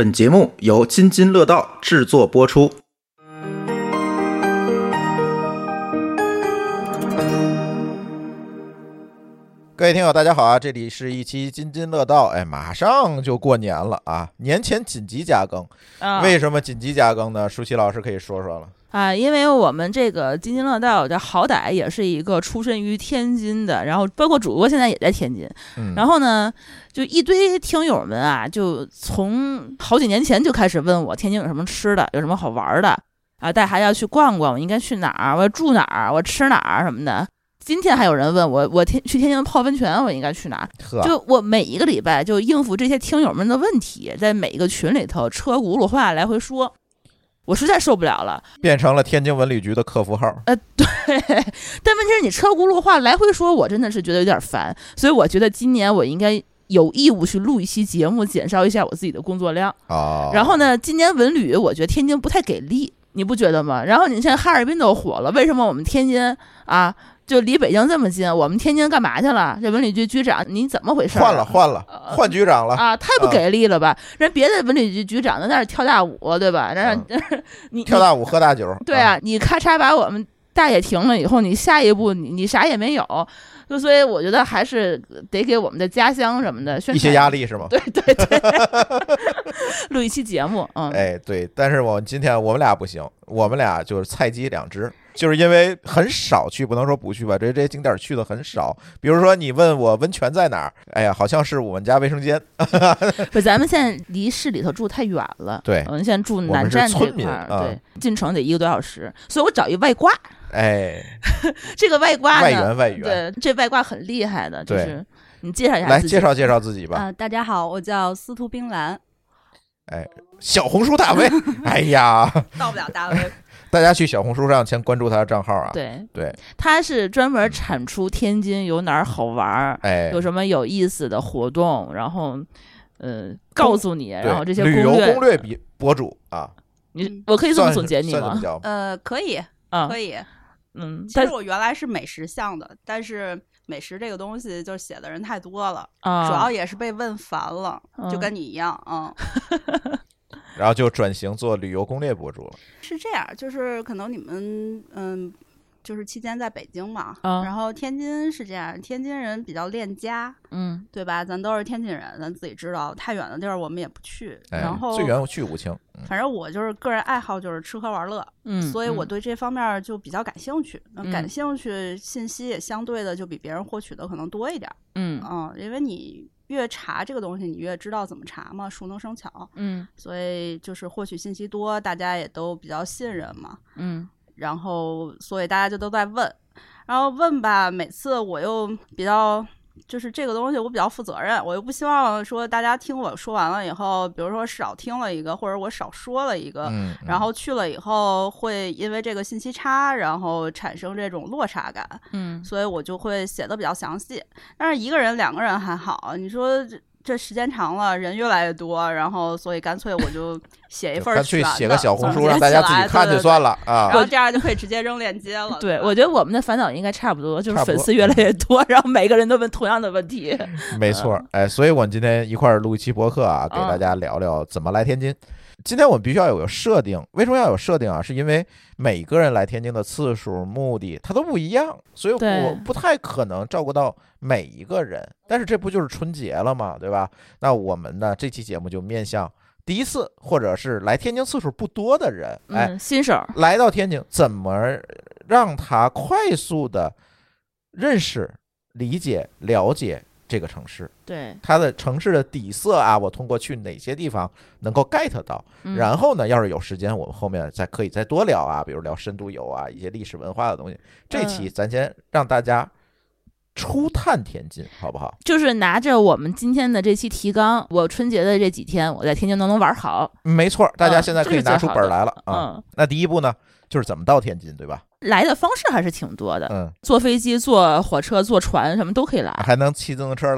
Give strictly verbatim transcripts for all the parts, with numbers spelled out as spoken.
本节目由津津乐道制作播出。 各位听友大家好啊，这里是一期津津乐道。哎，马上就过年了啊，年前紧急加更、哦、为什么紧急加更呢？舒淇老师可以说说了啊，因为我们这个津津乐道的好歹也是一个出身于天津的，然后包括主播现在也在天津、嗯、然后呢就一堆听友们啊，就从好几年前就开始问我天津有什么吃的，有什么好玩的啊，带孩子要去逛逛，我应该去哪儿，我要住哪儿，我吃哪儿什么的。今天还有人问我，我天去天津泡温泉，我应该去哪儿？就我每一个礼拜就应付这些听友们的问题，在每一个群里头车轱辘话来回说，我实在受不了了， 变成了天津文旅局的客服号。 呃，对，但问题是你车轱辘话来回说，我真的是觉得有点烦，所以我觉得今年我应该有义务去录一期节目，减少一下我自己的工作量。 哦。 然后呢，今年文旅我觉得天津不太给力，你不觉得吗？然后你现在哈尔滨都火了，为什么我们天津啊？就离北京这么近，我们天津干嘛去了？这文旅局局长你怎么回事、啊？ 换了换了，换局长了啊！太不给力了吧？人别的文旅局局长在那儿跳大舞，对吧？让、嗯、你跳大舞喝大酒。 对啊，你咔嚓把我们大爷停了以后，你下一步你你啥也没有。就所以我觉得还是得给我们的家乡什么的宣传一些压力是吗？ 对对对，录一期节目，嗯， 哎对，但是我今天我们俩不行，我们俩就是菜鸡两只。就是因为很少去，不能说不去吧，这这些景点去的很少。比如说你问我温泉在哪儿，哎呀，好像是我们家卫生间。 不，咱们现在离市里头住太远了。 对， 我们现在住南站这块儿、嗯，对，进城得一个多小时，所以我找一外挂。 哎， 这个外挂呢， 外援外援， 对，这外挂很厉害的，就是你介绍一下来自己， 介绍介绍自己吧。 啊、呃，大家好，我叫司徒冰兰。 哎，小红书大 V， 哎呀， 到不了大 V。 大家去小红书上先关注他的账号啊。 对对， 他是专门产出天津有哪儿好玩，哎，有什么有意思的活动，然后呃告诉你，然后这些攻略旅游攻略比博主啊。 你我可以这么总结你吗？ 呃，可以啊，可以。 嗯， 其实我原来是美食向的，但是美食这个东西就写的人太多了， 啊、 主要也是被问烦了， 嗯、 就跟你一样啊。嗯然后就转型做旅游攻略博主了。 是这样，就是可能你们嗯，就是期间在北京嘛， 嗯、 然后天津是这样，天津人比较恋家， 嗯， 对吧？咱都是天津人，咱自己知道，太远的地儿我们也不去。 哎、 然后最远我去武清、 嗯。反正我就是个人爱好就是吃喝玩乐， 嗯， 所以我对这方面就比较感兴趣。 嗯、 感兴趣信息也相对的就比别人获取的可能多一点。 嗯嗯，因为你越查这个东西，你越知道怎么查嘛，熟能生巧。 嗯， 所以就是获取信息多，大家也都比较信任嘛。 嗯， 然后所以大家就都在问，然后问吧，每次我又比较就是这个东西我比较负责任，我又不希望说大家听我说完了以后，比如说少听了一个，或者我少说了一个， 嗯， 然后去了以后会因为这个信息差，然后产生这种落差感。 嗯， 所以我就会写的比较详细。但是一个人两个人还好，你说这这时间长了，人越来越多，然后所以干脆我就写一份干脆写个小红书让大家自己看就算了啊， 然后这样就可以直接扔链接了。 对，我觉得我们的烦恼应该差不多，就是粉丝越来越多，然后每个人都问同样的问题。 没错，哎，所以我们今天一块儿录一期博客啊，给大家聊聊怎么来天津。嗯，今天我们必须要有个设定，为什么要有设定啊？是因为每个人来天津的次数、目的它都不一样，所以我不太可能照顾到每一个人。但是这不就是春节了吗？对吧？那我们呢，这期节目就面向第一次或者是来天津次数不多的人，哎， 嗯，新手来到天津，怎么让他快速的认识、理解、了解这个城市， 对它的城市的底色啊，我通过去哪些地方能够 get 到、 嗯、 然后呢，要是有时间我们后面再可以再多聊啊，比如聊深度游啊，一些历史文化的东西。这期咱先让大家初探天津好不好？ 就是拿着我们今天的这期提纲，我春节的这几天我在天津都能玩好。 没错，大家现在可以拿出本来了、 嗯、 啊、嗯。那第一步呢，就是怎么到天津，对吧？ 来的方式还是挺多的， 嗯， 坐飞机、坐火车、坐船什么都可以来， 还能骑自行车来呢。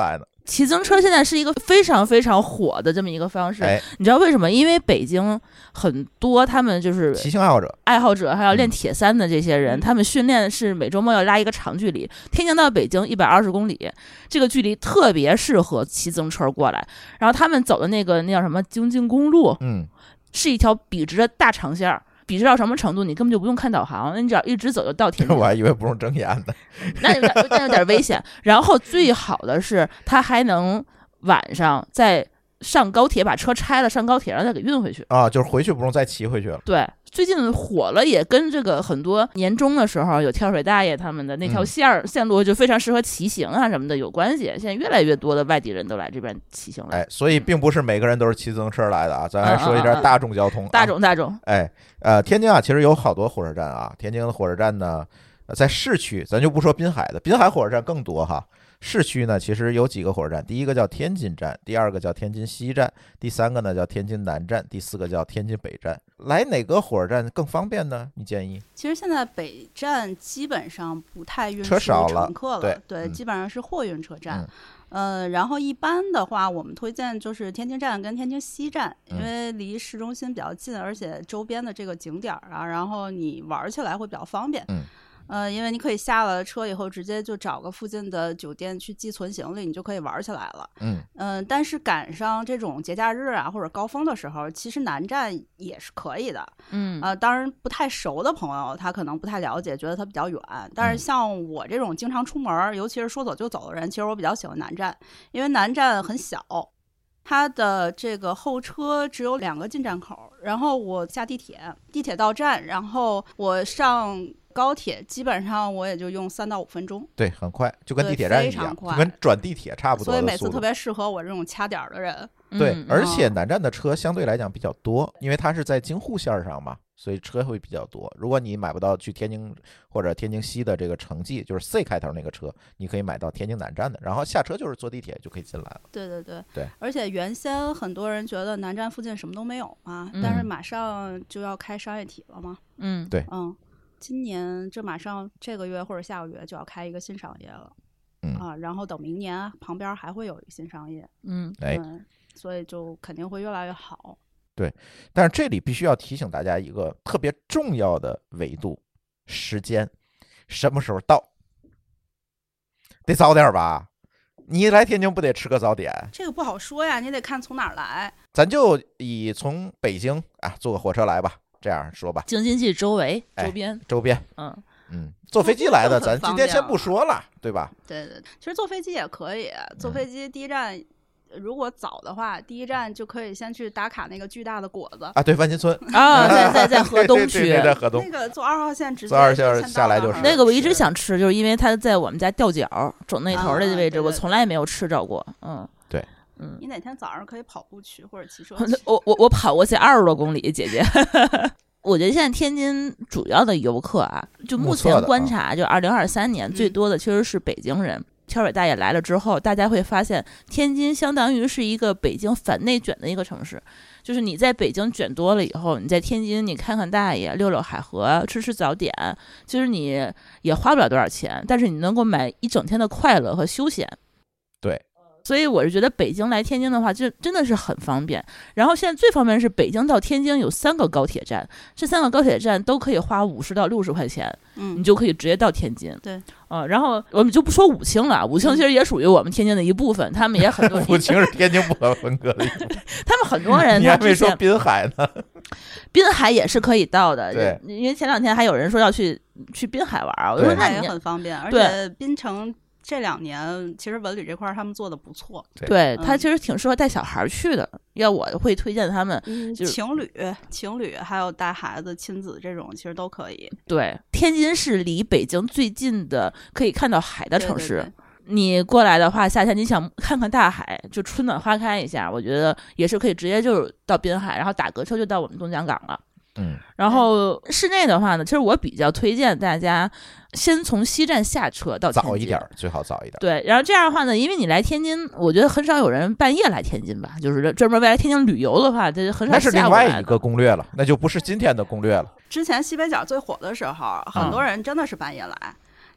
骑自行车现在是一个非常非常火的这么一个方式， 哎、 你知道为什么？因为北京很多他们就是骑行爱好者、 爱好者，还要练铁三的这些人， 嗯、 他们训练是每周末要拉一个长距离，天津到北京一百二十公里，这个距离特别适合骑自行车过来。然后他们走的那个那叫什么京津公路， 嗯， 是一条笔直的大长线。笔直到什么程度，你根本就不用看导航，你只要一直走就到天津。 我还以为不用睁眼呢， 那有点那有点危险。然后最好的是，他还能晚上再上高铁，把车拆了上高铁，然后再给运回去啊，就是回去不用再骑回去了。 对，最近火了，也跟这个很多年终的时候有跳水大爷他们的那条线儿、嗯、线路就非常适合骑行啊什么的有关系。现在越来越多的外地人都来这边骑行了。 哎，所以并不是每个人都是骑自行车来的啊，咱还说一点大众交通、啊嗯嗯嗯。 大众大众。 哎，呃，天津啊，其实有好多火车站啊。天津的火车站呢，在市区，咱就不说滨海的，滨海火车站更多哈。市区呢，其实有几个火车站，第一个叫天津站，第二个叫天津西站，第三个呢叫天津南站，第四个叫天津北站。来哪个火车站更方便呢？你建议？ 其实现在北站基本上不太运输车少了， 乘客了， 对， 对、 嗯， 基本上是货运车站。 嗯、 呃，然后一般的话，我们推荐就是天津站跟天津西站，因为离市中心比较近，而且周边的这个景点啊，然后你玩起来会比较方便。 嗯。 呃，因为你可以下了车以后，直接就找个附近的酒店去寄存行李，你就可以玩起来了。 嗯嗯、呃，但是赶上这种节假日啊或者高峰的时候，其实南站也是可以的。 嗯， 呃，当然不太熟的朋友他可能不太了解，觉得它比较远。但是像我这种经常出门，尤其是说走就走的人，其实我比较喜欢南站，因为南站很小。它的这个候车只有两个进站口，然后我下地铁，地铁到站，然后我上高铁，基本上我也就用三到五分钟。 对，很快，就跟地铁站一样，就跟转地铁差不多的速度。 所以每次特别适合我这种掐点的人。 对， 嗯、 而且南站的车相对来讲比较多，因为它是在京沪线上嘛，所以车会比较多。如果你买不到去天津或者天津西的这个城际，就是 C 开头那个车，你可以买到天津南站的，然后下车就是坐地铁就可以进来了。 对对对对， 而且原先很多人觉得南站附近什么都没有嘛， 嗯、 但是马上就要开商业体了嘛。 嗯， 对， 嗯，今年这马上这个月或者下个月就要开一个新商业了。 嗯啊，然后等明年旁边还会有一个新商业。 嗯， 哎。 嗯，所以就肯定会越来越好。 对，但是这里必须要提醒大家一个特别重要的维度：时间，什么时候到？得早点吧？你来天津不得吃个早点？ 这个不好说呀，你得看从哪儿来。 咱就以从北京啊坐个火车来吧，这样说吧。 京津冀周围、周边、 哎、周边， 嗯嗯，坐飞机来的，咱今天先不说了，对吧？ 对对，其实坐飞机也可以，坐飞机第一站。嗯，如果早的话，第一站就可以先去打卡那个巨大的果子啊，对，万金村啊，在在在河东区， 对对对，在河东那个坐二号线直接坐二号线下来就是那个，我一直想吃，就是因为它在我们家吊脚走那头的位置， 啊、对对对， 我从来没有吃着过。嗯， 对， 嗯， 你哪天早上可以跑步去或者骑车去？ 我我我跑过去二十多公里，姐姐。我觉得现在天津主要的游客啊，就目前观察，就二零二三年最多的其实是北京人。嗯，跳水大爷来了之后，大家会发现天津相当于是一个北京反内卷的一个城市，就是你在北京卷多了以后，你在天津你看看大爷，溜溜海河，吃吃早点，其实你也花不了多少钱，但是你能够买一整天的快乐和休闲。 对， 所以我是觉得北京来天津的话，就真的是很方便。然后现在最方便是北京到天津有三个高铁站，这三个高铁站都可以花五十到六十块钱， 嗯， 你就可以直接到天津。 对， 呃，然后我们就不说武清了，武清其实也属于我们天津的一部分，他们也很多。 武清是天津不可分割的一部分。 他们很多人， 你还没说滨海呢。 滨海也是可以到的， 对， 因为前两天还有人说要去去滨海玩，我说那也很方便，而且滨城。这两年其实文旅这块他们做的不错， 对、 嗯、 他其实挺适合带小孩去的。要我会推荐他们，就是、 情侣、情侣还有带孩子、亲子这种，其实都可以。 对，天津是离北京最近的可以看到海的城市。 对对对， 你过来的话，夏天你想看看大海，就春暖花开一下，我觉得也是可以直接就到滨海，然后打个车就到我们东江港了。 嗯， 然后市内的话呢，其实我比较推荐大家先从西站下车到天津， 早一点，最好早一点。 对，然后这样的话呢，因为你来天津，我觉得很少有人半夜来天津吧，就是专门为来天津旅游的话，这很少。 那是另外一个攻略了，那就不是今天的攻略了。 之前西北角最火的时候，很多人真的是半夜来。嗯，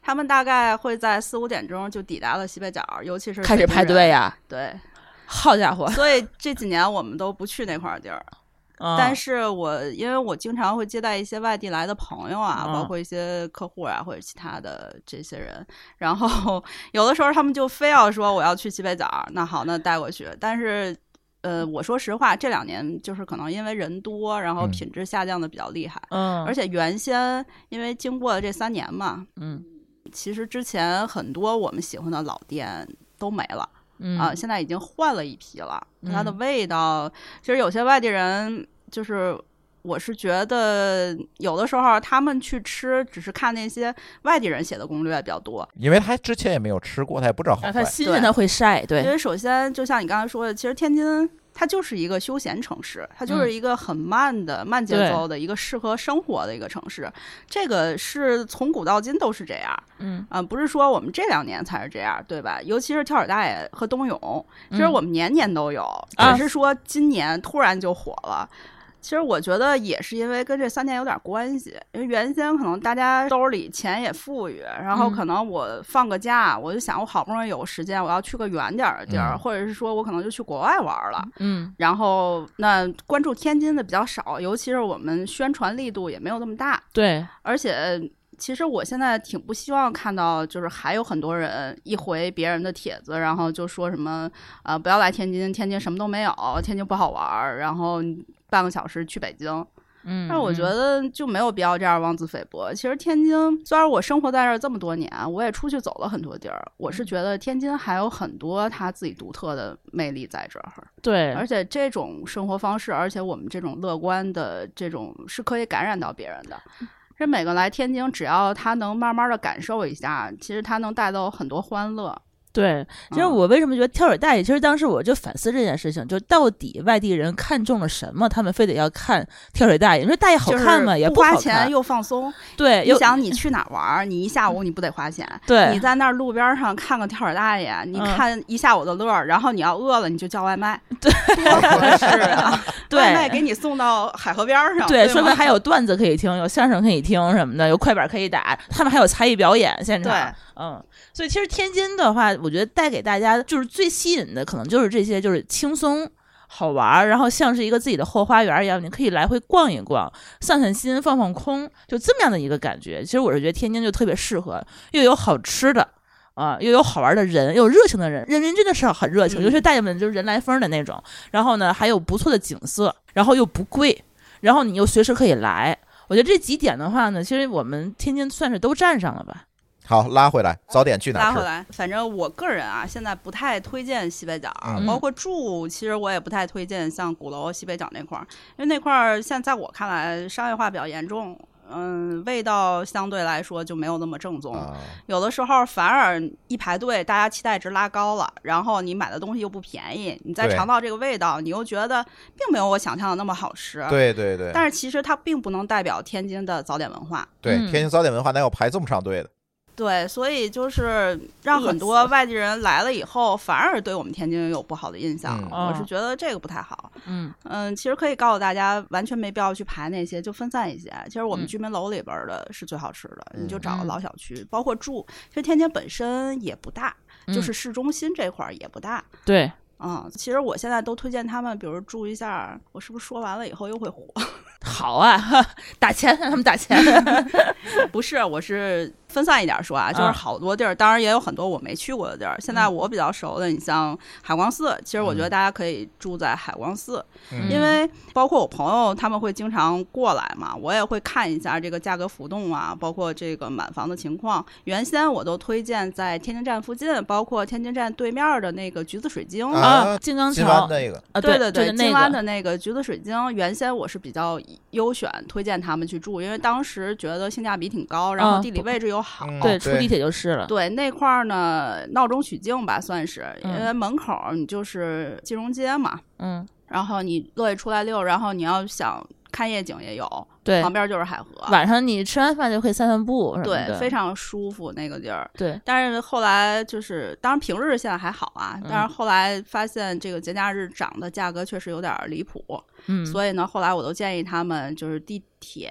他们大概会在四五点钟就抵达了西北角，尤其是开始排队呀。 对， 好家伙！ 所以这几年我们都不去那块地儿。 嗯、 但是我因为我经常会接待一些外地来的朋友啊， 嗯、 包括一些客户啊或者其他的这些人，然后有的时候他们就非要说我要去西北角，那好，那带过去。但是呃，我说实话，这两年就是可能因为人多，然后品质下降的比较厉害。 嗯， 而且原先因为经过了这三年嘛， 嗯， 其实之前很多我们喜欢的老店都没了。 嗯啊，现在已经换了一批了，它的味道，其实有些外地人就是我是觉得有的时候他们去吃只是看那些外地人写的攻略比较多， 因为他之前也没有吃过，他也不知道好坏， 他新鲜他会晒。对， 因为首先就像你刚才说的，其实天津它就是一个休闲城市，它就是一个很慢的、嗯、慢节奏的一个适合生活的一个城市，这个是从古到今都是这样。 嗯啊、呃，不是说我们这两年才是这样，对吧？尤其是跳水大爷和冬泳，其实我们年年都有， 嗯、 只是说今年突然就火了。啊其实我觉得也是因为跟这三年有点关系，因为原先可能大家兜里钱也富裕，然后可能我放个假，嗯、我就想我好不容易有时间，我要去个远点的地儿，嗯、或者是说我可能就去国外玩了。 嗯， 然后那关注天津的比较少，尤其是我们宣传力度也没有那么大。 对， 而且其实我现在挺不希望看到，就是还有很多人一回别人的帖子，然后就说什么呃不要来天津，天津什么都没有，天津不好玩，然后半个小时去北京。 嗯， 但我觉得就没有必要这样妄自菲薄。其实天津虽然我生活在这儿这么多年，我也出去走了很多地儿，我是觉得天津还有很多它自己独特的魅力在这儿。 对， 而且这种生活方式，而且我们这种乐观的这种是可以感染到别人的。这每个来天津，只要他能慢慢的感受一下，其实他能带到很多欢乐。 对，其实我为什么觉得跳水大爷，其实当时我就反思这件事情，就到底外地人看中了什么，他们非得要看跳水大爷？你说大爷好看吗？也不花钱又放松。 对， 你想你去哪玩，你一下午你不得花钱？ 对， 你在那儿路边上看个跳水大爷，你看一下午的乐，嗯、然后你要饿了你就叫外卖， 对， 多合适啊！ 对， 外卖给你送到海河边上， 对， 对说明还有段子可以听，有相声可以听什么的，有快板可以打，他们还有才艺表演现场。 对， 嗯，所以其实天津的话，我觉得带给大家就是最吸引的，可能就是这些，就是轻松好玩，然后像是一个自己的后花园一样，你可以来回逛一逛，散散心，放放空，就这么样的一个感觉。其实我是觉得天津就特别适合，又有好吃的啊，又有好玩的人，又有热情的人，人民真的是很热情，尤其大爷们就是人来疯的那种。然后呢，还有不错的景色，然后又不贵，然后你又随时可以来。我觉得这几点的话呢，其实我们天津算是都占上了吧。 好，拉回来，早点去哪儿吃？ 拉回来，反正我个人啊，现在不太推荐西北角， 嗯、 包括住，其实我也不太推荐像鼓楼、西北角那块儿，因为那块儿现在在我看来商业化比较严重。嗯，味道相对来说就没有那么正宗， 啊、 有的时候反而一排队，大家期待值拉高了，然后你买的东西又不便宜，你再尝到这个味道，你又觉得并没有我想象的那么好吃。 对对对。 但是其实它并不能代表天津的早点文化。 对， 嗯、 天津早点文化哪有排这么长队的？ 对，所以就是让很多外地人来了以后，反而对我们天津有不好的印象。 嗯、 我是觉得这个不太好。 嗯嗯，其实可以告诉大家，完全没必要去排那些，就分散一些。其实我们居民楼里边的是最好吃的， 嗯、 你就找个老小区，包括住。其实天津本身也不大， 嗯、 就是市中心这块儿也不大。 对。 嗯，其实我现在都推荐他们，比如住一下。我是不是说完了以后又会火？ 好啊，打钱让他们打钱。 不是，我是分散一点说啊，就是好多地儿，当然也有很多我没去过的地儿。现在我比较熟的，你像海光寺，其实我觉得大家可以住在海光寺， 嗯、 因为包括我朋友他们会经常过来嘛，我也会看一下这个价格浮动啊，包括这个满房的情况。原先我都推荐在天津站附近，包括天津站对面的那个橘子水晶啊， 金刚桥金湾那个啊， 对对对， 金湾的那个橘子水晶，原先我是比较优选推荐他们去住，因为当时觉得性价比挺高，然后地理位置又好。 嗯、 对，出地铁就是了。 对，那块儿呢闹中取静吧，算是， 嗯、 因为门口你就是金融街嘛， 嗯， 然后你乐意出来溜，然后你要想看夜景也有， 对， 旁边就是海河， 晚上你吃完饭就可以散散步什么的， 对，非常舒服那个地儿。 对， 但是后来就是，当然平日现在还好啊， 嗯、 但是后来发现这个节假日涨的价格确实有点离谱， 嗯， 所以呢，后来我都建议他们就是地铁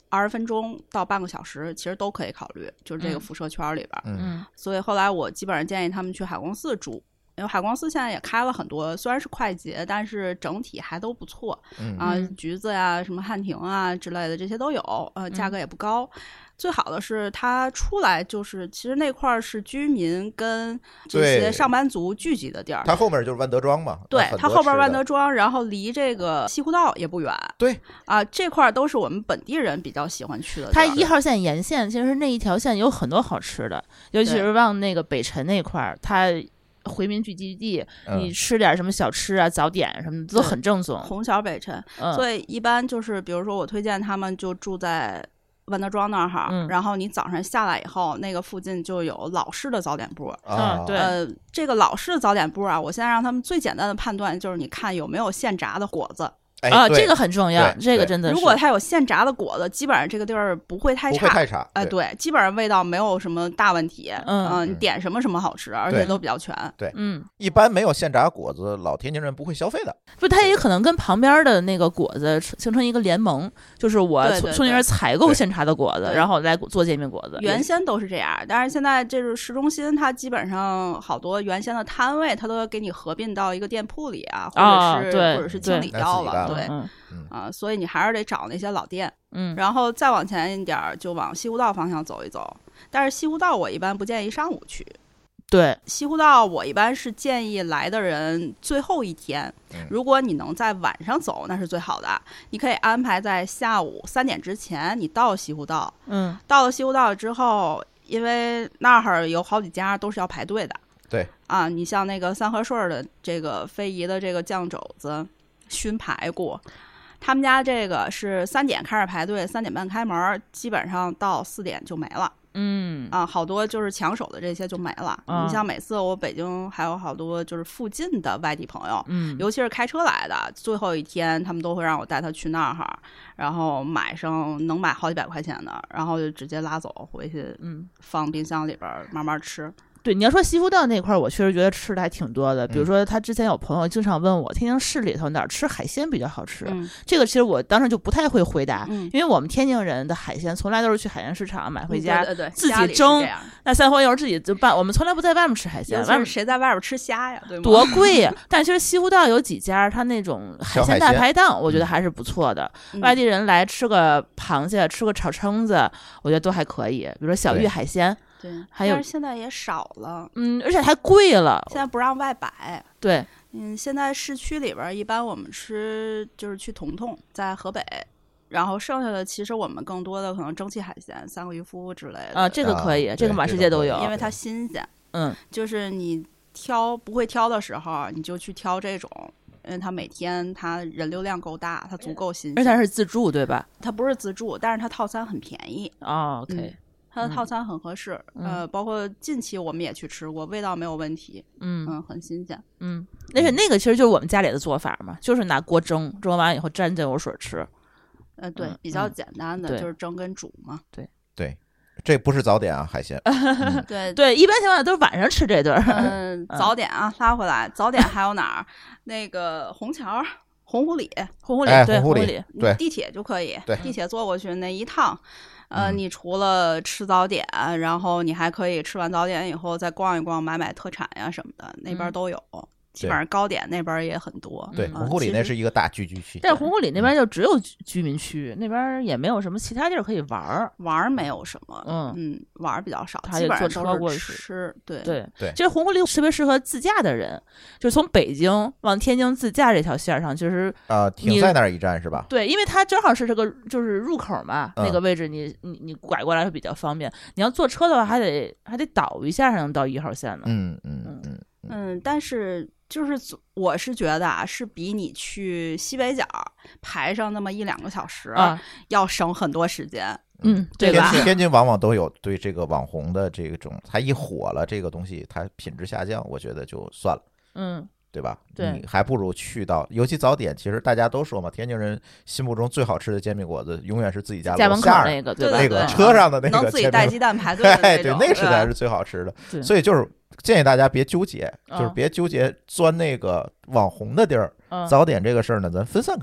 二十分钟到半个小时，其实都可以考虑，就是这个辐射圈里边。 嗯， 所以后来我基本上建议他们去海光寺住。因为海光寺现在也开了很多，虽然是快捷，但是整体还都不错。 嗯啊，橘子呀、什么汉庭啊之类的这些都有，呃，价格也不高。嗯、最好的是它出来就是，其实那块儿是居民跟这些上班族聚集的地儿。 它后面就是万德庄嘛。 对，它后边万德庄，然后离这个西湖道也不远。 对啊，这块儿都是我们本地人比较喜欢去的。 它一号线沿线其实那一条线有很多好吃的，尤其是往那个北辰那块儿，它。回民聚集地，你吃点什么小吃啊、早点什么的都很正宗。 虹桥北辰、嗯，所以一般就是比如说我推荐他们就住在万德庄那儿哈、嗯，然后你早上下来以后，那个附近就有老式的早点部。 啊，对， 呃，这个老式的早点部啊，我现在让他们最简单的判断就是你看有没有现炸的果子。 哎、 啊，这个很重要，这个真的是。 如果它有现炸的果子，基本上这个地儿不会太差， 不会太差。 哎、呃，对，基本上味道没有什么大问题。 嗯、 呃，你点什么什么好吃，而且都比较全。 对， 嗯， 一般没有现炸果子，老天津人不会消费的。 不，它也可能跟旁边的那个果子形成一个联盟，就是我从那边采购现炸的果子，然后来做煎饼果子。 原先都是这样，但是现在这是市中心，它基本上好多原先的摊位，它都给你合并到一个店铺里啊，或者是、 哦、 或者是清理掉了，对。 嗯啊、呃，所以你还是得找那些老店， 嗯， 然后再往前一点就往西湖道方向走一走。但是西湖道我一般不建议上午去， 对， 西湖道我一般是建议来的人最后一天，如果你能在晚上走，那是最好的。你可以安排在下午三点之前，你到西湖道， 嗯， 到了西湖道之后，因为那儿有好几家都是要排队的， 对啊，你像那个三和顺的这个非遗的这个酱肘子、熏排骨。他们家这个是三点开始排队，三点半开门，基本上到四点就没了。 嗯啊，好多就是抢手的这些就没了。 嗯、 你像每次我北京还有好多就是附近的外地朋友， 嗯， 尤其是开车来的，最后一天他们都会让我带他去那儿，然后买上能买好几百块钱的，然后就直接拉走回去， 嗯， 放冰箱里边慢慢吃。 对，你要说西湖道那块儿，我确实觉得吃的还挺多的。比如说，他之前有朋友经常问我，天津市里头哪儿吃海鲜比较好吃？ 嗯、 这个其实我当时就不太会回答， 嗯、 因为我们天津人的海鲜从来都是去海鲜市场买回家， 嗯、对对对自己蒸。那三黄油自己就办，我们从来不在外面吃海鲜。外面谁在外边吃虾呀？对吗？ 多贵呀！但其实西湖道有几家，他那种海鲜大排档，我觉得还是不错的。 嗯、 外地人来吃个螃蟹，吃个炒蛏子，我觉得都还可以。比如说小玉海鲜。 对， 还有但是现在也少了， 嗯，而且还贵了。 现在不让外摆。 对， 嗯，现在市区里边一般我们吃就是去彤彤，在河北，然后剩下的其实我们更多的可能蒸汽海鲜、三个渔夫之类的。 啊，这个可以， 啊、 这个满世界都有， 因为它新鲜。 嗯， 就是你挑不会挑的时候，你就去挑这种。因为它每天它人流量够大，它足够新鲜， 而且它是自助，对吧？ 它不是自助，但是它套餐很便宜。 哦 ，OK。 嗯，它的套餐很合适， 嗯、 呃，包括近期我们也去吃过，味道没有问题， 嗯嗯，很新鲜， 嗯，而且那个其实就是我们家里的做法嘛，就是拿锅蒸，蒸完以后蘸酱油水吃， 呃，对， 嗯、 比较简单的、 嗯、 就是蒸跟煮嘛， 对对，这不是早点啊，海鲜， 嗯、对对，一般情况下都是晚上吃这顿， 嗯，早点啊，拉回来，早点还有哪儿？那个虹桥。洪湖里， 洪湖里， 哎、 对， 洪湖里， 对， 地铁就可以， 对， 地铁坐过去那一趟，呃， 嗯、 你除了吃早点，然后你还可以吃完早点以后再逛一逛，买买特产呀什么的，那边都有。嗯基本上糕点那边也很多。 对，洪湖里那是一个大聚居区， 但是洪湖里那边就只有居民区，那边也没有什么其他地儿可以玩儿， 玩儿没有什么， 嗯嗯，玩儿比较少， 他基本上坐车过去吃。对对对， 其实洪湖里特别适合自驾的人，就是从北京往天津自驾这条线上，就是啊、呃，停在那儿一站是吧？ 对，因为它正好是这个就是入口嘛， 嗯、 那个位置你你你拐过来会比较方便。你要坐车的话，还得还得倒一下才能到一号线呢。 嗯嗯嗯嗯， 嗯，但是。就是我是觉得啊，是比你去西北角排上那么一两个小时、 啊、 要省很多时间。 嗯，对吧？ 天津往往都有对这个网红的这种，它一火了，这个东西它品质下降，我觉得就算了。 嗯， 对吧？ 对， 你还不如去到，尤其早点，其实大家都说嘛，天津人心目中最好吃的煎饼果子，永远是自己家楼下那个，对吧？ 那个车上的那个， 能自己带鸡蛋排队的那种，对，那实在是最好吃的。 所以就是建议大家别纠结，就是别纠结钻那个网红的地儿。 嗯、 早点这个事儿呢，咱分散开。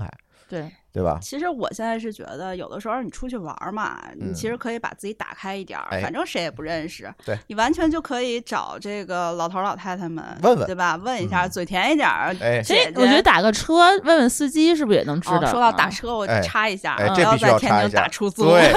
对对吧？ 其实我现在是觉得，有的时候你出去玩嘛， 嗯、 你其实可以把自己打开一点儿、 哎， 反正谁也不认识， 对， 你完全就可以找这个老头老太太们问问， 对吧？问一下，嗯、嘴甜一点儿。 哎， 所以我觉得打个车问问司机是不是也能知道？ 哦、说到打车，我插一下， 哎哎、 不要在天津打出租。 对，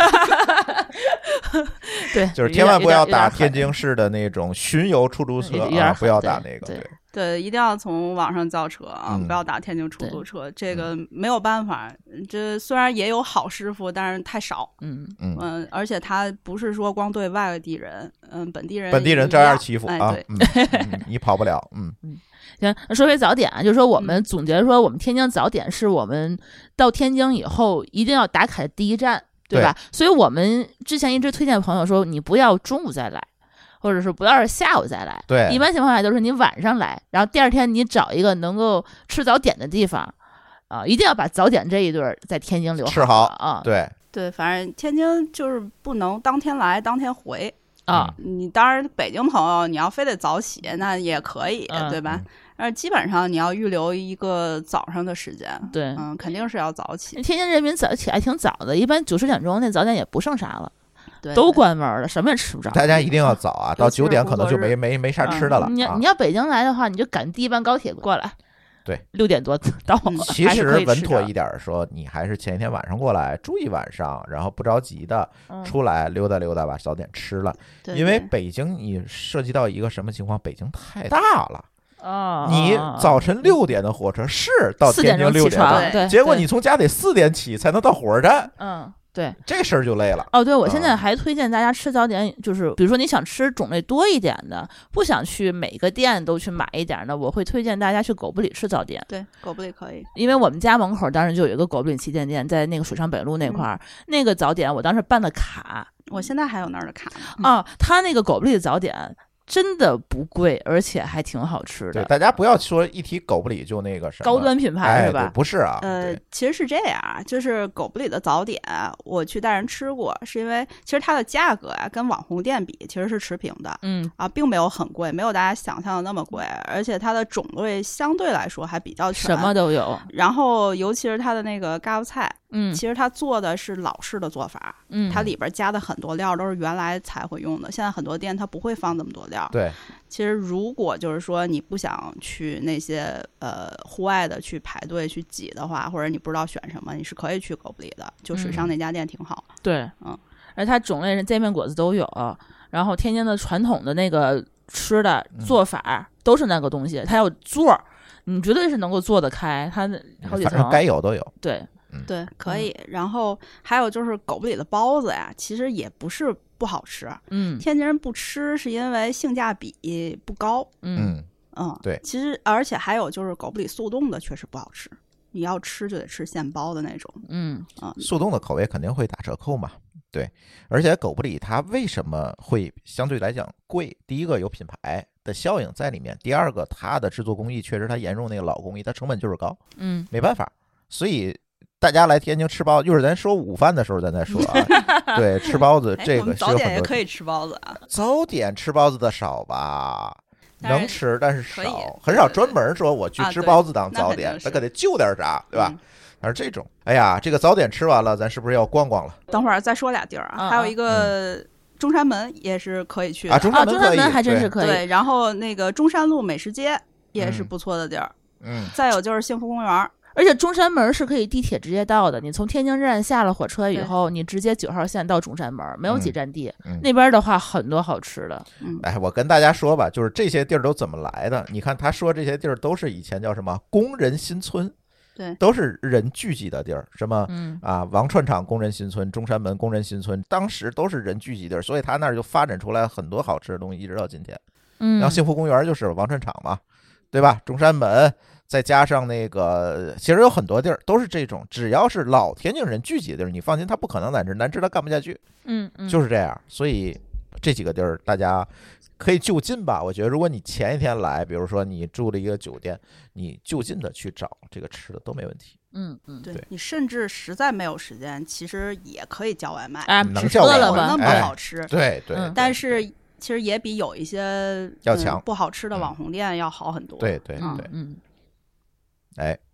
对， 就是千万不要打天津市的那种巡游出租车啊，不要打那个。 对。 对对，一定要从网上叫车啊， 嗯、 不要打天津出租车。这个没有办法，这虽然也有好师傅，但是太少。 嗯嗯嗯，而且他不是说光对外地人，嗯，本地人本地人照样欺负、 哎、 啊， 对、 嗯嗯，你跑不了。嗯嗯，行，说回早点啊，就是说我们总结说，我们天津早点是我们到天津以后一定要打卡的第一站，对吧？对，所以我们之前一直推荐朋友说，你不要中午再来。或者是不要是下午再来， 对， 一般情况下都是你晚上来，然后第二天你找一个能够吃早点的地方，啊、呃，一定要把早点这一顿在天津留好吃好啊。 对对，反正天津就是不能当天来当天回啊。 你当然北京朋友你要非得早起那也可以，嗯、对吧？但是基本上你要预留一个早上的时间， 对， 嗯，肯定是要早起。 天津人民早起还挺早的，一般九十点钟那早点也不剩啥了。 对， 都关门了，什么也吃不着。 大家一定要早啊，到九点可能就没没没啥吃的了。 嗯、你啊、 你要北京来的话，你就赶第一班高铁过来。 对， 六点多到。 其实稳妥一点说，你还是前一天晚上过来住一晚上，然后不着急的出来溜达溜达，把早点吃了。 嗯、 因为北京你涉及到一个什么情况？北京太大了。 哦， 你早晨六点的火车是到天津六点的， 对，结果你从家得四点起才能到火车站。 嗯。对， 这事儿就累了。 哦，对，我现在还推荐大家吃早点，就是比如说你想吃种类多一点的，不想去每个店都去买一点的，我会推荐大家去狗不理吃早点。 对，狗不理可以， 因为我们家门口当时就有一个狗不理旗舰店，在那个水上北路那块儿、嗯，那个早点我当时办了卡， 我现在还有那儿的卡呢。 啊、哦，他那个狗不理早点真的不贵，而且还挺好吃的。 对，大家不要说一提狗不理就那个什么高端品牌是吧？ 哎、不是啊。 呃，其实是这样，就是狗不理的早点，我去带人吃过，是因为其实它的价格呀、啊、跟网红店比其实是持平的， 嗯啊，并没有很贵，没有大家想象的那么贵，而且它的种类相对来说还比较全， 什么都有。 然后尤其是它的那个嘎巴菜。 嗯， 其实它做的是老式的做法， 嗯， 它里边加的很多料都是原来才会用的，现在很多店它不会放这么多料。 对， 其实如果就是说你不想去那些呃户外的去排队去挤的话，或者你不知道选什么，你是可以去狗不理的，就水上那家店挺好。 嗯、对， 嗯， 而它种类是煎饼果子都有，然后天津的传统的那个吃的做法、嗯、都是那个东西，它有座儿，你绝对是能够做得开，它好几层， 反正该有都有。 对。 对，可以、嗯。然后还有就是狗不理的包子呀，其实也不是不好吃。 嗯， 天津人不吃是因为性价比不高。 嗯嗯， 对。 其实而且还有就是狗不理速冻的确实不好吃，你要吃就得吃现包的那种。 嗯嗯， 速冻的口味肯定会打折扣嘛。对，而且狗不理它为什么会相对来讲贵？第一个有品牌的效应在里面，第二个它的制作工艺确实它沿用那个老工艺，它成本就是高。 嗯， 没办法，所以。大家来天津吃包子，一会儿咱说午饭的时候咱再说啊。对，吃包子这个早点也可以吃包子啊。 早点吃包子的少吧？能吃，但是少，很少专门说我去吃包子当早点，咱、啊、可得就点啥，对吧？ 嗯、 但是这种，哎呀，这个早点吃完了，咱是不是要逛逛了？ 等会儿再说俩地儿啊， 嗯、 还有一个中山门也是可以去的啊，中山门可以， 啊、中山门还真是可以。 对，然后那个中山路美食街也是不错的地儿。 嗯， 再有就是幸福公园。 而且中山门是可以地铁直接到的，你从天津站下了火车以后，你直接九号线到中山门，没有几站地。 嗯嗯、 那边的话很多好吃的。 哎，我跟大家说吧，就是这些地儿都怎么来的？你看他说这些地儿都是以前叫什么工人新村， 对， 都是人聚集的地儿，什么、 嗯、 啊王串场工人新村、中山门工人新村，当时都是人聚集地儿，所以他那儿就发展出来很多好吃的东西，一直到今天。 嗯， 然后幸福公园就是王串场嘛，对吧？中山门。再加上那个，其实有很多地儿都是这种，只要是老天津人聚集的地儿，你放心，他不可能难吃，难吃他干不下去。 嗯嗯， 就是这样。所以这几个地儿大家可以就近吧。我觉得如果你前一天来，比如说你住了一个酒店，你就近的去找这个吃的都没问题。 嗯嗯， 对，你甚至实在没有时间，其实也可以叫外卖， 啊， 能叫外卖那么好吃。 哎、对 对, 对、 嗯， 但是其实也比有一些要强、 嗯、不好吃的网红店要好很多。 对对对， 嗯。 哎，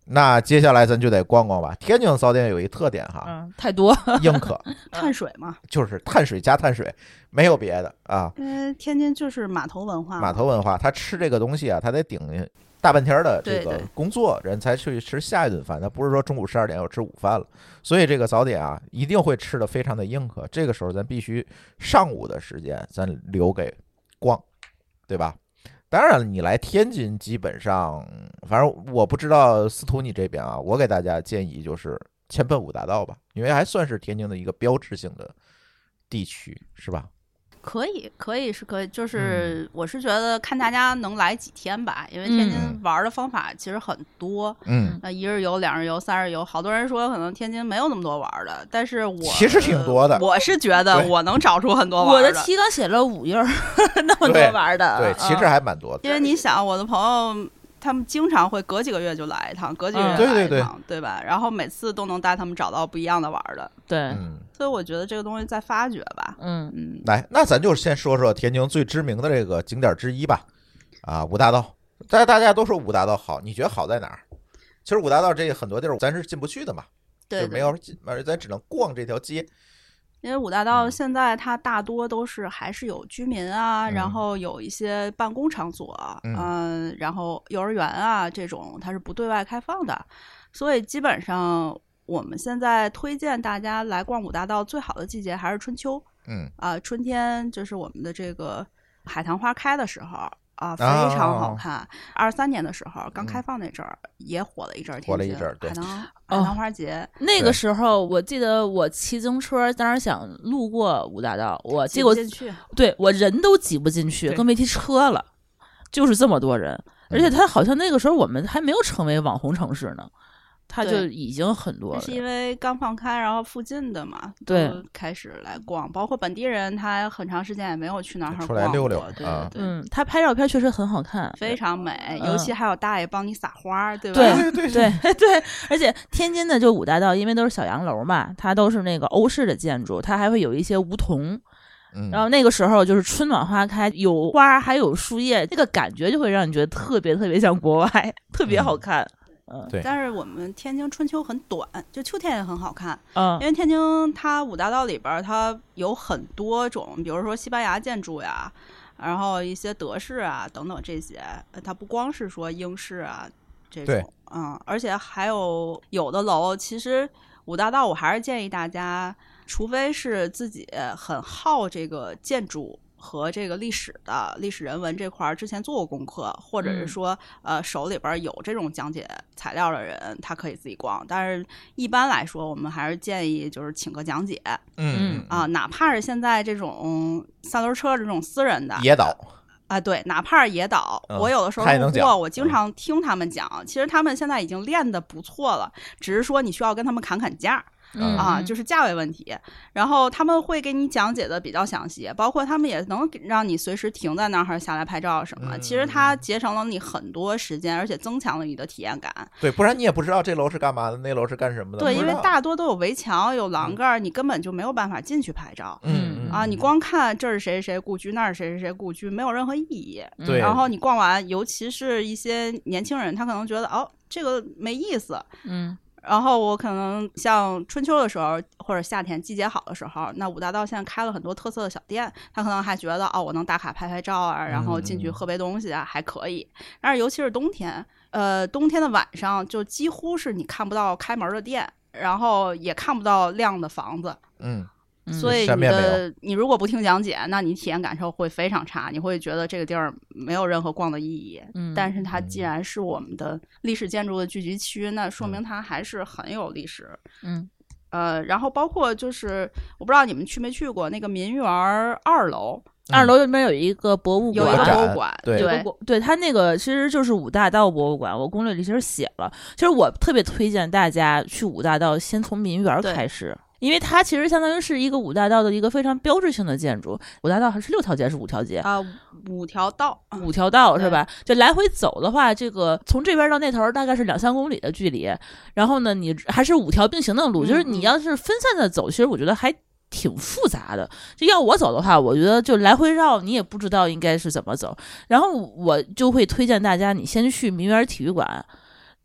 那接下来咱就得逛逛吧。天津早点有一特点哈， 嗯，太多硬可碳水嘛， 就是碳水加碳水，没有别的啊。 因为天津就是码头文化， 码头文化，他吃这个东西啊，他得顶大半天的这个工作，人才去吃下一顿饭。他不是说中午十二点要吃午饭了，所以这个早点啊，一定会吃的非常的硬核。这个时候咱必须上午的时间咱留给逛，对吧？当然了，你来天津基本上，反正我不知道司徒你这边啊，我给大家建议就是先奔五大道吧，因为还算是天津的一个标志性的地区，是吧？ 可以，可以是可以，就是我是觉得看大家能来几天吧，因为天津玩的方法其实很多， 嗯， 那一日游、两日游、三日游，好多人说可能天津没有那么多玩的，但是我其实挺多的， 我是觉得我能找出很多玩的。 我的提纲写了五页，那么多玩的， 对，对其实还蛮多的。 因为你想，我的朋友他们经常会隔几个月就来一趟，隔几个月来一趟， 嗯、对对对， 对吧？然后每次都能带他们找到不一样的玩的， 对。 嗯所以我觉得这个东西在发掘吧， 嗯嗯， 来，那咱就先说说天津最知名的这个景点之一吧，啊，五大道。大家大家都说五大道好，你觉得好在哪儿？其实五大道这很多地儿咱是进不去的嘛， 对， 就没有，而咱只能逛这条街。 因为五大道现在它大多都是还是有居民啊， 嗯、 然后有一些办公场所，嗯、呃，然后幼儿园啊这种它是不对外开放的，所以基本上。我们现在推荐大家来逛五大道，最好的季节还是春秋。 嗯啊、呃，春天就是我们的这个海棠花开的时候啊、呃，非常好看。二三、哦、年的时候刚开放那阵儿、嗯、也火了一阵儿， 火了一阵儿，对， 海棠海棠花节、 哦。那个时候我记得我骑自行车，当时想路过五大道，我结果挤不进去， 对我人都挤不进去，更别提车了，就是这么多人，而且他好像那个时候我们还没有成为网红城市呢。它就已经很多了， 是因为刚放开，然后附近的嘛， 对， 开始来逛，包括本地人，他很长时间也没有去那儿逛过， 出来溜溜， 对啊、 对对， 嗯，他拍照片确实很好看， 非常美，尤其还有大爷帮你撒花，对吧？ 对对对对，而且天津的就五大道，因为都是小洋楼嘛，它都是那个欧式的建筑，它还会有一些梧桐。 嗯、 然后那个时候就是春暖花开，有花还有树叶，那个感觉就会让你觉得特别特别像国外，特别好看。嗯嗯，对。 但是我们天津春秋很短，就秋天也很好看。 嗯， 因为天津它五大道里边它有很多种，比如说西班牙建筑呀，然后一些德式啊等等这些，它不光是说英式啊这种，嗯，而且还有有的楼，其实五大道我还是建议大家，除非是自己很好这个建筑和这个历史的历史人文这块之前做过功课，或者是说、嗯、呃手里边有这种讲解材料的人，他可以自己逛。但是一般来说，我们还是建议就是请个讲解， 嗯啊，哪怕是现在这种三轮车这种私人的野岛啊，对，哪怕是野岛、嗯，我有的时候路过，我经常听他们讲、嗯，其实他们现在已经练得不错了，只是说你需要跟他们砍砍价。 嗯啊，就是价位问题，然后他们会给你讲解的比较详细，包括他们也能让你随时停在那儿下来拍照什么、嗯、其实它节省了你很多时间，而且增强了你的体验感。 对，不然你也不知道这楼是干嘛的，那楼是干什么的。 对，因为大多都有围墙有栏杆、嗯、你根本就没有办法进去拍照。 嗯啊，你光看这是谁谁故居，那是谁谁谁故居，没有任何意义。 对， 然后你逛完，尤其是一些年轻人，他可能觉得哦这个没意思。 嗯。 然后我可能像春秋的时候，或者夏天季节好的时候，那五大道现在开了很多特色的小店，他可能还觉得哦，我能打卡拍拍照啊，然后进去喝杯东西啊，嗯、还可以。但是尤其是冬天，呃，冬天的晚上就几乎是你看不到开门的店，然后也看不到亮的房子。 嗯。 所以你的你如果不听讲解，那你体验感受会非常差，你会觉得这个地儿没有任何逛的意义。 嗯， 但是它既然是我们的历史建筑的聚集区，那说明它还是很有历史。 嗯， 呃，然后包括就是我不知道你们去没去过那个民园二楼。 二楼里面有一个博物馆， 有一个博物馆， 对对对，它那个其实就是五大道博物馆。我攻略里其实写了，其实我特别推荐大家去五大道，先从民园开始。因为它其实相当于是一个五大道的一个非常标志性的建筑。五大道还是六条街，是五条街啊、呃？五条道， 五条道是吧？就来回走的话，这个从这边到那头大概是两三公里的距离。然后呢，你还是五条并行的路， 嗯、 就是你要是分散的走，其实我觉得还挺复杂的。就要我走的话，我觉得就来回绕，你也不知道应该是怎么走。然后我就会推荐大家，你先去民园体育馆。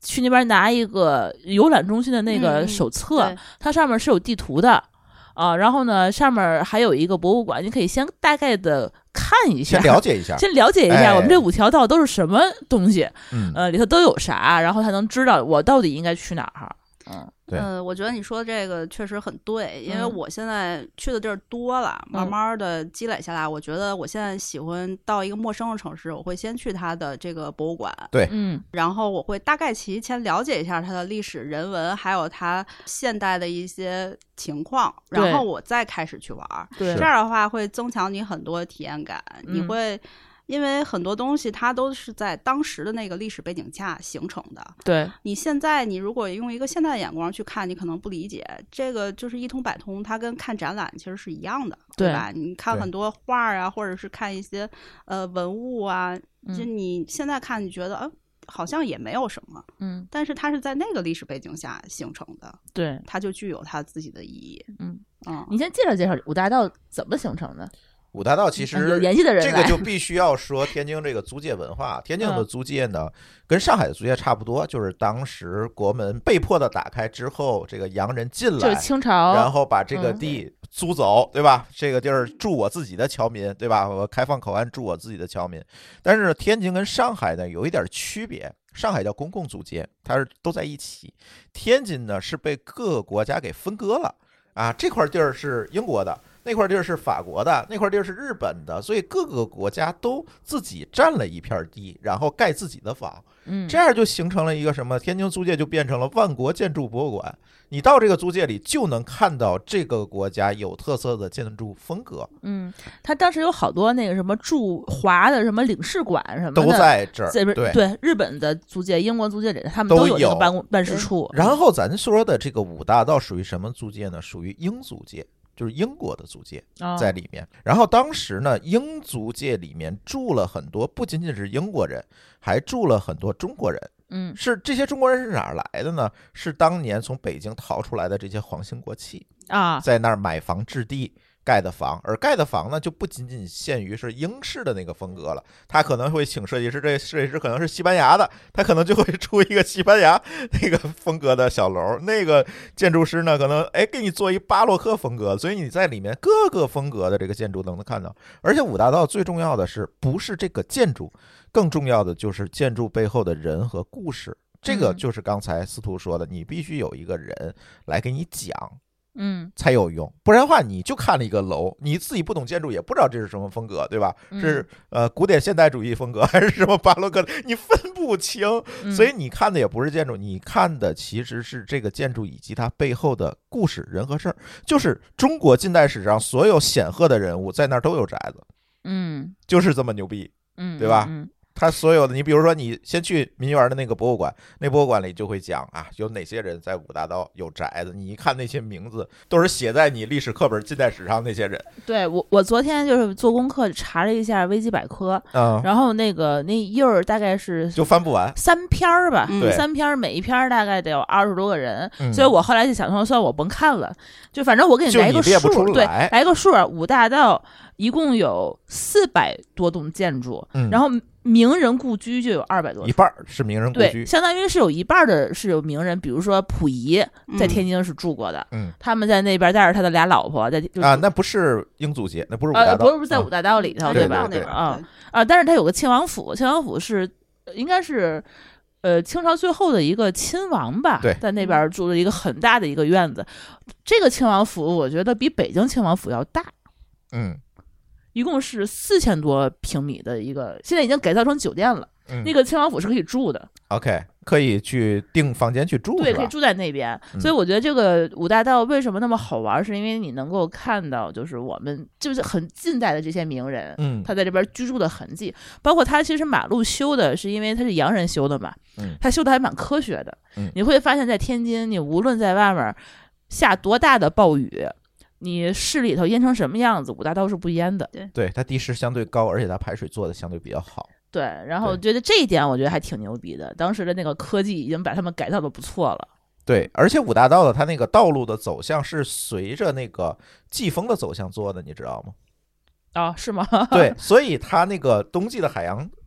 去那边拿一个游览中心的那个手册， 嗯、 它上面是有地图的啊，然后呢，上面还有一个博物馆，你可以先大概的看一下， 先了解一下， 先了解一下、 哎、 我们这五条道都是什么东西， 嗯， 呃，里头都有啥，然后才能知道我到底应该去哪儿。嗯， 对， 呃，我觉得你说的这个确实很对，因为我现在去的地儿多了，嗯、慢慢的积累下来，我觉得我现在喜欢到一个陌生的城市，我会先去它的这个博物馆， 对， 嗯， 然后我会大概提前了解一下它的历史、人文，还有它现代的一些情况，然后我再开始去玩， 对， 这样的话会增强你很多体验感， 嗯、 你会。因为很多东西它都是在当时的那个历史背景下形成的。 对， 你现在你如果用一个现在的眼光去看，你可能不理解，这个就是一通百通，它跟看展览其实是一样的， 对, 对吧？你看很多画啊，或者是看一些呃文物啊，就你现在看你觉得，呃，好像也没有什么， 嗯， 但是它是在那个历史背景下形成的， 对， 它就具有它自己的意义。 嗯嗯， 你先介绍介绍五大道怎么形成的？ 五大道其实有联系的人， 这个就必须要说天津这个租界文化。天津的租界呢，嗯、跟上海的租界差不多，就是当时国门被迫的打开之后，这个洋人进来， 就是清朝， 然后把这个地租走，嗯、对吧？这个地儿住我自己的侨民，对吧？我开放口岸住我自己的侨民。但是天津跟上海呢有一点区别，上海叫公共租界，它是都在一起；天津呢是被各个国家给分割了啊，这块地儿是英国的。那块地儿是法国的，那块地儿是日本的，所以各个国家都自己占了一片地，然后盖自己的房， 嗯， 这样就形成了一个什么？天津租界就变成了万国建筑博物馆。你到这个租界里就能看到这个国家有特色的建筑风格。 嗯，他当时有好多那个什么驻华的什么领事馆什么的都在这儿， 对对，日本的租界、英国租界里，他们都有这个办公办事处。 然后咱说的这个五大道属于什么租界呢？属于英租界。就是英国的租界在里面，哦、然后当时呢，英租界里面住了很多，不仅仅是英国人，还住了很多中国人。 嗯， 是这些中国人是哪儿来的呢？是当年从北京逃出来的这些皇亲国戚啊， 在那儿买房置地。盖的房，而盖的房呢，就不仅仅限于是英式的那个风格了，他可能会请设计师，这设计师可能是西班牙的，他可能就会出一个西班牙那个风格的小楼，那个建筑师呢，可能哎给你做一巴洛克风格，所以你在里面各个风格的这个建筑都能看到。而且五大道最重要的是不是这个建筑，更重要的就是建筑背后的人和故事，这个就是刚才司徒说的，你必须有一个人来给你讲。 嗯， 才有用，不然的话，你就看了一个楼，你自己不懂建筑，也不知道这是什么风格，对吧？ 嗯、 是呃古典现代主义风格，还是什么巴洛克？你分不清，所以你看的也不是建筑，你看的其实是这个建筑以及它背后的故事、人和事儿。就是中国近代史上所有显赫的人物在那儿都有宅子， 嗯， 就是这么牛逼， 嗯， 对吧？ 嗯。 他所有的，你比如说，你先去民园的那个博物馆，那博物馆里就会讲啊，有哪些人在五大道有宅子。你一看那些名字，都是写在你历史课本近代史上那些人。 对我，我昨天就是做功课查了一下维基百科， 嗯， 然后那个那页儿大概是就翻不完， 三篇儿吧， 嗯、 三篇儿，每一篇儿大概得有二十多个人， 嗯、 所以我后来就想说，算我甭看了，就反正我给你来一个数，对，来个数，五大道一共有四百多栋建筑， 嗯、 然后。名人故居就有二百多， 一半是名人故居， 对，相当于是有一半的是有名人，比如说溥仪在天津是住过的， 嗯， 他们在那边带着他的俩老婆在啊，那不是英租界，那不是五大道， 呃，不是不是在五大道里头， 啊、 对吧？ 对对对啊啊，但是他有个庆王府，庆王府是应该是呃清朝最后的一个亲王吧， 对， 在那边住了一个很大的一个院子，这个庆王府我觉得比北京庆王府要大， 嗯。 一共是四千多平米的一个，现在已经改造成酒店了。 嗯、 那个庆王府是可以住的 ，OK， 可以去订房间去住， 对，可以住在那边。 嗯、 所以我觉得这个五大道为什么那么好玩，是因为你能够看到，就是我们就是很近代的这些名人， 嗯， 他在这边居住的痕迹，包括他其实马路修的是因为他是洋人修的嘛， 嗯， 他修的还蛮科学的。 嗯， 你会发现在天津，你无论在外面下多大的暴雨。你市里头淹成什么样子，五大道是不淹的。 对，对，它地势相对高，而且它排水做的相对比较好。 对，然后觉得这一点我觉得还挺牛逼的。当时的那个科技已经把他们改造的不错了。 对，而且五大道的它那个道路的走向是随着那个季风的走向做的，你知道吗？ 啊、哦，是吗？ 对，所以它那个冬季的海洋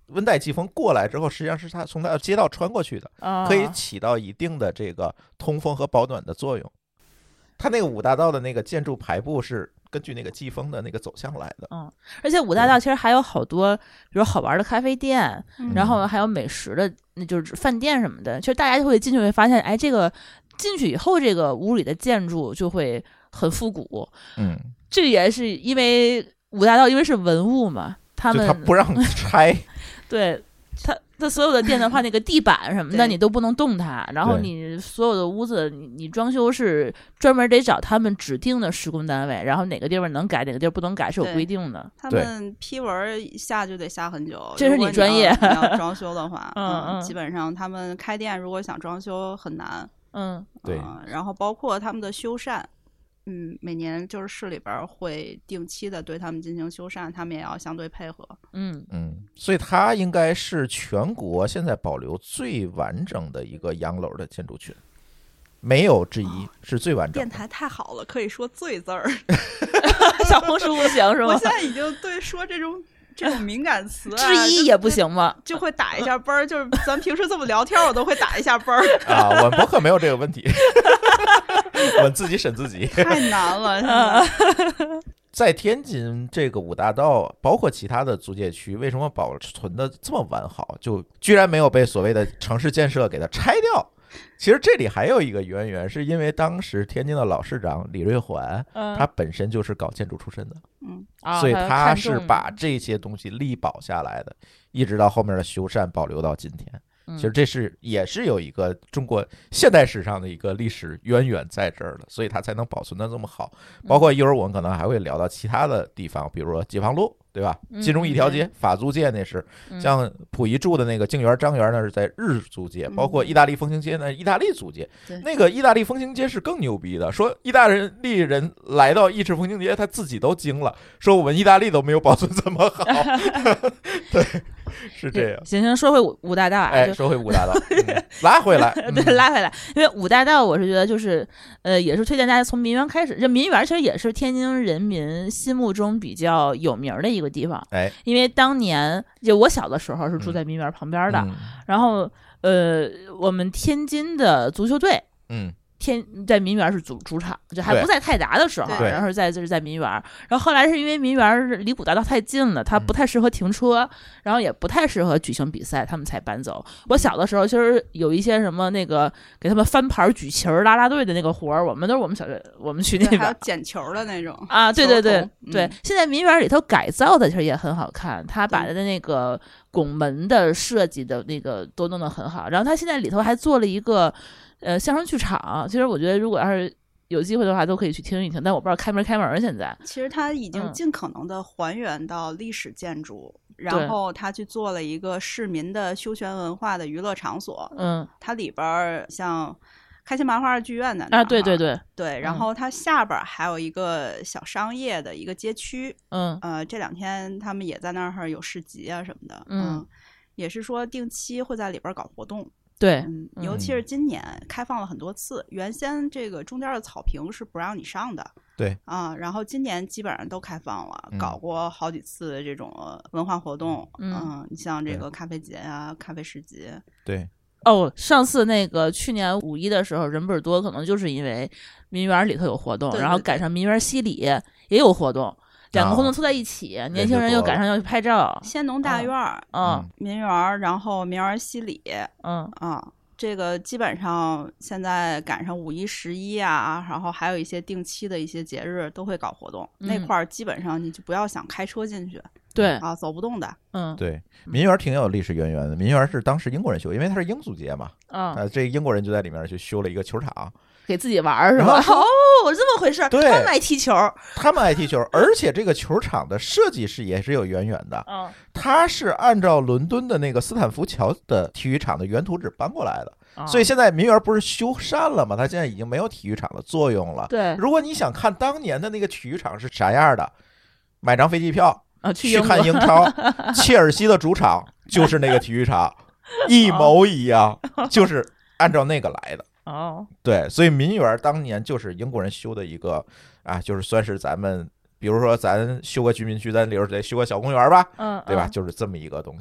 温带季风过来之后，实际上是它从它的街道穿过去的， 哦、 可以起到一定的这个通风和保暖的作用。它那个五大道的那个建筑排布是根据那个季风的那个走向来的。 嗯，而且五大道其实还有好多，比如好玩的咖啡店， 嗯、 然后还有美食的，那就是饭店什么的。其实大家就会进去会发现，哎，这个进去以后，这个屋里的建筑就会很复古。 嗯， 这也是因为五大道因为是文物嘛。他们他不让拆， 对他，他所有的店的话，那个地板什么的你都不能动它，然后你所有的屋子，你你装修是专门得找他们指定的施工单位，然后哪个地方能改，哪个地方不能改是有规定的。 他们批文下就得下很久， 这是你专业。 你要, 你要装修的话， 嗯嗯， 基本上他们开店如果想装修很难。 嗯， 对、 嗯。然后包括他们的修缮。嗯，每年就是市里边会定期的对他们进行修缮，他们也要相对配合。 嗯嗯，所以它应该是全国现在保留最完整的一个洋楼的建筑群，没有之一，哦、是最完整的。 电台太好了，可以说“最”字儿。 小红书不行是吗？ 我现在已经对说这种这种敏感词啊， 之一也不行吗？ 就会打一下奔儿，就是咱平时这么聊天，我都会打一下奔儿啊。我们博客没有这个问题。我们自己审自己太难了。 在天津这个五大道包括其他的租界区，为什么保存的这么完好，就居然没有被所谓的城市建设给它拆掉？其实这里还有一个渊源，是因为当时天津的老市长李瑞环、嗯、他本身就是搞建筑出身的， 嗯， 所以他是把这些东西力保下来的，一直到后面的修缮保留到今天。其实这是也是有一个中国现代史上的一个历史渊源在这儿的，所以它才能保存的这么好。包括一会儿我们可能还会聊到其他的地方，比如说解放路，对吧？金融一条街、法租界那是，像溥仪住的那个静园、张园那是在日租界，包括意大利风情街那是意大利租界。那个意大利风情街是更牛逼的，说意大利人来到意式风情街，他自己都惊了，说我们意大利都没有保存这么好。对。是这样。 行行，说回五五大道啊， 哎，说回五大道，嗯、拉回来， 对，拉回来。因为五大道，我是觉得就是，呃，也是推荐大家从民园开始。这民园其实也是天津人民心目中比较有名的一个地方。 哎， 因为当年就我小的时候是住在民园旁边的， 嗯、然后呃，我们天津的足球队， 嗯。 天在民园是主主场，就还不在泰达的时候，然后在就是在民园，然后后来是因为民园离五大道太近了，它不太适合停车，嗯、然后也不太适合举行比赛，他们才搬走。我小的时候其实有一些什么那个给他们翻牌、举旗、拉拉队的那个活儿，我们都是我们小学我们去那边， 还有捡球的那种啊，对对对对。 嗯、 现在民园里头改造的其实也很好看，他把他的那个拱门的设计的那个都弄得很好，然后他现在里头还做了一个。呃，相声剧场，其实我觉得如果要是有机会的话，都可以去听一听。但我不知道开没开门。现在其实它已经尽可能的还原到历史建筑，嗯、然后他去做了一个市民的休闲文化的娱乐场所。 嗯， 它里边像开心麻花剧院的啊，对对对对，然后它下边还有一个小商业的一个街区。 嗯， 呃，这两天他们也在那儿有市集啊什么的。 嗯， 嗯也是说定期会在里边搞活动。 对， 嗯，尤其是今年开放了很多次，嗯、原先这个中间的草坪是不让你上的， 对啊，然后今年基本上都开放了， 嗯、 搞过好几次这种文化活动， 嗯， 嗯你像这个咖啡节啊、咖啡市集， 对， 哦，上次那个去年五一的时候人倍儿多，可能就是因为民园里头有活动， 对对对， 然后赶上民园西里也有活动。两个活动凑在一起，啊、年轻人又赶上要去拍照。 先农大院， 嗯， 嗯民园，然后民园西里， 嗯啊，这个基本上现在赶上五一、十一啊，然后还有一些定期的一些节日都会搞活动， 嗯、 那块儿基本上你就不要想开车进去， 对啊，走不动的。 嗯， 对，民园挺有历史渊源的。民园是当时英国人修，因为它是英租界嘛， 嗯， 啊，这英国人就在里面去修了一个球场。 给自己玩是吧？哦，这么回事。 对， 他们爱踢球， 他们爱踢球，而且这个球场的设计是也是有渊源的。 嗯， 它是按照伦敦的那个斯坦福桥的体育场的原图纸搬过来的。 嗯、 所以现在民园不是修缮了吗？它现在已经没有体育场的作用了。 对， 如果你想看当年的那个体育场是啥样的，买张飞机票啊，去去看英超，切尔西的主场就是那个体育场，一模一样，就是按照那个来的。 哦， 对，所以民园当年就是英国人修的一个啊，就是算是咱们，比如说咱修个居民区，咱里边得修个小公园吧， 嗯， 对吧？就是这么一个东西，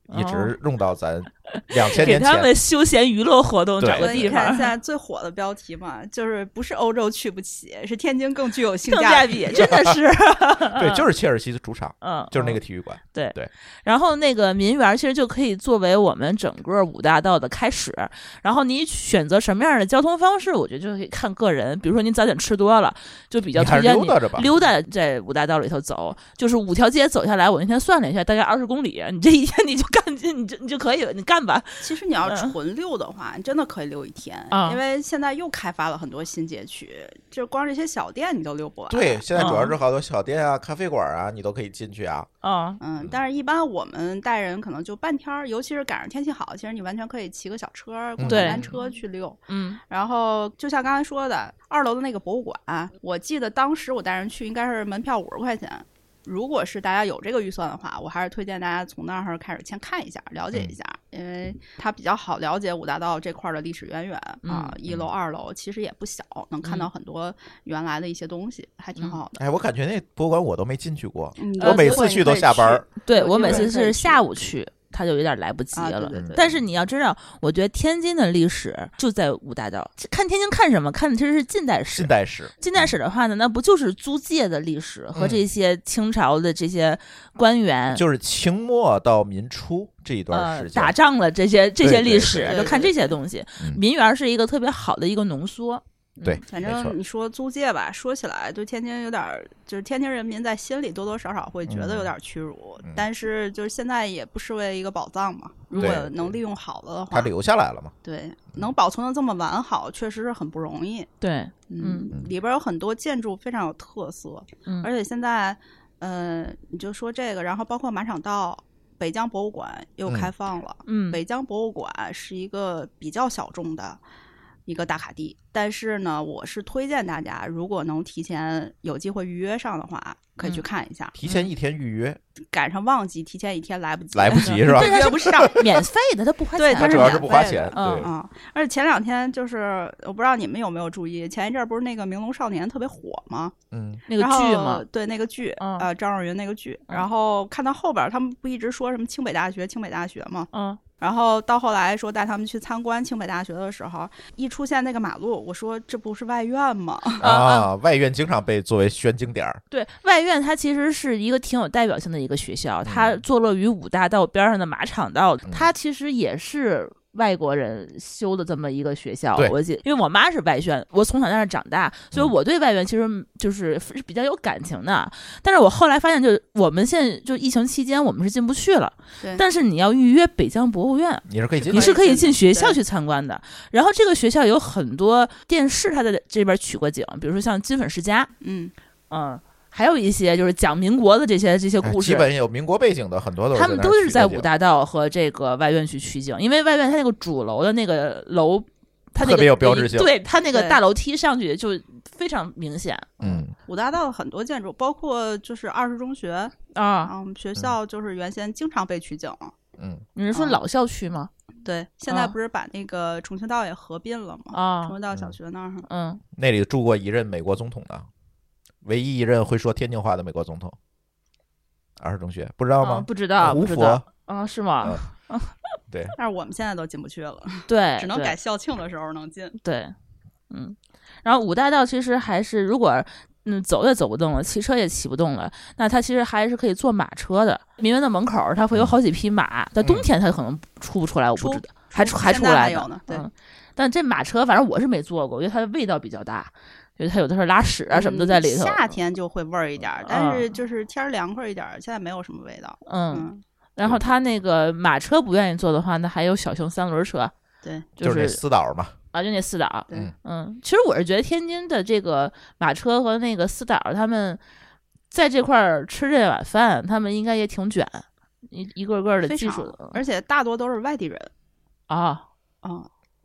一直用到咱两千年前。 给他们休闲娱乐活动找个地方。 你看现在最火的标题嘛，就是不是欧洲去不起，是天津更具有性价比， 真的是。 对，就是切尔西的主场， 嗯， 就是那个体育馆。 对对。 然后那个民园其实就可以作为我们整个五大道的开始。然后你选择什么样的交通方式，我觉得就可以看个人。比如说您早点吃多了，就比较推荐你溜达在五大道里头走，就是五条街走下来，我那天算了一下，大概二十公里，你这一天你就干，你就你就可以了，你干吧。 其实你要纯溜的话，嗯、你真的可以溜一天、 嗯， 因为现在又开发了很多新街区，就光这些小店你都溜不完。 对，现在主要是好多小店啊、嗯、咖啡馆啊，你都可以进去啊。 嗯嗯，但是一般我们带人可能就半天，尤其是赶上天气好，其实你完全可以骑个小车、共享单车去溜。 嗯， 然后就像刚才说的，二楼的那个博物馆，我记得当时我带人去应该是门票五十块钱。如果是大家有这个预算的话，我还是推荐大家从那儿开始先看一下，了解一下，嗯、因为它比较好了解五大道这块的历史渊源啊、 嗯。 一楼、二楼其实也不小，能看到很多原来的一些东西，嗯、还挺好的。 哎，我感觉那博物馆我都没进去过， 嗯、 我每次去都下班。 对，我每次是下午去。他就有点来不及了、 啊对对对， 但是你要知道，我觉得天津的历史就在五大道。看天津看什么？看的其实是近代史。 近代史， 近代史的话呢，那不就是租界的历史和这些清朝的这些官员， 嗯、就是清末到民初这一段时间、 呃、打仗了这些这些历史， 对对对对对就看这些东西。 嗯、 民园是一个特别好的一个浓缩。 对， 反正你说租界吧，说起来对天津有点，就是天津人民在心里多多少少会觉得有点屈辱， 嗯、 但是就是现在也不失为一个宝藏嘛。如果能利用好了的话， 它留下来了嘛？ 对，能保存的这么完好，确实是很不容易。 对， 嗯，嗯里边有很多建筑非常有特色， 嗯， 而且现在，呃，你就说这个，然后包括马场道。北疆博物馆又开放了， 嗯， 北疆博物馆是一个比较小众的一个打卡地，但是呢，我是推荐大家，如果能提前有机会预约上的话，可以去看一下。 嗯、提前一天预约， 赶上旺季，提前一天来不及， 来不及是吧？ 约不上， 免费的，它不花钱， 对，它主要是不花钱。 嗯嗯，而且前两天就是我不知道你们有没有注意，前一阵不是那个《明龙少年》特别火吗？ 嗯， 那个剧吗？ 对，那个剧， 嗯、 呃，张若昀那个剧。 嗯、 然后看到后边，他们不一直说什么清北大学、清北大学吗？ 嗯。 然后到后来说带他们去参观清北大学的时候，一出现那个马路，我说这不是外院吗？ 啊，外院经常被作为宣经点。 对，外院它其实是一个挺有代表性的一个学校，它坐落于五大道边上的马场道， 嗯、 它其实也是外国人修的这么一个学校。我记得，因为我妈是外宣，我从小在那长大，所以我对外院其实就是比较有感情的。但是我后来发现，就我们现在就疫情期间，我们是进不去了。但是你要预约北疆博物院， 你是可以进， 你是可以进学校去参观的。然后这个学校有很多电视，它在这边取过景，比如说像《金粉世家》， 嗯嗯。还有一些就是讲民国的这些这些故事， 基本有民国背景的很多都是他们都是在五大道和这个外院去取景，因为外院它那个主楼的那个楼，它那个特别有标志性， 对它那个大楼梯上去就非常明显。 嗯， 五大道很多建筑，包括就是二十中学啊， 我们学校就是原先经常被取景。 嗯， 你是说老校区吗？ 对，现在不是把那个重庆道也合并了吗？ 啊， 重庆道小学那儿， 嗯， 那里住过一任美国总统的。唯一一任会说天津话的美国总统，二十中学不知道吗？ 哦、不知道， 胡佛啊、哦，是吗？ 嗯、对， 但是我们现在都进不去了， 对， 只能改校庆的时候能进。 对，嗯，然后五大道其实还是，如果嗯走也走不动了，骑车也骑不动了，那它其实还是可以坐马车的。民园的门口它会有好几匹马，在、嗯、冬天它可能出不出来，我不知道，还出还出来的呢。对、 嗯，但这马车反正我是没坐过，我觉得它的味道比较大。因为它有的是拉屎啊什么的在里头， 嗯、夏天就会味儿一点、嗯，但是就是天凉快一点，现在没有什么味道。 嗯，嗯然后它那个马车不愿意坐的话，那还有小型三轮车， 对， 就是、 就是那私导嘛， 啊，就那私导。 对， 嗯，其实我是觉得天津的这个马车和那个私导，他们在这块吃这碗饭，他们应该也挺卷，一一个个的技术的， 而且大多都是外地人啊， 嗯。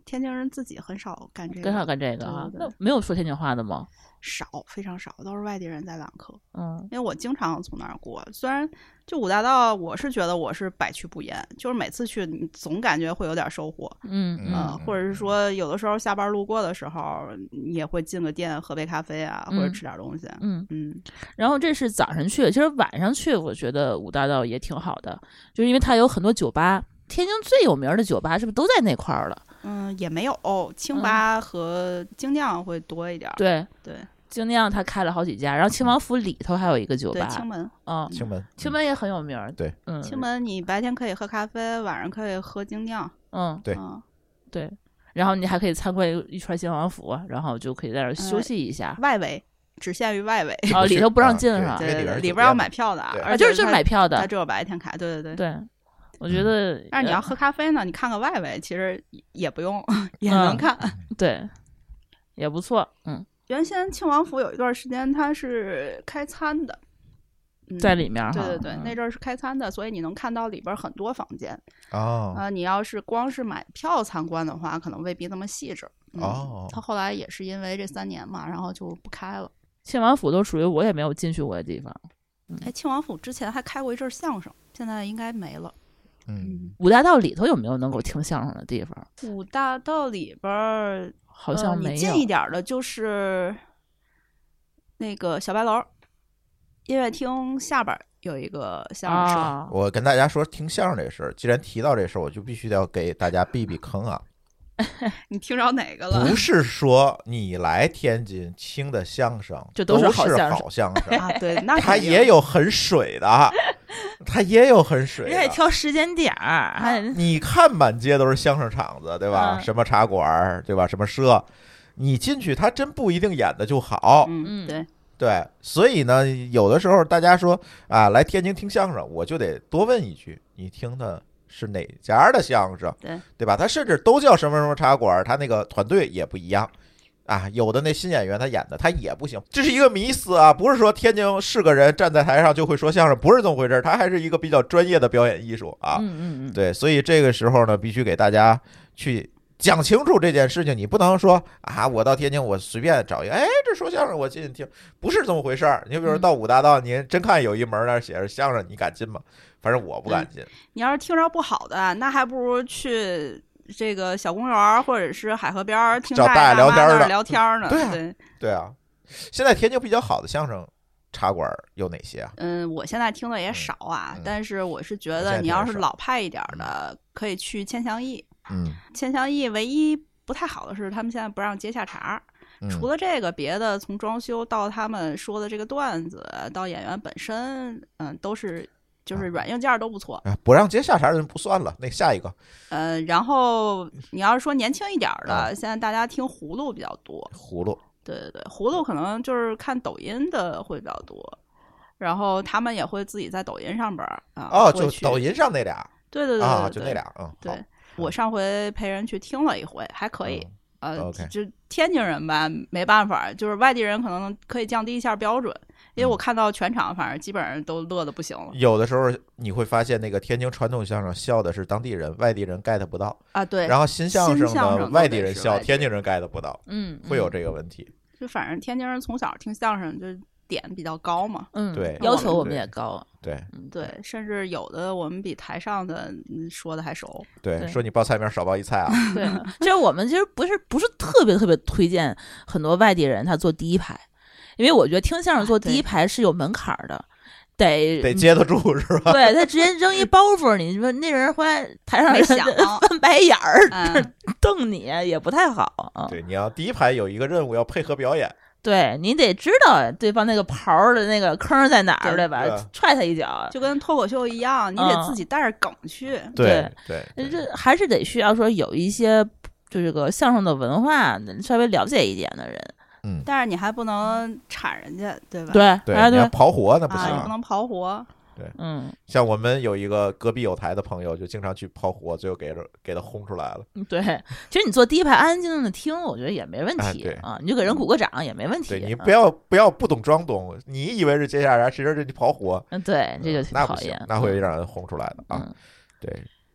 天津人自己很少干这个， 很少干这个啊。那没有说天津话的吗？ 少，非常少，都是外地人在揽客。 嗯， 因为我经常从那儿过，虽然就五大道，我是觉得我是百去不厌，就是每次去你总感觉会有点收获。 嗯嗯、呃，或者是说有的时候下班路过的时候，你也会进个店喝杯咖啡啊，或者吃点东西。 嗯嗯。 然后这是早上去，其实晚上去，我觉得五大道也挺好的，就是因为它有很多酒吧。天津最有名的酒吧是不是都在那块儿了？ 嗯，也没有，清吧和精酿会多一点。 嗯、对对， 精酿它开了好几家，然后清王府里头还有一个酒吧， 对，清门， 嗯， 清门， 清门也很有名。 对， 嗯， 清门你白天可以喝咖啡，晚上可以喝精酿。 嗯， 对， 嗯、 对，然后你还可以参观一圈新王府，然后就可以在那儿休息一下。 呃、外围只限于外围， 哦，里头不让进是吧？ 对对对，里边要买票的， 啊，就是就是买票的， 它只有白天开。对对对对。我觉得， 但是你要喝咖啡呢，你看看外围，其实也不用，也能看， 嗯、对，也不错。嗯， 原先庆王府有一段时间它是开餐的， 嗯、在里面。 对对对，嗯、那阵儿是开餐的，所以你能看到里边很多房间。 哦， 啊、呃，你要是光是买票参观的话，可能未必那么细致。嗯、 哦， 他后来也是因为这三年嘛，然后就不开了。 庆王府都属于我也没有进去过的地方。 嗯、哎，庆王府之前还开过一阵相声，现在应该没了。 嗯， 五大道里头有没有能够听相声的地方？ 五大道里边好像没有。 呃、你近一点的就是那个小白楼音乐厅下边有一个相声社。 啊、 我跟大家说听相声这事儿，既然提到这事儿，我就必须要给大家避避坑啊。 你听着哪个了？ 不是说你来天津听的相声这都是好相声啊，对，那他也有很水的，他也有很水的， 人得挑时间点儿。还你看满街都是相声场子，对吧？ 嗯、 什么茶馆，对吧？什么社，你进去他真不一定演的就好。 嗯，对对，所以呢，有的时候大家说啊，来天津听相声，我就得多问一句，你听的是哪家的相声？ 对对吧？他甚至都叫什么什么茶馆，他那个团队也不一样啊。有的那新演员他演的他也不行，这是一个迷思啊！不是说天津是个人站在台上就会说相声，不是这么回事，他还是一个比较专业的表演艺术啊。 嗯嗯嗯， 对，所以这个时候呢，必须给大家去讲清楚这件事情。你不能说啊，我到天津我随便找一个，哎，这说相声我进去听，不是这么回事儿。你比如说到五大道，你真看有一门那写着相声，你敢进吗？反正我不敢进。 嗯、你要是听着不好的，那还不如去这个小公园或者是海河边听大爷聊天的聊天呢。 对啊， 对对啊。现在天津比较好的相声茶馆有哪些啊？ 嗯，我现在听的也少啊， 嗯、 但是我是觉得你要是老派一点的， 嗯、 可以去千祥义。 嗯， 千祥义唯一不太好的是，他们现在不让接下茬。 嗯、 除了这个，别的从装修到他们说的这个段子，到演员本身，嗯，都是。就是软硬件都不错， 啊、不让接下茬的人不算了。那下一个， 呃，然后你要是说年轻一点的，啊、现在大家听葫芦比较多。 葫芦， 对对对，葫芦可能就是看抖音的会比较多，然后他们也会自己在抖音上边啊。 哦，就抖音上那俩。 对对对对， 啊，就那俩，嗯， 对。我上回陪人去听了一回，还可以。 嗯、 呃， okay. 就天津人吧，没办法，就是外地人可能可以降低一下标准。因为我看到全场，反正基本上都乐得不行了。 有的时候你会发现，那个天津传统相声笑的是当地人，外地人 get 不到啊。对。 然后新相声呢，外地人笑，天津人 get 不到。 嗯， 会有这个问题。 就反正天津人从小听相声就点比较高嘛。 嗯， 对， 要求我们也高。 对对，甚至有的我们比台上的说的还熟。 对， 对说你报菜名少报一菜啊。 对，其实我们其实不是不是特别特别推荐很多外地人他坐第一排。因为我觉得听相声坐第一排是有门槛的，得得接得住是吧？ 对，他直接扔一包袱，你说那人回来台上人想翻白眼儿、 嗯、 瞪你也不太好、嗯。 对，你要第一排有一个任务要配合表演， 对你得知道对方那个袍的那个坑在哪儿，对吧？ 对踹他一脚， 就跟脱口秀一样，你得自己带着梗去。 嗯、 对对对， 这还是得需要说有一些就这个相声的文化稍微了解一点的人。 嗯， 但是你还不能铲人家，对吧？ 对对， 哎、 你要刨活那不行、 啊，你不能刨活。 对， 嗯， 像我们有一个隔壁有台的朋友，就经常去刨活，最后给给他轰出来了。 对，其实你坐第一排安安静静的听，我觉得也没问题、 哎、 啊，你就给人鼓个掌也没问题。 对，你不要、嗯、不要不懂装懂，你以为是接下来，其实是你刨活。 嗯，对，这就挺讨厌， 那不行，那会让人轰出来的啊。 嗯、 对。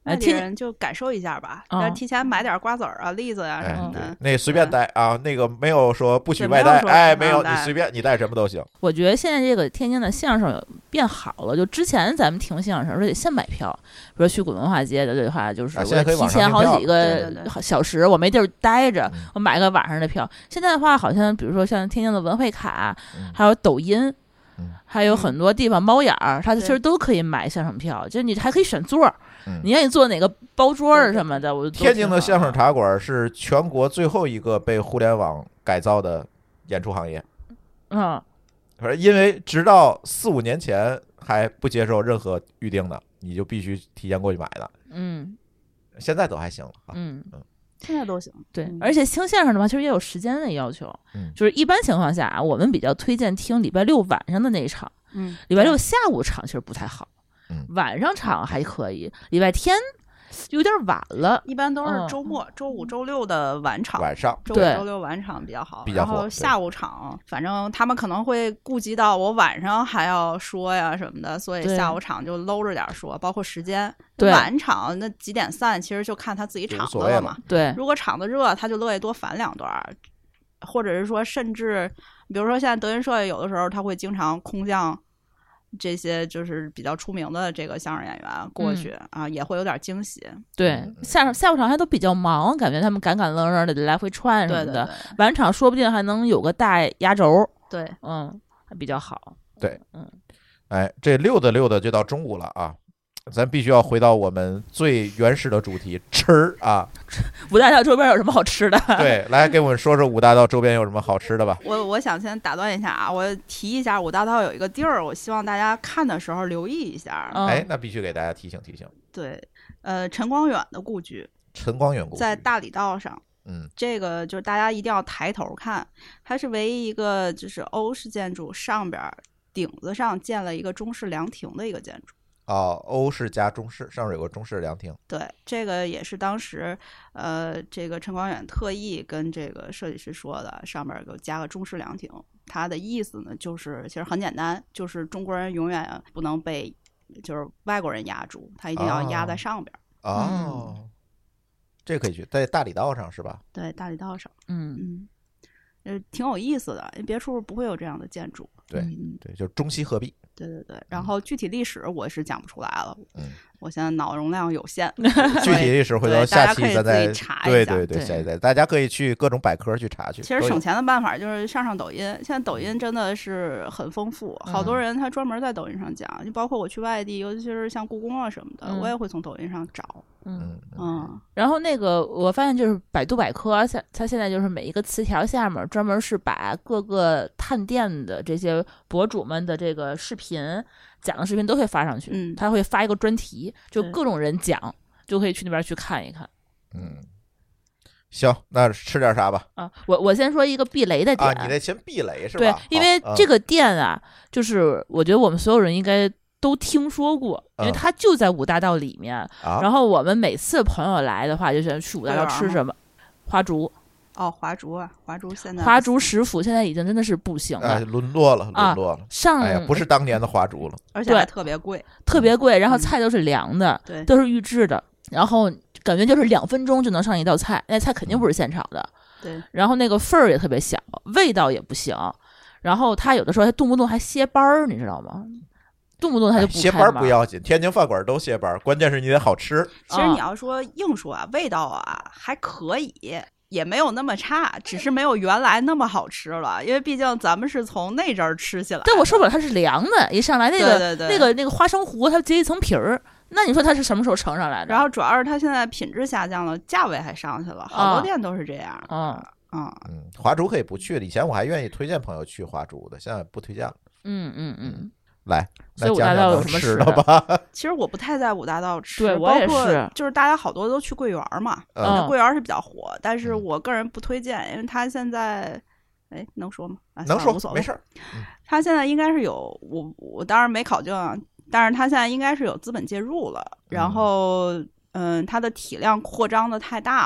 外地人就感受一下吧，但提前买点瓜子儿啊、栗子呀、啊、什么的。 那个随便带啊，那个没有说不许外带，哎，没有，你随便你带什么都行。 我觉得现在这个天津的相声变好了，就之前咱们听相声说得先买票，比如去古文化街的这话，就是我提前好几个小时，我没地儿待着，我买个晚上的票。现在的话，好像比如说像天津的文汇卡，还有抖音。还有很多地方猫眼儿，它其实都可以买相声票，就是你还可以选座， 嗯、 你愿意坐哪个包桌什么的。我天津的相声茶馆是全国最后一个被互联网改造的演出行业。 嗯， 因为直到四五年前还不接受任何预定的，你就必须提前过去买的。 嗯， 现在都还行了。 嗯嗯。 现在都行， 对，嗯、而且听相声的话，其实也有时间的要求。 嗯， 就是一般情况下啊，我们比较推荐听礼拜六晚上的那一场。 嗯， 礼拜六下午场其实不太好， 嗯， 晚上场还可以，礼拜天有点晚了。 一般都是周末、嗯、周五、周六的晚场， 晚上周五、周六晚场比较好。 比较然后下午场，反正他们可能会顾及到我晚上还要说呀什么的，所以下午场就搂着点说，包括时间。 对， 晚场那几点散，其实就看他自己场子了嘛。 对， 如果场子热，他就乐意多返两段，或者是说，甚至比如说现在德云社有的时候他会经常空降这些就是比较出名的这个相声演员过去、嗯、啊，也会有点惊喜。 对，下下午场还都比较忙，感觉他们赶赶愣愣的来回串什么的。 对对对， 晚场说不定还能有个大压轴。 对， 嗯，还比较好。 对， 嗯， 哎，这溜达溜达就到中午了啊。咱必须要回到我们最原始的主题，吃啊！ 五大道周边有什么好吃的？ 对，来给我们说说五大道周边有什么好吃的吧。 我我想先打断一下啊，我提一下五大道有一个地儿，我希望大家看的时候留意一下。 嗯、 哎，那必须给大家提醒提醒。 对，呃，陈光远的故居， 陈光远故居在大理道上。 嗯， 这个就是大家一定要抬头看，它是唯一一个就是欧式建筑上边顶子上建了一个中式凉亭的一个建筑。 哦，欧式加中式，上面有个中式凉亭。 对，这个也是当时，呃，这个陈光远特意跟这个设计师说的，上面有加个中式凉亭。他的意思呢，就是其实很简单，就是中国人永远不能被就是外国人压住，他一定要压在上边。 哦，哦嗯、这可以去，在大理道上是吧？ 对，大理道上， 嗯嗯，呃，挺有意思的，别处不会有这样的建筑。 对、 嗯、 对，就是中西合璧。 对对对，然后具体历史我是讲不出来了， 嗯， 我现在脑容量有限， 具体历史回头下期咱再查一下，对对对，下一再大家可以去各种百科去查去。 其实省钱的办法就是上上抖音，现在抖音真的是很丰富，好多人他专门在抖音上讲，就包括我去外地，尤其是像故宫啊什么的， 嗯、 我也会从抖音上找。 嗯嗯， 然后那个我发现就是百度百科，它它现在就是每一个词条下面专门是把各个探店的这些博主们的这个视频讲的视频都会发上去， 嗯， 他会发一个专题，就各种人讲，就可以去那边去看一看。 嗯，行，那吃点啥吧？ 啊，我我先说一个避雷的点啊，你得先避雷是吧？ 对，因为这个店啊，嗯、就是我觉得我们所有人应该都听说过，因为它就在五大道里面。 嗯、 然后我们每次朋友来的话，就想去五大道吃什么？花竹。 哦，华竹啊，华竹现在华竹食府现在已经真的是不行了， 哎，沦落了，沦落了。 啊、上、 哎呀，不是当年的华竹了， 而且还特别贵， 特别贵。然后菜都是凉的， 对、嗯， 都是预制的。然后感觉就是两分钟就能上一道菜，那菜肯定不是现炒的。 对。 然后那个份儿也特别小，味道也不行。然后他有的时候还动不动还歇班儿，你知道吗？动不动他就不开、哎、 歇班不要紧，天津饭馆都歇班，关键是你得好吃。 其实你要说硬说啊，味道啊还可以。也没有那么差，只是没有原来那么好吃了，因为毕竟咱们是从那阵儿吃起来的。 对，我受不了，它是凉的，一上来那个对对对那个那个花生糊，它结一层皮儿。那你说它是什么时候盛上来的？ 然后主要是它现在品质下降了，价位还上去了，好多店都是这样。 嗯嗯嗯，华竹可以不去了，以前我还愿意推荐朋友去华竹的，现在不推荐了。 嗯嗯嗯。 来， 所以五大道有什么吃的吧？ 其实我不太在五大道吃， 对我也是， 就是大家好多都去桂园嘛， 嗯， 桂园是比较火，但是我个人不推荐，因为它现在，哎，能说吗？啊、 能说， 无所谓没事儿。 它现在应该是有，我我当然没考证啊，但是它现在应该是有资本介入了，然后嗯，它的体量扩张的太大了。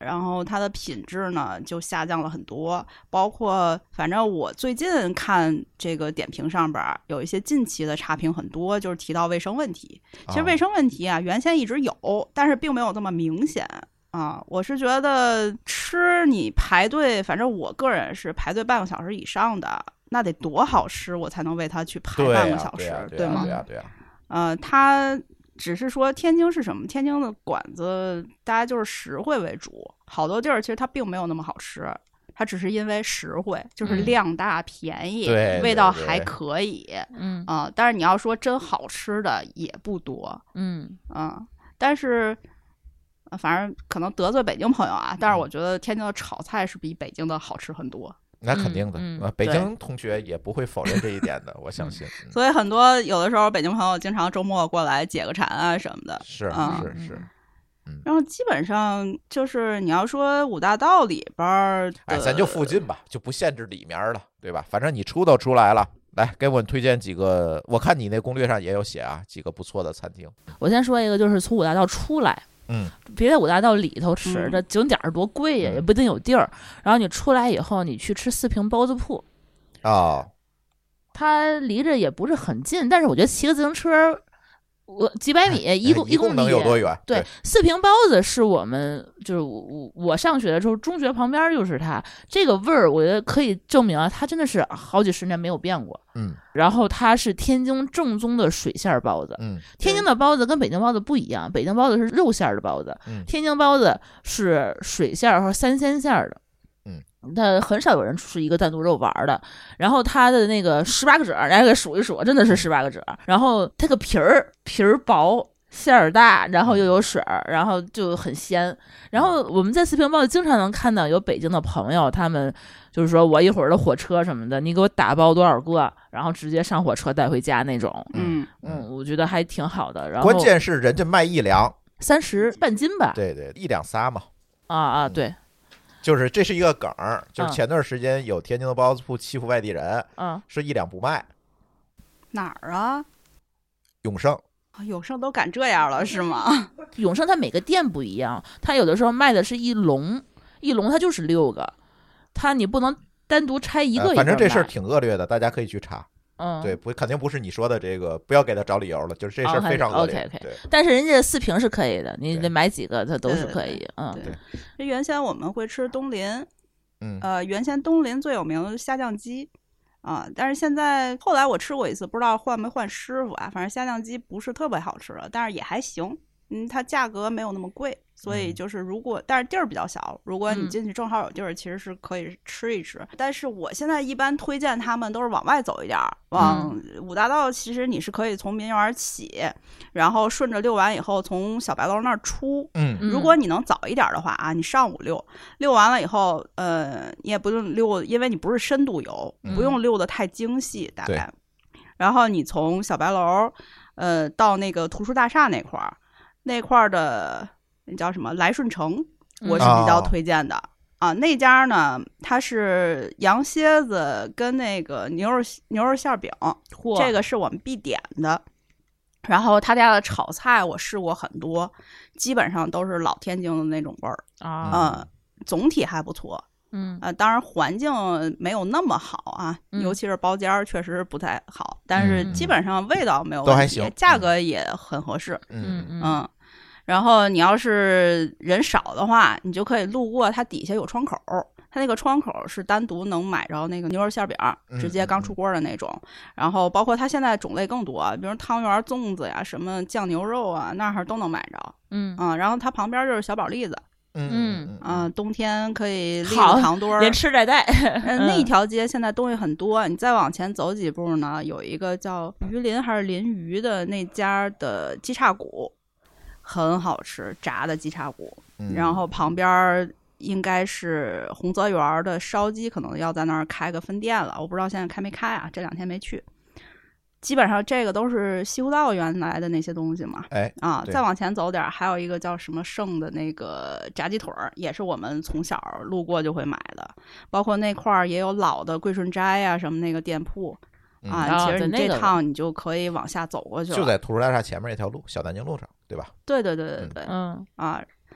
然后它的品质呢就下降了很多。包括反正我最近看这个点评上边有一些近期的差评很多，就是提到卫生问题。其实卫生问题啊，原先一直有，但是并没有这么明显。啊，我是觉得吃你排队，反正我个人是排队半个小时以上的，那得多好吃，我才能为它去排半个小时， 对吗？ 对呀，对呀。 呃，它只是说天津是什么？天津的馆子大家就是实惠为主，好多地儿其实它并没有那么好吃，它只是因为实惠，就是量大便宜， 嗯、 味道还可以， 嗯啊、呃，但是你要说真好吃的也不多， 嗯啊、呃，但是。反正可能得罪北京朋友啊，但是我觉得天津的炒菜是比北京的好吃很多。 那肯定的， 嗯嗯、北京同学也不会否认这一点的，我相信。 嗯、所以很多有的时候北京朋友经常周末过来解个馋啊什么的。 是、 嗯、 是是。嗯， 然后基本上就是你要说五大道里边儿， 哎，咱就附近吧，就不限制里面了，对吧？反正你出都出来了。来，给我们推荐几个，我看你那攻略上也有写啊，几个不错的餐厅。 我先说一个，就是从五大道出来。 嗯， 别在五大道里头吃，这景点儿多贵呀， 嗯、 也不一定有地儿。然后你出来以后，你去吃四平包子铺。 哦， 它离着也不是很近，但是我觉得骑个自行车，我几百米，一公一共能有多远？ 对， 对四平包子是我们就是我我上学的时候，中学旁边就是它，这个味儿，我觉得可以证明啊，它真的是好几十年没有变过。 嗯， 然后它是天津正宗的水馅包子。 嗯， 天津的包子跟北京包子不一样，北京包子是肉馅的包子， 嗯， 天津包子是水馅和三鲜馅的。 嗯， 它很少有人是一个单独肉丸的。然后它的那个十八个褶，大家给数一数，真的是十八个褶。然后它个皮儿皮儿薄。馅儿大，然后又有水儿，然后就很鲜。然后我们在四平包子经常能看到有北京的朋友，他们就是说我一会儿的火车什么的，你给我打包多少个，然后直接上火车带回家那种。 嗯嗯，我觉得还挺好的。然后关键是人家卖一两三十半斤吧？ 对对，一两仨嘛。 啊啊，对。 就是这是一个梗儿，就是前段时间有天津的包子铺欺负外地人， 嗯， 是一两不卖。 哪儿啊？ 永盛。 永盛都敢这样了是吗？ 永盛它每个店不一样，它有的时候卖的是一笼，一笼它就是六个，它你不能单独拆一个一个、呃。 反正这事儿挺恶劣的，大家可以去查。 嗯， 对，不肯定不是你说的这个，不要给他找理由了，就是这事儿非常恶劣。 哦、OK OK，但是人家四平是可以的，你得买几个它都是可以。嗯， 对。这原先我们会吃东林， 嗯， 呃，原先东林最有名的是虾酱鸡。啊、嗯，但是现在后来我吃过一次，不知道换没换师傅啊。反正虾酱鸡不是特别好吃了，但是也还行。嗯，它价格没有那么贵，所以就是如果、嗯、但是地儿比较小，如果你进去正好有地儿，嗯、其实是可以吃一吃。但是我现在一般推荐他们都是往外走一点，往五大道，其实你是可以从民园起，然后顺着溜完以后从小白楼那儿出。 嗯， 如果你能早一点的话啊，你上午溜，溜完了以后，呃，你也不用溜，因为你不是深度游，不用溜得太精细，大概。然后你从小白楼，呃，到那个图书大厦那块儿。那块儿的那叫什么来顺城，我是比较推荐的、嗯、啊。那家呢，它是羊蝎子跟那个牛肉牛肉馅饼，这个是我们必点的。然后他家的炒菜我试过很多，基本上都是老天津的那种味儿啊、呃，总体还不错。 嗯呃，当然环境没有那么好啊， 嗯、 尤其是包间确实不太好，但是基本上味道没有问题， 都还行， 价格也很合适。 嗯嗯嗯，然后你要是人少的话，你就可以路过它底下有窗口，它那个窗口是单独能买着那个牛肉馅饼，直接刚出锅的那种。 嗯、 然后包括它现在种类更多，比如汤圆、粽子呀，什么酱牛肉啊，那儿都能买着。 嗯啊，然后它旁边就是小宝栗子。 嗯啊、呃，冬天可以立个糖墩儿， 连吃带带。 嗯，那一条街现在东西很多，你再往前走几步呢，有一个叫鱼鳞还是鳞鱼的那家的鸡叉骨，很好吃，炸的鸡叉骨。 嗯、 然后旁边应该是洪泽园的烧鸡，可能要在那儿开个分店了，我不知道现在开没开啊，这两天没去。基本上这个都是西湖道原来的那些东西嘛， 哎啊，再往前走点还有一个叫什么盛的那个炸鸡腿儿，也是我们从小路过就会买的，包括那块儿也有老的桂顺斋啊什么那个店铺、 嗯、 啊，其实你这趟你就可以往下走过去了， 就在图书大厦前面那条路，小南京路上，对吧？ 对对对对对， 嗯啊，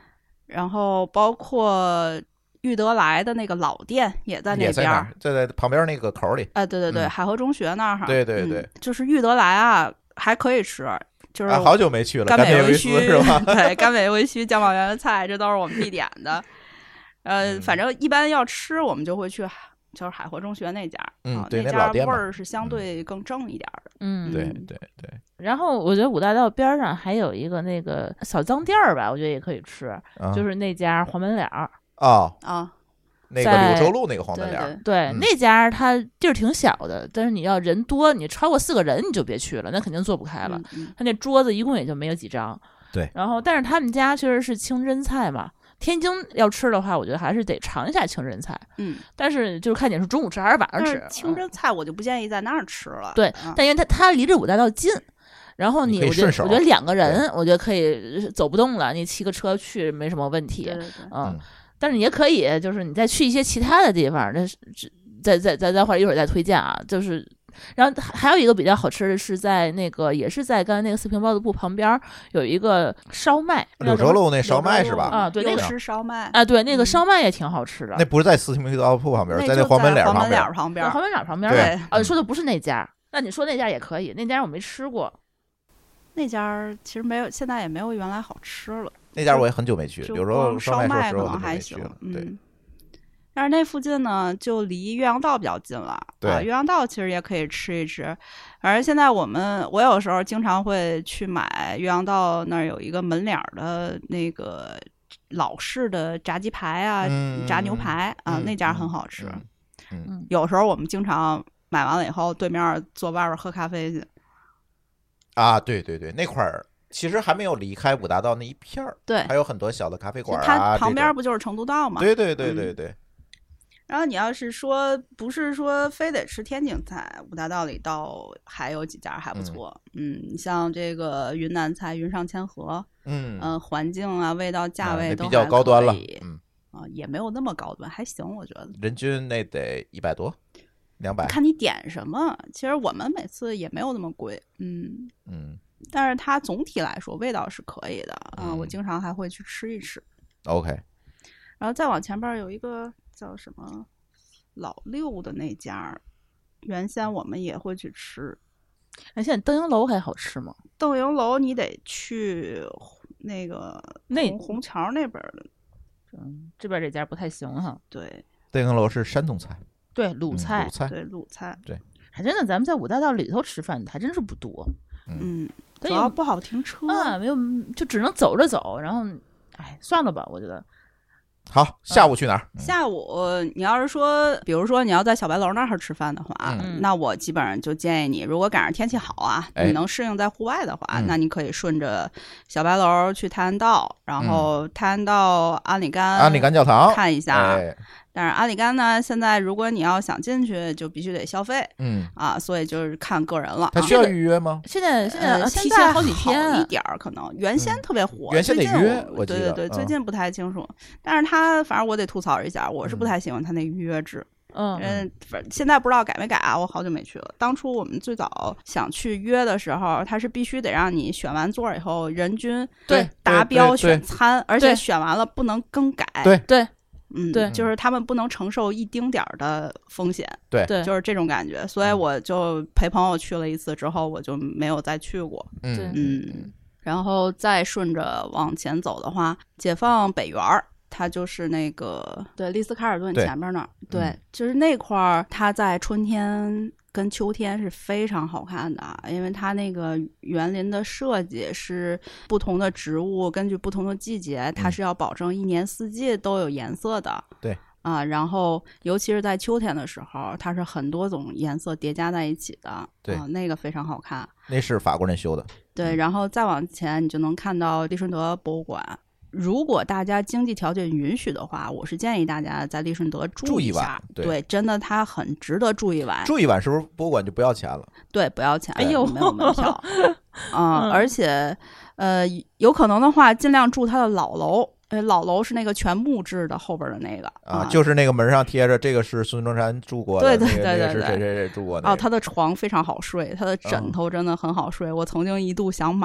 然后包括裕德莱的那个老店也在那边， 也在那儿，在在旁边那个口里。 哎、呃，对对对， 嗯、 海河中学那儿。 对对对、 嗯，就是裕德莱啊，还可以吃，就是、 啊、好久没去了， 甘美维须是吧？ 对，甘美维须、酱爆圆的菜，这都是我们必点的。呃， 嗯、 反正一般要吃，我们就会去。就是海河中学那家， 嗯， 啊、 对， 那家味儿儿是相对更正一点的， 嗯， 对对对。 然后我觉得五大道边上还有一个那个小脏店儿吧，我觉得也可以吃， 啊、 就是那家黄门脸儿啊啊， 那个柳州路那个黄门脸儿， 对，对嗯、 那家它地儿挺小的，但是你要人多，你超过四个人你就别去了，那肯定坐不开了。 嗯嗯、 他那桌子一共也就没有几张， 对。 然后，但是他们家确实是清真菜嘛。天津要吃的话，我觉得还是得尝一下清真菜。 嗯， 但是就是看你是中午吃还是晚上吃。 清真菜我就不建议在那儿吃了。 对， 嗯、 但因为它它离着五大道近，然后你我觉得我觉得两个人，我觉得可以走不动了，你骑个车去没什么问题。 对对对嗯， 嗯但是你也可以，就是你再去一些其他的地方，那是再再再再或者一会儿再推荐啊，就是。然后还有一个比较好吃的是在那个也是在刚才那个四平包子铺旁边有一个烧麦， 柳州路那烧麦是吧？ 啊，对，那个吃烧麦啊，对，那个烧麦也挺好吃的。 那不是在四平包子铺旁边， 在那黄门脸旁边。 旁边， 黄门脸旁边。 对， 啊，说的不是那家，那你说那家也可以，那家我没吃过。 那家其实没有，现在也没有原来好吃了。 那家我也很久没去，柳州烧麦可能还行， 对。 嗯但是那附近呢，就离岳阳道比较近了。 对、 啊，岳阳道其实也可以吃一吃。反正现在我们，我有时候经常会去买岳阳道那儿有一个门脸的那个老式的炸鸡排啊、 嗯、 炸牛排啊、 嗯， 那家很好吃。 嗯， 嗯有时候我们经常买完了以后，对面坐外边喝咖啡去。 啊，对对对，那块儿。其实还没有离开五大道那一片儿， 对， 还有很多小的咖啡馆啊。 它旁边不就是成都道吗？ 对对对对对。 嗯然后你要是说不是说非得吃天津菜，五大道里倒还有几家还不错。嗯，你、嗯、像这个云南菜云上千和， 嗯呃，环境啊、味道、价位都、 啊、比较高端了。嗯啊、呃，也没有那么高端，还行，我觉得。 人均那得一百多，两百。 看你点什么，其实我们每次也没有那么贵。嗯嗯。 但是它总体来说味道是可以的啊、呃嗯， 我经常还会去吃一吃。 OK。 然后再往前边有一个。叫什么老六的那家，原先我们也会去吃。 哎，现在灯影楼还好吃吗？ 灯影楼你得去那个那红红桥那边的， 嗯，这边这家不太行哈。 对， 灯影楼是山东菜， 对鲁菜， 嗯、鲁菜， 对鲁菜， 对。 还真的，咱们在五大道里头吃饭还真是不多。 嗯，主要不好停车啊，没有，就只能走着走。然后，哎，算了吧，我觉得。 好，下午去哪儿？ 嗯、下午你要是说，比如说你要在小白楼那儿吃饭的话， 嗯、 那我基本上就建议你，如果赶上天气好啊， 哎、 你能适应在户外的话、 嗯， 那你可以顺着小白楼去泰安道，然后泰安道安里干安里干教堂看一下。 哎、 但是安里干呢，现在如果你要想进去，就必须得消费， 嗯啊，所以就是看个人了。 他需要预约吗？ 现在现在、 呃、 提前好几天好一点儿，可能原先特别火， 嗯、原先得约， 我对对对， 嗯、 最近不太清楚。但是他反正我得吐槽一下，我是不太喜欢他那预约制。 嗯嗯，反正现在不知道改没改啊，我好久没去了。当初我们最早想去约的时候，他是必须得让你选完座以后，人均对达标选餐，而且选完了不能更改。 对对。 嗯， 对， 就是他们不能承受一丁点儿的风险， 对对， 就是这种感觉，所以我就陪朋友去了一次之后，我就没有再去过。 嗯嗯，然后再顺着往前走的话，解放北园儿，它就是那个对丽思卡尔顿前面那儿，对，对嗯、 就是那块儿，它在春天跟秋天是非常好看的，因为它那个园林的设计是不同的植物根据不同的季节，它是要保证一年四季都有颜色的。 对啊，然后尤其是在秋天的时候，它是很多种颜色叠加在一起的， 对、 啊，那个非常好看。 那是法国人修的。 对，然后再往前，你就能看到利顺德博物馆。如果大家经济条件允许的话，我是建议大家在利顺德住一下。 晚对, 对，真的它很值得住一晚。 住一晚是不是博物馆就不要钱了？ 对，不要钱。 哎呦， 没有门票。嗯，而且呃，有可能的话，尽量住它的老楼。呃，老楼是那个全木质的后边的那个啊，就是那个门上贴着这个是孙中山住过的， 对对对对对， 那个是谁谁谁住过的。 哦，他的床非常好睡，他的枕头真的很好睡，嗯、我曾经一度想买。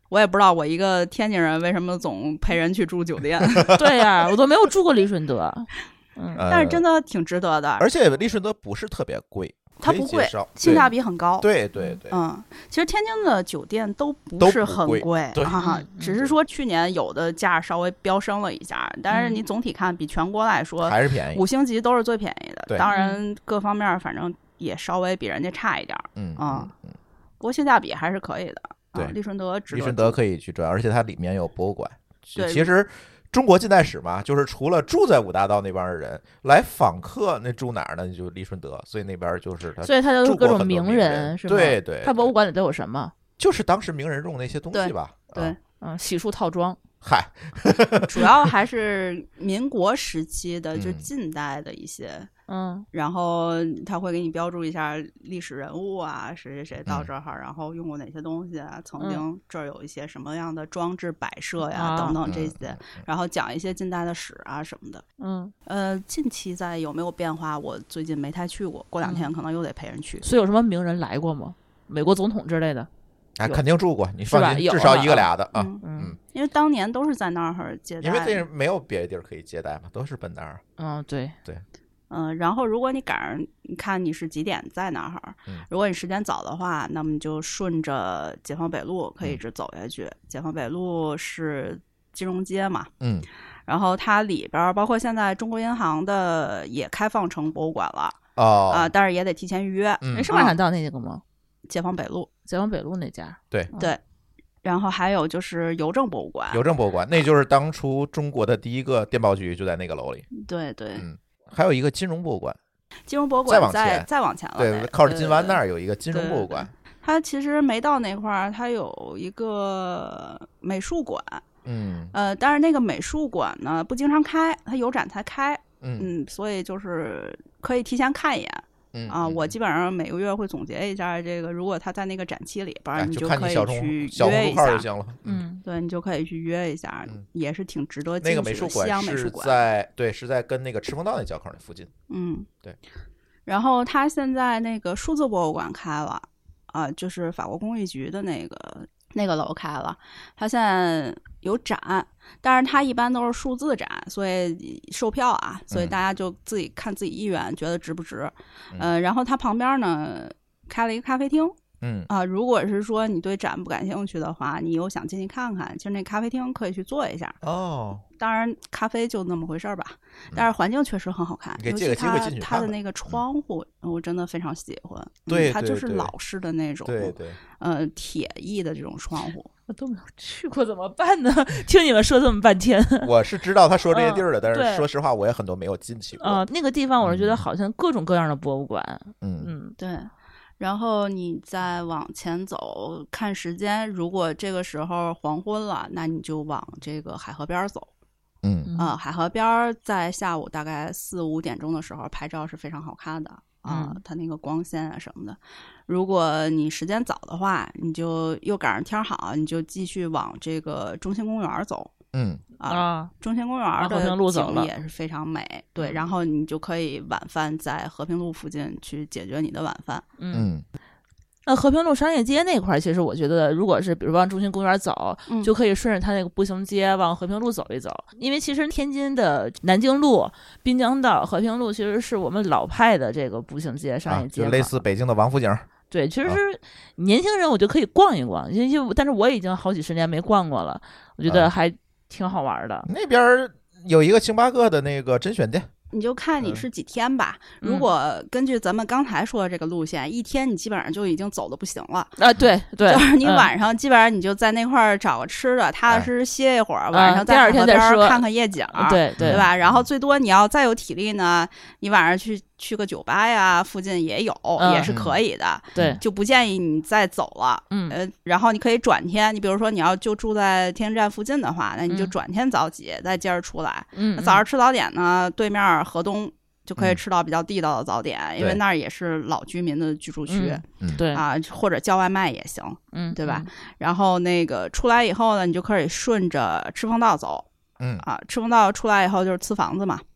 我也不知道我一个天津人为什么总陪人去住酒店。 对呀、啊，我都没有住过利顺德，嗯， 但是真的挺值得的。 而且利顺德不是特别贵， 它不贵，性价比很高。 对对对， 嗯，其实天津的酒店都不是很贵， 贵， 对啊嗯， 只是说去年有的价稍微飙升了一下，但是你总体看比全国来说还是便宜， 五星级都是最便宜的。 对， 当然各方面反正也稍微比人家差一点， 嗯啊，不过性价比还是可以的。 对， 利顺德值得， 利顺德可以去转，而且它里面有博物馆。 对， 其实中国近代史嘛，就是除了住在五大道那边的人来访客，那住哪儿呢？就利顺德，所以那边就是他， 所以他就是各种名人， 是吧？ 对对。 他博物馆里都有什么？ 就是当时名人用那些东西吧。 对，对嗯，洗漱套装。 嗨， 主要还是民国时期的，就近代的一些， 嗯， 然后他会给你标注一下历史人物啊，谁谁谁到这儿， 嗯、 然后用过哪些东西啊，曾经这儿有一些什么样的装置摆设呀， 啊、 等等这些，然后讲一些近代的史啊什么的。 嗯， 呃，近期在有没有变化？我最近没太去过，过两天可能又得陪人去。 嗯、所以有什么名人来过吗？美国总统之类的？ 哎，肯定住过，你放心，至少一个俩的啊。 嗯嗯，因为当年都是在那儿接待， 因为这没有别的地儿可以接待嘛，都是奔那儿。 嗯，对对。 嗯、呃，然后如果你赶上，你看你是几点在那儿， 嗯、 如果你时间早的话，那么你就顺着解放北路可以一直走下去。嗯、解放北路是金融街嘛， 嗯， 然后它里边包括现在中国银行的也开放成博物馆了哦啊、呃，但是也得提前预约。 嗯， 是马场道那个吗？ 解放北路， 解放北路那家， 对、 嗯、对，然后还有就是邮政博物馆， 邮政博物馆那就是当初中国的第一个电报局就在那个楼里， 对对， 嗯，还有一个金融博物馆， 金融博物馆再往前再往前了， 对，靠着金湾那儿有一个金融博物馆， 它其实没到那块儿，它有一个美术馆， 嗯， 呃，但是那个美术馆呢不经常开，它有展才开， 嗯嗯，所以就是可以提前看一眼。 嗯啊，我基本上每个月会总结一下这个，如果他在那个展期里边， 哎、 你就可以去约一下就行了。 嗯， 对，你就可以去约一下， 嗯、 也是挺值得进去的。 那个美术馆西洋美术馆在对，是在跟那个赤峰道那教口那附近。 嗯， 对。 然后他现在那个数字博物馆开了啊，就是法国工艺局的那个那个楼开了，他现在有展。但是它一般都是数字展，所以售票啊，所以大家就自己看自己意愿，觉得值不值。 嗯、 呃，然后它旁边呢开了一个咖啡厅， 嗯啊、呃，如果是说你对展不感兴趣的话，你又想进去看看，其实那咖啡厅可以去坐一下。 哦， 当然咖啡就那么回事儿吧，但是环境确实很好看， 嗯、尤其它它的那个窗户，嗯、我真的非常喜欢。 对、 嗯，它就是老式的那种， 对对， 呃，铁艺的这种窗户。 我都没有去过，怎么办呢？听你们说这么半天， 我是知道他说这些地儿的， 嗯、 但是说实话，我也很多没有进去过。 啊、呃，那个地方我是觉得好像各种各样的博物馆。 嗯嗯， 对。然后你再往前走，看时间，如果这个时候黄昏了，那你就往这个海河边走。 嗯啊、呃，海河边在下午大概四五点钟的时候拍照是非常好看的啊、呃嗯， 它那个光线啊什么的。如果你时间早的话，你就又赶上天好，你就继续往这个中心公园走。 嗯啊，中心公园的景也是非常美。对，然后你就可以晚饭在和平路附近去解决你的晚饭。 嗯。那和平路商业街那块儿，其实我觉得，如果是比如往中心公园走， 嗯、 就可以顺着它那个步行街往和平路走一走。因为其实天津的南京路、滨江道、和平路，其实是我们老派的这个步行街、商业街、 啊，就类似北京的王府井。 对，其实是年轻人我就可以逛一逛，因为但是我已经好几十年没逛过了，我觉得还挺好玩的。 啊、那边有一个星巴克的那个甄选店。 你就看你是几天吧、嗯、如果根据咱们刚才说的这个路线、嗯、一天你基本上就已经走的不行了啊，对对， 就是你晚上基本上你就在那块儿找个吃的、嗯、踏踏实实歇一会儿、 哎、 晚上在海河边看看夜景、 啊、对对, 对吧，然后最多你要再有体力呢，你晚上去去个酒吧呀，附近也有、嗯、也是可以的， 对， 就不建议你再走了。 嗯呃，然后你可以转天，你比如说你要就住在天津站附近的话，那你就转天早起、嗯、再接着出来。 嗯， 早上吃早点呢，对面河东就可以吃到比较地道的早点、嗯、因为那儿也是老居民的居住区。 嗯，对啊，或者叫外卖也行。 嗯， 对吧？然后那个出来以后呢，你就可以顺着赤峰道走。 嗯啊，赤峰道出来以后就是瓷房子嘛。 嗯。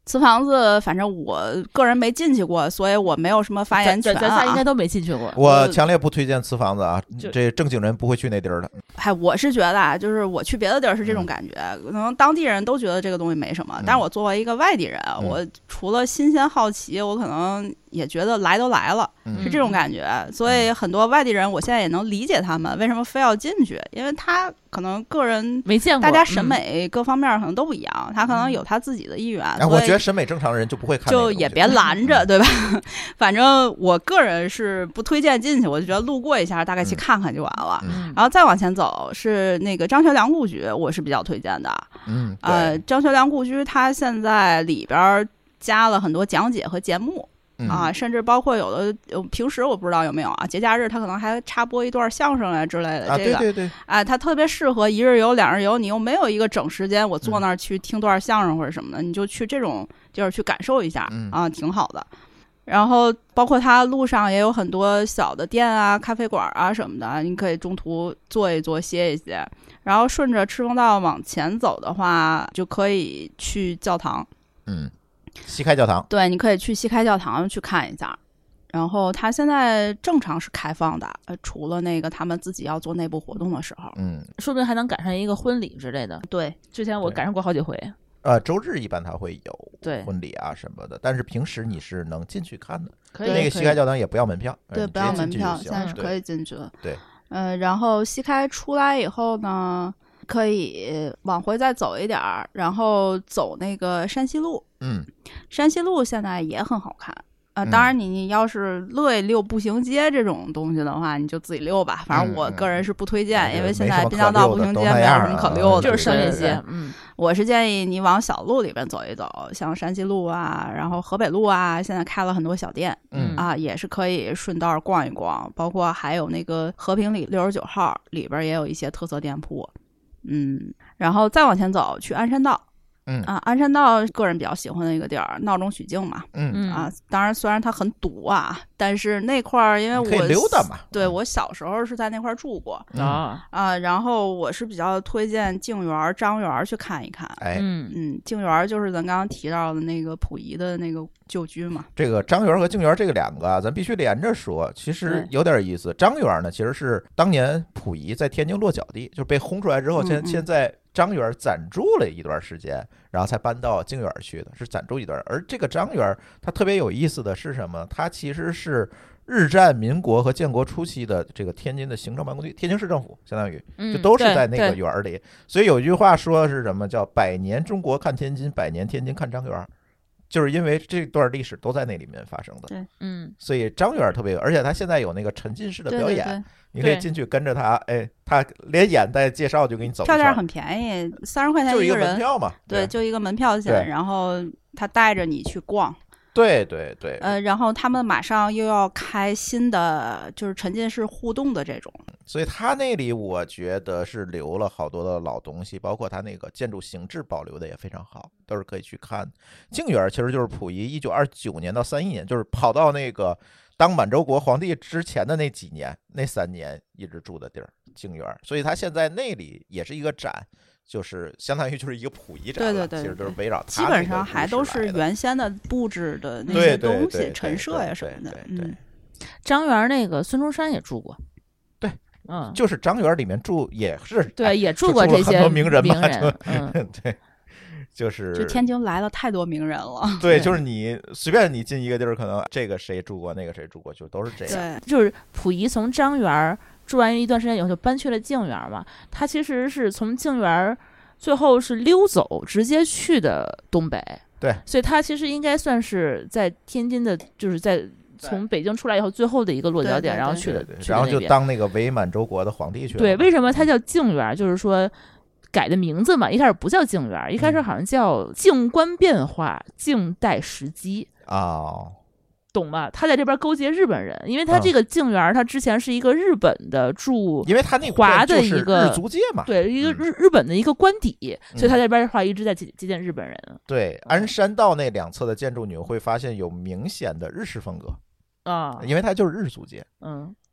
瓷房子，反正我个人没进去过，所以我没有什么发言权、啊。 咱仨应该都没进去过。 我强烈不推荐瓷房子啊，这正经人不会去那地儿的。 嗨，我是觉得啊，就是我去别的地儿是这种感觉，嗯、可能当地人都觉得这个东西没什么，嗯、但是我作为一个外地人，嗯、我除了新鲜好奇，我可能也觉得来都来了，嗯、是这种感觉。所以很多外地人，我现在也能理解他们为什么非要进去，因为他可能个人没见过， 大家审美各方面可能都不一样，嗯、他可能有他自己的意愿。 哎，我觉得审美正常的人就不会看， 就也别拦着，对吧？反正我个人是不推荐进去，我就觉得路过一下，大概去看看就完了。 嗯、 然后再往前走是那个张学良故居，我是比较推荐的。 嗯， 呃，张学良故居它现在里边加了很多讲解和节目。 嗯、 啊，甚至包括有的平时我不知道有没有啊，节假日他可能还插播一段相声啊之类的。 啊， 这个， 对对对， 哎，它特别适合一日游、两日游，你又没有一个整时间，我坐那儿去听段相声或者什么的，嗯、你就去这种地儿去感受一下、 嗯、 啊，挺好的。然后包括它路上也有很多小的店啊、咖啡馆啊什么的，你可以中途坐一坐、歇一歇。然后顺着赤峰道往前走的话，就可以去教堂。 嗯，西开教堂。 对，你可以去西开教堂去看一下。然后它现在正常是开放的，呃，除了那个他们自己要做内部活动的时候， 嗯， 说不定还能赶上一个婚礼之类的。 对， 之前我赶上过好几回。 呃，周日一般它会有对婚礼啊什么的，但是平时你是能进去看的。 可以， 那个西开教堂也不要门票。 对，不要门票，现在是可以进去的。 对， 呃，然后西开出来以后呢，可以往回再走一点儿，然后走那个山西路。 嗯， 山西路现在也很好看。呃，当然你你要是乐意溜步行街这种东西的话，你就自己溜吧。反正我个人是不推荐， 嗯、 因为现在滨江道步行街没有什么可溜的， 就是商业街。嗯， 我是建议你往小路里边走一走，像山西路啊，然后河北路啊，现在开了很多小店， 嗯啊，也是可以顺道逛一逛。包括还有那个和平里六十九号里边也有一些特色店铺，嗯，然后再往前走去鞍山道。 嗯啊，鞍山道个人比较喜欢的一个地儿，闹中取静嘛。 嗯啊，当然虽然它很堵啊，但是那块儿因为我可以溜达嘛。 对，我小时候是在那块儿住过啊啊，然后我是比较推荐静园、张园去看一看。 哎， 嗯嗯，静园就是咱刚刚提到的那个溥仪的那个旧居嘛。 这个张园和静园这个两个啊，咱必须连着说，其实有点意思。张园呢，其实是当年溥仪在天津落脚地，就被轰出来之后，现、 嗯嗯、 现在。张园暂住了一段时间，然后才搬到静园去的，是暂住一段。而这个张园它特别有意思的是什么？它其实是日战、民国和建国初期的这个天津的行政办公地，天津市政府相当于就都是在那个园里。所以有一句话说是什么叫“百年中国看天津，百年天津看张园”，就是因为这段历史都在那里面发生的。 对， 嗯， 所以张园特别有，而且他现在有那个沉浸式的表演。 对对对， 你可以进去跟着他，哎，他连演带介绍就给你走一圈。 票价很便宜，三十块钱就一个人， 门票嘛。 对， 对， 就一个门票钱，然后他带着你去逛。 对对对。 呃，然后他们马上又要开新的，就是沉浸式互动的这种。 所以他那里我觉得是留了好多的老东西，包括他那个建筑形制保留的也非常好，都是可以去看。静园其实就是溥仪一九二九年到三一年，就是跑到那个。当满洲国皇帝之前的那几年，那三年一直住的地儿，静园，所以他现在那里也是一个展，就是相当于就是一个溥仪展了， 对对对， 其实都是围绕他基本上还都是原先的布置的那些东西，陈设呀什么的。嗯， 张园那个孙中山也住过， 对， 嗯， 就是张园里面住也是， 对，也住过这些很多名人嘛， 嗯， 对。就是这天津来了太多名人了， 对，就是你随便你进一个地儿，可能这个谁住过，那个谁住过，就都是这样。对，就是溥仪从张园住完一段时间以后，就搬去了静园嘛。他其实是从静园最后是溜走，直接去的东北。 对， 所以他其实应该算是在天津的，就是在从北京出来以后最后的一个落脚点，然后去的， 然后就当那个伪满洲国的皇帝去了。 对，为什么他叫静园？就是说。改的名字嘛，一开始不叫静园，一开始好像叫静观变化，静待时机啊、哦， 懂吗？他在这边勾结日本人，因为他这个静园，他之前是一个日本的驻， 因为他那华的一个日租界嘛， 对，一个日日本的一个官邸，嗯、所以他在这边的话一直在接接见日本人。 对，鞍山道那两侧的建筑，你会发现有明显的日式风格啊， 因为它就是日租界， 嗯， 对。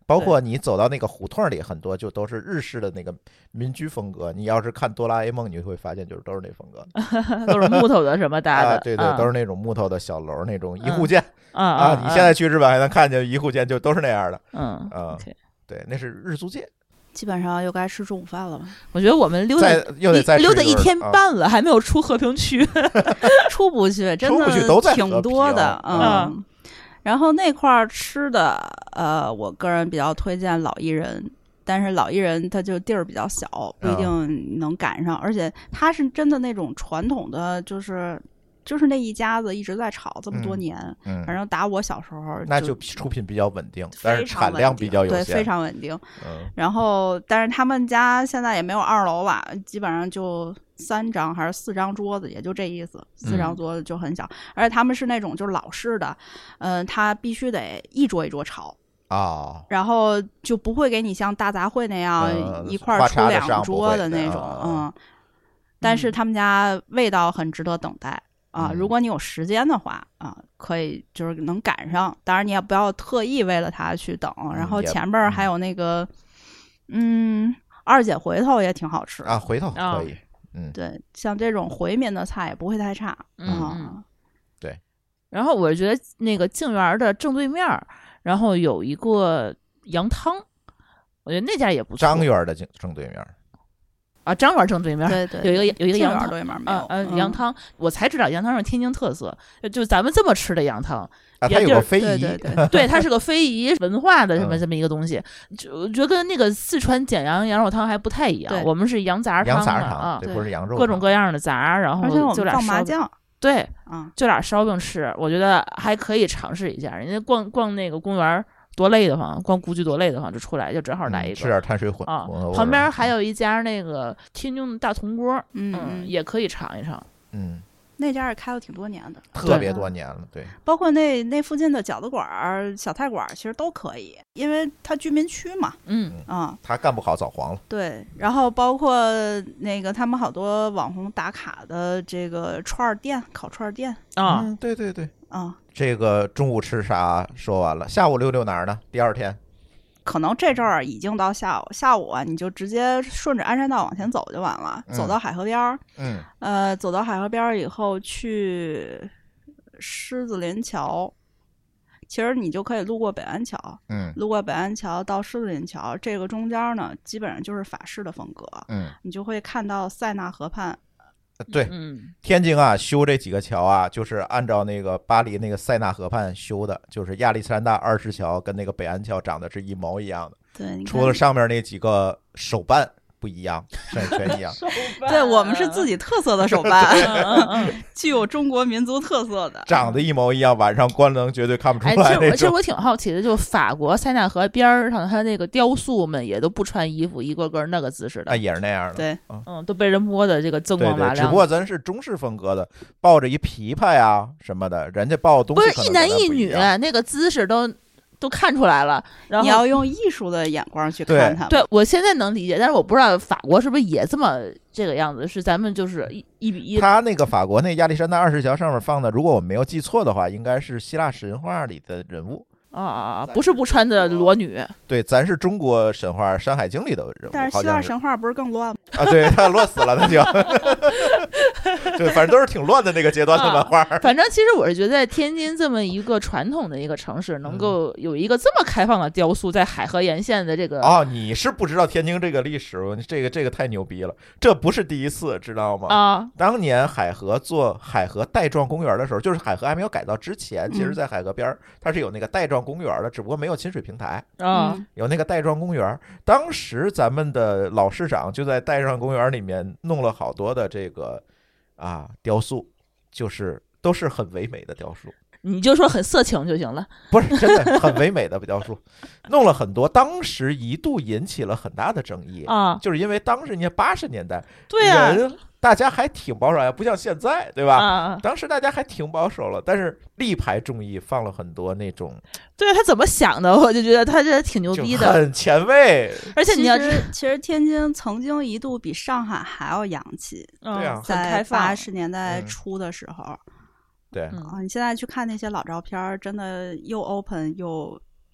包括你走到那个胡同里，很多就都是日式的那个民居风格。你要是看哆啦 A 梦，你会发现就是都是那风格， 都是木头的什么搭的， 啊、对对、 嗯， 都是那种木头的小楼，那种一户建、 嗯、 啊、 嗯。 你现在去日本还能看见一户建，就都是那样的。 嗯啊、 okay 对，那是日租界。 基本上又该吃中午饭了吧？ 我觉得我们溜达又得再溜达一天半了， 啊、 还没有出和平区， 出不去，真的挺多的，嗯。 嗯然后那块儿吃的，呃，我个人比较推荐老艺人，但是老艺人他就地儿比较小，不一定能赶上，嗯、而且他是真的那种传统的，就是就是那一家子一直在炒这么多年， 嗯嗯、 反正打我小时候那就出品比较稳定，但是产量比较有限， 对，非常稳定。 嗯、 然后，但是他们家现在也没有二楼了，基本上就三张还是四张桌子，也就这意思，四张桌子就很小，嗯、而且他们是那种就是老式的，嗯、呃，他必须得一桌一桌炒。 啊， 然后就不会给你像大杂烩那样、 呃、 一块出两桌的那种，嗯。但是他们家味道很值得等待。啊，如果你有时间的话啊，可以就是能赶上。当然，你也不要特意为了它去等。然后前边还有那个，嗯，二姐回头也挺好吃啊，回头可以，嗯， 对，像这种回民的菜也不会太差， 嗯， 对。 然后我觉得那个静园的正对面，然后有一个羊汤，我觉得那家也不错。 张园的正正对面。 啊，张园正对面， 对对， 有一个有一个羊汤， 对面没有， 呃呃，羊汤，我才知道羊汤是天津特色，就咱们这么吃的羊汤， 啊，它有个非遗， 对对对，它是个非遗文化的什么这么一个东西，就我觉得跟那个四川简阳羊肉汤还不太一样，我们是羊杂汤嘛，啊， 对，不是羊肉， 各种各样的杂，然后就俩放麻酱， 对，就俩烧饼吃，我觉得还可以尝试一下，人家逛逛那个公园多累的慌，逛故居多累的慌，就出来就正好来一个， 嗯、吃点碳水混啊。旁边还有一家那个天津的大铜锅， 嗯, 嗯，也可以尝一尝。 嗯， 那家也开了挺多年的， 特别多年了，对。 包括那那附近的饺子馆、小菜馆，其实都可以，因为它居民区嘛。 嗯啊， 他干不好早黄了。 对，然后包括那个他们好多网红打卡的这个串店、烤串店啊、 嗯，对对对， 啊。 这个中午吃啥说完了，下午溜溜哪儿呢？第二天， 可能这阵儿已经到下午，下午啊，你就直接顺着鞍山道往前走就完了， 嗯、 走到海河边儿， 嗯， 呃，走到海河边儿以后去狮子林桥，其实你就可以路过北安桥， 嗯， 路过北安桥到狮子林桥，这个中间呢，基本上就是法式的风格， 嗯， 你就会看到塞纳河畔。 对， 嗯， 天津啊，修这几个桥啊，就是按照那个巴黎那个塞纳河畔修的，就是亚历山大二世桥跟那个北安桥长得是一模一样的， 对， 除了上面那几个手办不一样，剩下全一样。 对，我们是自己特色的手办，具有中国民族特色的， 长得一模一样，晚上关灯绝对看不出来那种。 哎， 其实我挺好奇的，就法国塞纳河边上，他那个雕塑们也都不穿衣服，一个个那个姿势的， 啊，也是那样的。 对， 嗯，都被人摸的这个锃光瓦亮。 对对，只不过咱是中式风格的，抱着一琵琶呀什么的，人家抱的东西不是一男一女，那个姿势都。都看出来了，然后你要用艺术的眼光去看他们。 对，对我现在能理解，但是我不知道法国是不是也这么这个样子，是咱们就是一一比一。 他那个法国那亚历山大二世桥上面放的，如果我没有记错的话，应该是希腊神话里的人物。 啊啊啊！不是不穿的裸女， 对，咱是中国神话《山海经》里的人物， 但是希腊神话不是更乱吗？ 啊，对，他乱死了，那就，对，反正都是挺乱的那个阶段的漫画。 啊、反正其实我是觉得，在天津这么一个传统的一个城市，能够有一个这么开放的雕塑，在海河沿线的这个哦，你是不知道天津这个历史，这个这个太牛逼了，这不是第一次，知道吗？ 啊， 当年海河做海河带状公园的时候，就是海河还没有改造之前，其实在海河边它是有那个带状公园的，只不过没有亲水平台啊， 有那个带状公园。当时咱们的老市长就在带状公园里面弄了好多的这个啊雕塑，就是都是很唯美的雕塑。 你就说很色情就行了， 不是真的很唯美的雕塑，弄了很多，当时一度引起了很大的争议啊， 就是因为当时你看八十年代， 对呀、啊， 大家还挺保守，还不像现在，对吧？ 啊， 当时大家还挺保守了，但是力排众议，放了很多那种， 对他怎么想的，我就觉得他这挺牛逼的， 很前卫。 而且你要知， 其实天津曾经一度比上海还要洋气， 对啊， 在八十年代初的时候。 对啊，你现在去看那些老照片，真的又 open 又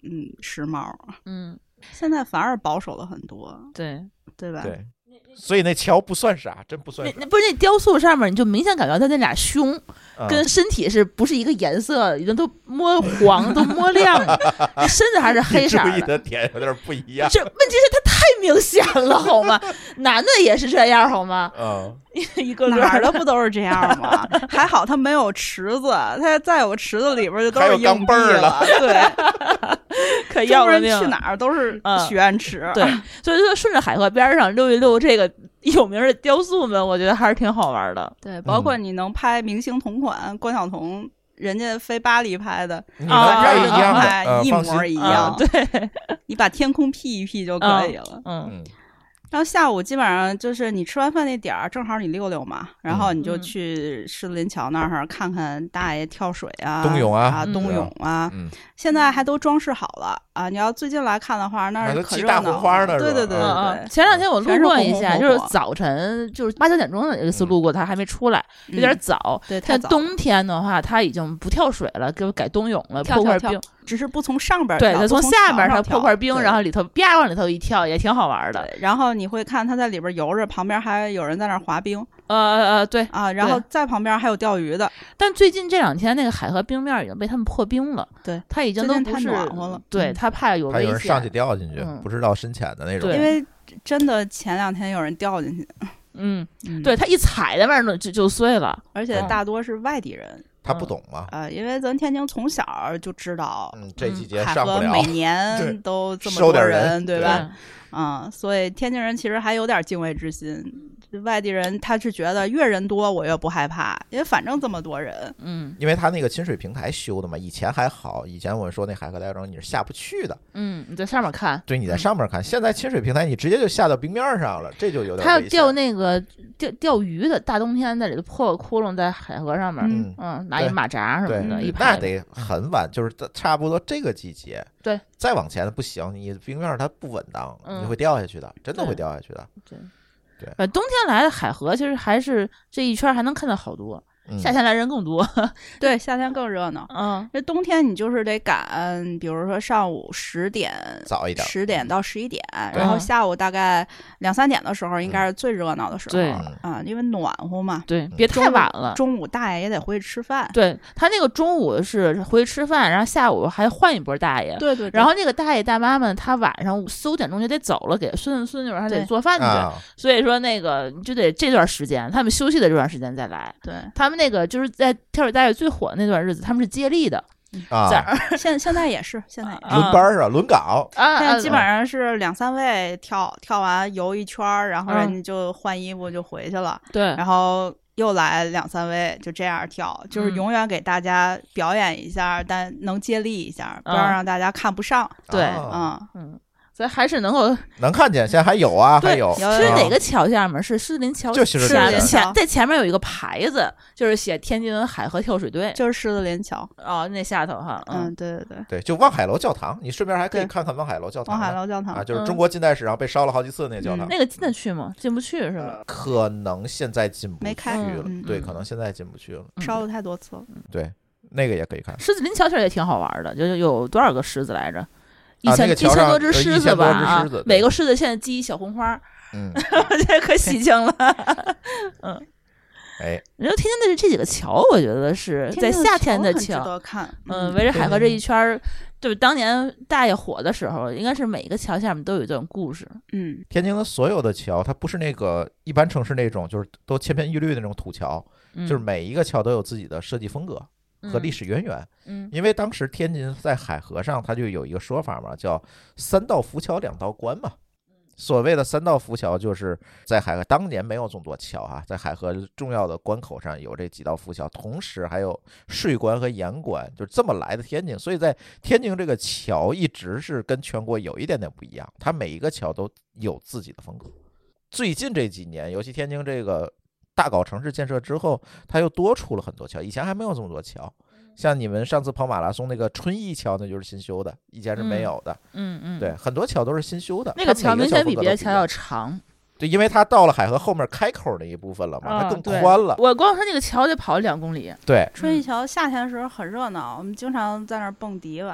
嗯时髦。 嗯， 现在反而保守了很多， 对对吧？ 对，所以那桥不算啥，真不算啥。 那那不是那雕塑上面，你就明显感觉到他那俩胸嗯跟身体是不是一个颜色，已经都摸黄，都摸亮了，那身子还是黑色你注意的。 的点有点不一样。 这问题是他太明显了，好吗？男的也是这样，好吗？ 嗯， 一个个哪儿的不都是这样吗？还好他没有池子，他再有个池子里边就都是硬币还有钢镚儿了。对， 可要了命了。 中国人去哪儿都是许愿池。 对，所以说顺着海河边上溜一溜这个有名的雕塑们，我觉得还是挺好玩的。 对，包括你能拍明星同款，关晓彤人家飞巴黎拍的， 你能拍一样的，呃一模一样。 对， 你把天空 P 一 P 就可以了。 嗯。 然后下午基本上就是你吃完饭那点儿，正好你溜溜嘛，然后你就去狮子林桥那儿看看大爷跳水啊， 冬泳啊， 啊冬泳啊， 嗯， 现在还都装饰好了啊。你要最近来看的话，那儿可热闹了。 大红花呢， 对对对对对。 前两天我路过一下， 红红就是早晨，就是八九点钟的有一次路过，它还没出来，有点早。 对， 但冬天的话，它已经不跳水了，给我改冬泳了，破块冰。 只是不从上边对，它从下边它破块冰， 对然后里头啪往里头一跳，也挺好玩的。 然后你会看它在里边游着，旁边还有人在那滑冰。 呃呃对啊，然后在旁边还有钓鱼的。 但最近这两天那个海河冰面已经被他们破冰了， 对， 它已经都不是暖和了。 对，他怕有危险， 有人上去掉进去，不知道深浅的那种。 对， 因为真的前两天有人掉进去。 嗯，对他一踩在外面就就碎了， 而且大多是外地人。 他不懂嘛？ 呃，因为咱天津从小就知道， 嗯，这季节上不了， 海河每年都这么多人， 对吧？嗯，所以天津人其实还有点敬畏之心。外地人他是觉得越人多我越不害怕，因为反正这么多人。 嗯， 因为他那个亲水平台修的嘛，以前还好，以前我们说那海河大庄你是下不去的。 嗯，你在上面看， 对，你在上面看。嗯、现在亲水平台你直接就下到冰面上了，这就有点危险。 还有钓那个钓钓鱼的，大冬天在里头破个窟窿在海河上面，嗯嗯，拿一马扎什么的，一那得很晚，就是差不多这个季节。 对， 再往前不行，你冰面它不稳当， 嗯、 你会掉下去的，真的会掉下去的。 对。 对， 呃，冬天来的海河其实还是这一圈还能看到好多， 嗯、 夏天来人更多。 对，夏天更热闹。 嗯， 这冬天你就是得赶，比如说上午十点， 早一点， 十点到十一点，然后下午大概两三点的时候，应该是最热闹的时候。 对啊，因为暖和嘛。 对，别太晚了。 中午大爷也得回去吃饭。 对他那个中午是回去吃饭，然后下午还换一波大爷。 对 对, 对。 然后那个大爷大妈们，他晚上四五点钟就得走了，给孙子孙女还得做饭去。 啊、 所以说那个就得这段时间，他们休息的这段时间再来。 对， 他们那个就是在跳水大爷最火的那段日子，他们是接力的。 啊， 现现在也是，现在也是轮班啊，轮岗啊， 现在基本上是两三位跳跳完游一圈，然后人家就换衣服就回去了。 对， 然后又来两三位，就这样跳，就是永远给大家表演一下，嗯、但能接力一下，不要让大家看不上。 对， 嗯嗯。所以还是能够能看见，现在还有啊，还有是哪个桥下面？是狮子林桥， 就是狮子林桥，在前面有一个牌子，就是写天津海河跳水队， 就是狮子林桥哦，那下头哈， 嗯，对对对， 对，就望海楼教堂，你顺便还可以看看望海楼教堂， 望海楼教堂啊，就是中国近代史上被烧了好几次那个教堂， 那个进得去吗？进不去是吧？ 可能现在进不去没开了，对，可能现在进不去了， 烧了太多次了， 对，那个也可以看。 狮子林桥其实也挺好玩的，就有多少个狮子来着？一千、 啊那个、一千多只狮子吧， 啊， 每个狮子现在系一小红花， 嗯， 这可喜庆了，嗯， 哎， 然后天津的这几个桥，我觉得是在夏天的桥， 值得看， 嗯，围着海河这一圈，就是当年大爷火的时候，应该是每个桥下面都有一段故事， 嗯， 天津的所有的桥，它不是那个一般城市那种，就是都千篇一律的那种土桥， 嗯、 就是每一个桥都有自己的设计风格。和历史渊源， 嗯， 因为当时天津在海河上，它就有一个说法嘛，叫三道浮桥两道关嘛。所谓的三道浮桥，就是在海河当年没有这么多桥哈、啊，在海河重要的关口上有这几道浮桥，同时还有税关和盐关，就是这么来的天津。所以在天津这个桥一直是跟全国有一点点不一样，它每一个桥都有自己的风格。最近这几年，尤其天津这个大搞城市建设之后，它又多出了很多桥，以前还没有这么多桥。像你们上次跑马拉松那个春义桥，那就是新修的，以前是没有的。 嗯嗯， 对，很多桥都是新修的。 那个桥明显比别的桥要长。 对，因为它到了海河后面开口那一部分了嘛，它更宽了。 我光说那个桥得跑两公里。 对， 春义桥夏天的时候很热闹，我们经常在那儿蹦迪晚上。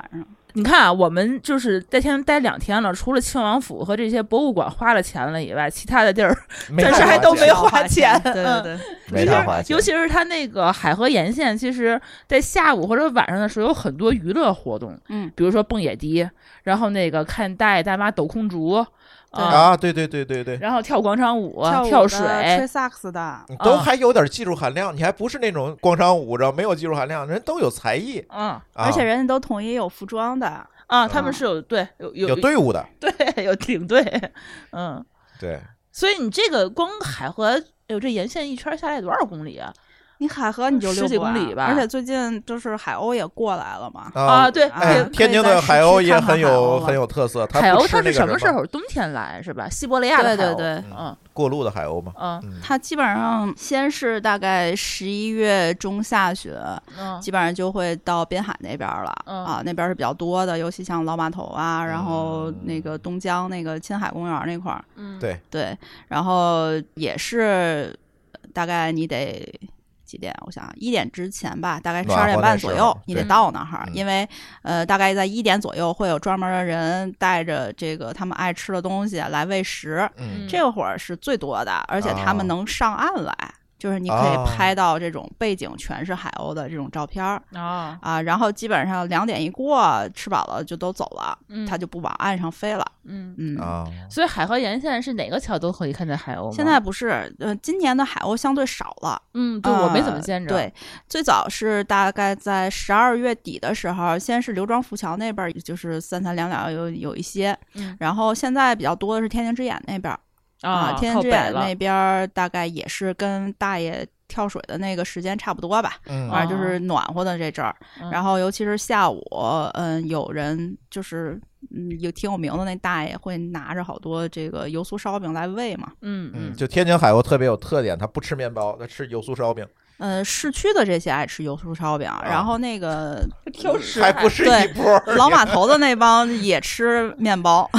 你看啊，我们就是在天津待两天了，除了庆王府和这些博物馆花了钱了以外，其他的地儿暂时还都没有花钱。 对对对， 没太花钱。 尤其是它那个海河沿线，其实在下午或者晚上的时候有很多娱乐活动， 嗯， 比如说蹦野迪，然后那个看大爷大妈抖空竹。 啊，对对对对对， 然后跳广场舞、 跳跳水、 吹萨克斯的， 都还有点技术含量。你还不是那种广场舞着没有技术含量，人都有才艺。 嗯， 而且人家都统一有服装的啊，他们是有对有有有队伍的， 对，有领队，嗯， 对。 所以你这个光海河，有这沿线一圈下来多少公里啊？ 你海河你就十几公里吧， 而且最近就是海鸥也过来了嘛。 啊，对， 哎，天津的海鸥也很有很有特色。 海鸥它是什么时候？冬天来是吧？西伯利亚的海鸥， 对对对， 嗯， 过路的海鸥嘛。 嗯， 它基本上先是大概十一月中下旬， 嗯， 基本上就会到滨海那边了。啊，那边是比较多的，尤其像老码头啊，然后那个东江那个青海公园那块儿， 嗯， 对对，然后也是大概你得。几点？我想一点之前吧，大概十二点半左右，你得到那儿，因为呃，大概在一点左右会有专门的人带着这个他们爱吃的东西来喂食， 嗯， 这会儿是最多的，而且他们能上岸来。哦，就是你可以拍到这种背景全是海鸥的这种照片啊啊，然后基本上两点一过，吃饱了就都走了， 嗯， 它就不往岸上飞了。 嗯嗯啊， 所以海河沿线是哪个桥都可以看见海鸥吗？ 现在不是，呃，今年的海鸥相对少了。 嗯，对，我没怎么见着。 呃、对，最早是大概在十二月底的时候，先是刘庄浮桥那边，就是三三两两有有一些， 嗯， 然后现在比较多的是天津之眼那边。啊，天津之眼那边大概也是跟大爷跳水的那个时间差不多吧， 嗯， 反正就是暖和的这阵儿， 嗯， 然后尤其是下午，嗯，有人就是嗯有挺有名的那大爷会拿着好多这个油酥烧饼来喂嘛， 嗯嗯，就天津海鸥特别有特点，它不吃面包，它吃油酥烧饼。 呃，市区的这些爱吃油酥烧饼， 啊， 然后那个挑食还不是一波， 老码头的那帮也吃面包。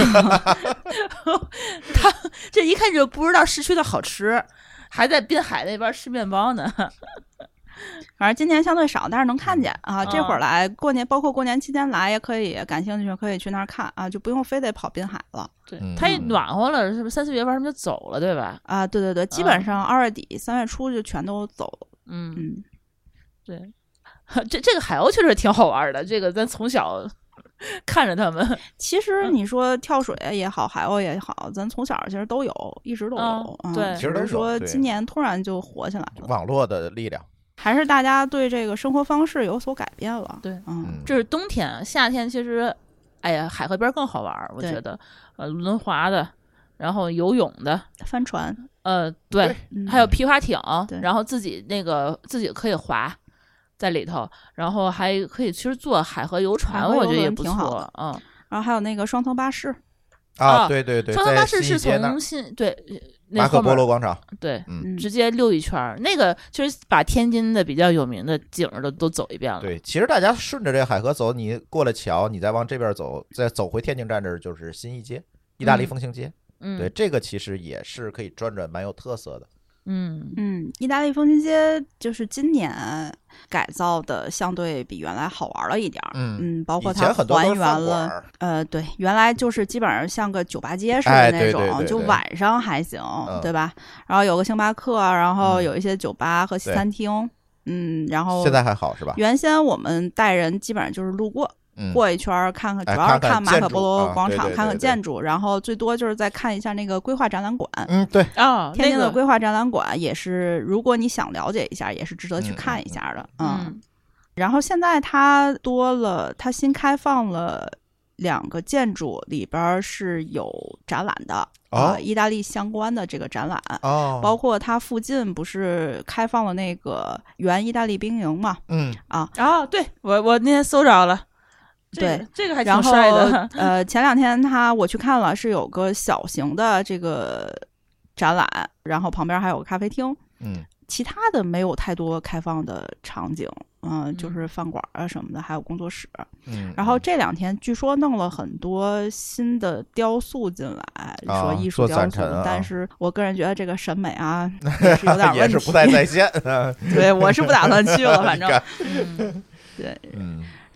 他这一看就不知道市区的好吃，还在滨海那边吃面包呢。 反正今年相对少，但是能看见啊。 嗯， 这会儿来过年，包括过年期间来也可以，感兴趣可以去那儿看啊，就不用非得跑滨海了。 对，它也暖和了，是不是三四月份他们就走了，对吧？ 啊，对对对，基本上二月底三月初就全都走了。 嗯嗯， 对，这这个海鸥确实挺好玩的，这个咱从小看着他们。 其实你说跳水也好，海鸥也好，咱从小其实都有，一直都有。 嗯嗯、 对， 其实都是说今年突然就火起来了， 网络的力量。 还是大家对这个生活方式有所改变了。 对， 嗯， 这是冬天，夏天其实，哎呀，海河边更好玩，我觉得，呃，轮滑的，然后游泳的， 帆船， 呃，对， 对嗯、 还有皮划艇，然后自己那个自己可以划在里头，然后还可以其实坐海河游船，我觉得也不错，嗯， 然后还有那个双层巴士。 啊，对对对， 双层巴士是从新对那马可波罗广场， 对， 嗯， 直接溜一圈，那个就是把天津的比较有名的景儿都都走一遍了。 对，其实大家顺着这海河走，你过了桥，你再往这边走，再走回天津站这儿就是新义街，意大利风情街。 嗯， 对，这个其实也是可以转转，蛮有特色的。 嗯嗯，意大利风情街就是今年改造的相对比原来好玩了一点儿， 嗯嗯，包括它还原了，呃，对，原来就是基本上像个酒吧街似的那种， 哎、对对对对就晚上还行， 嗯、 对吧？然后有个星巴克，然后有一些酒吧和西餐厅，嗯，然后现在还好是吧？ 原先我们带人基本上就是路过。 嗯、 过一圈看看，主要是看马可波罗广场，哎、看, 看, 看看建筑，然后最多就是再看一下那个规划展览馆。 嗯，对啊， 天津的规划展览馆也是，如果你想了解一下，也是值得去看一下的。 嗯， 嗯然后现在它多了，它新开放了两个建筑，里边是有展览的啊、 哦呃，意大利相关的这个展览哦， 包括它附近不是开放了那个原意大利兵营嘛？ 嗯啊， 啊，对我我那天搜着了。这个、 对， 这个还挺帅的。 呃，前两天他我去看了，是有个小型的这个展览，然后旁边还有个咖啡厅。 嗯， 其他的没有太多开放的场景，嗯、呃， 嗯就是饭馆啊什么的，还有工作室。 嗯， 然后这两天据说弄了很多新的雕塑进来， 啊、 说艺术雕塑， 啊、 但是我个人觉得这个审美啊也是有点问题， 也是不太在线。 对，我是不打算去了，反正。嗯、对， 嗯。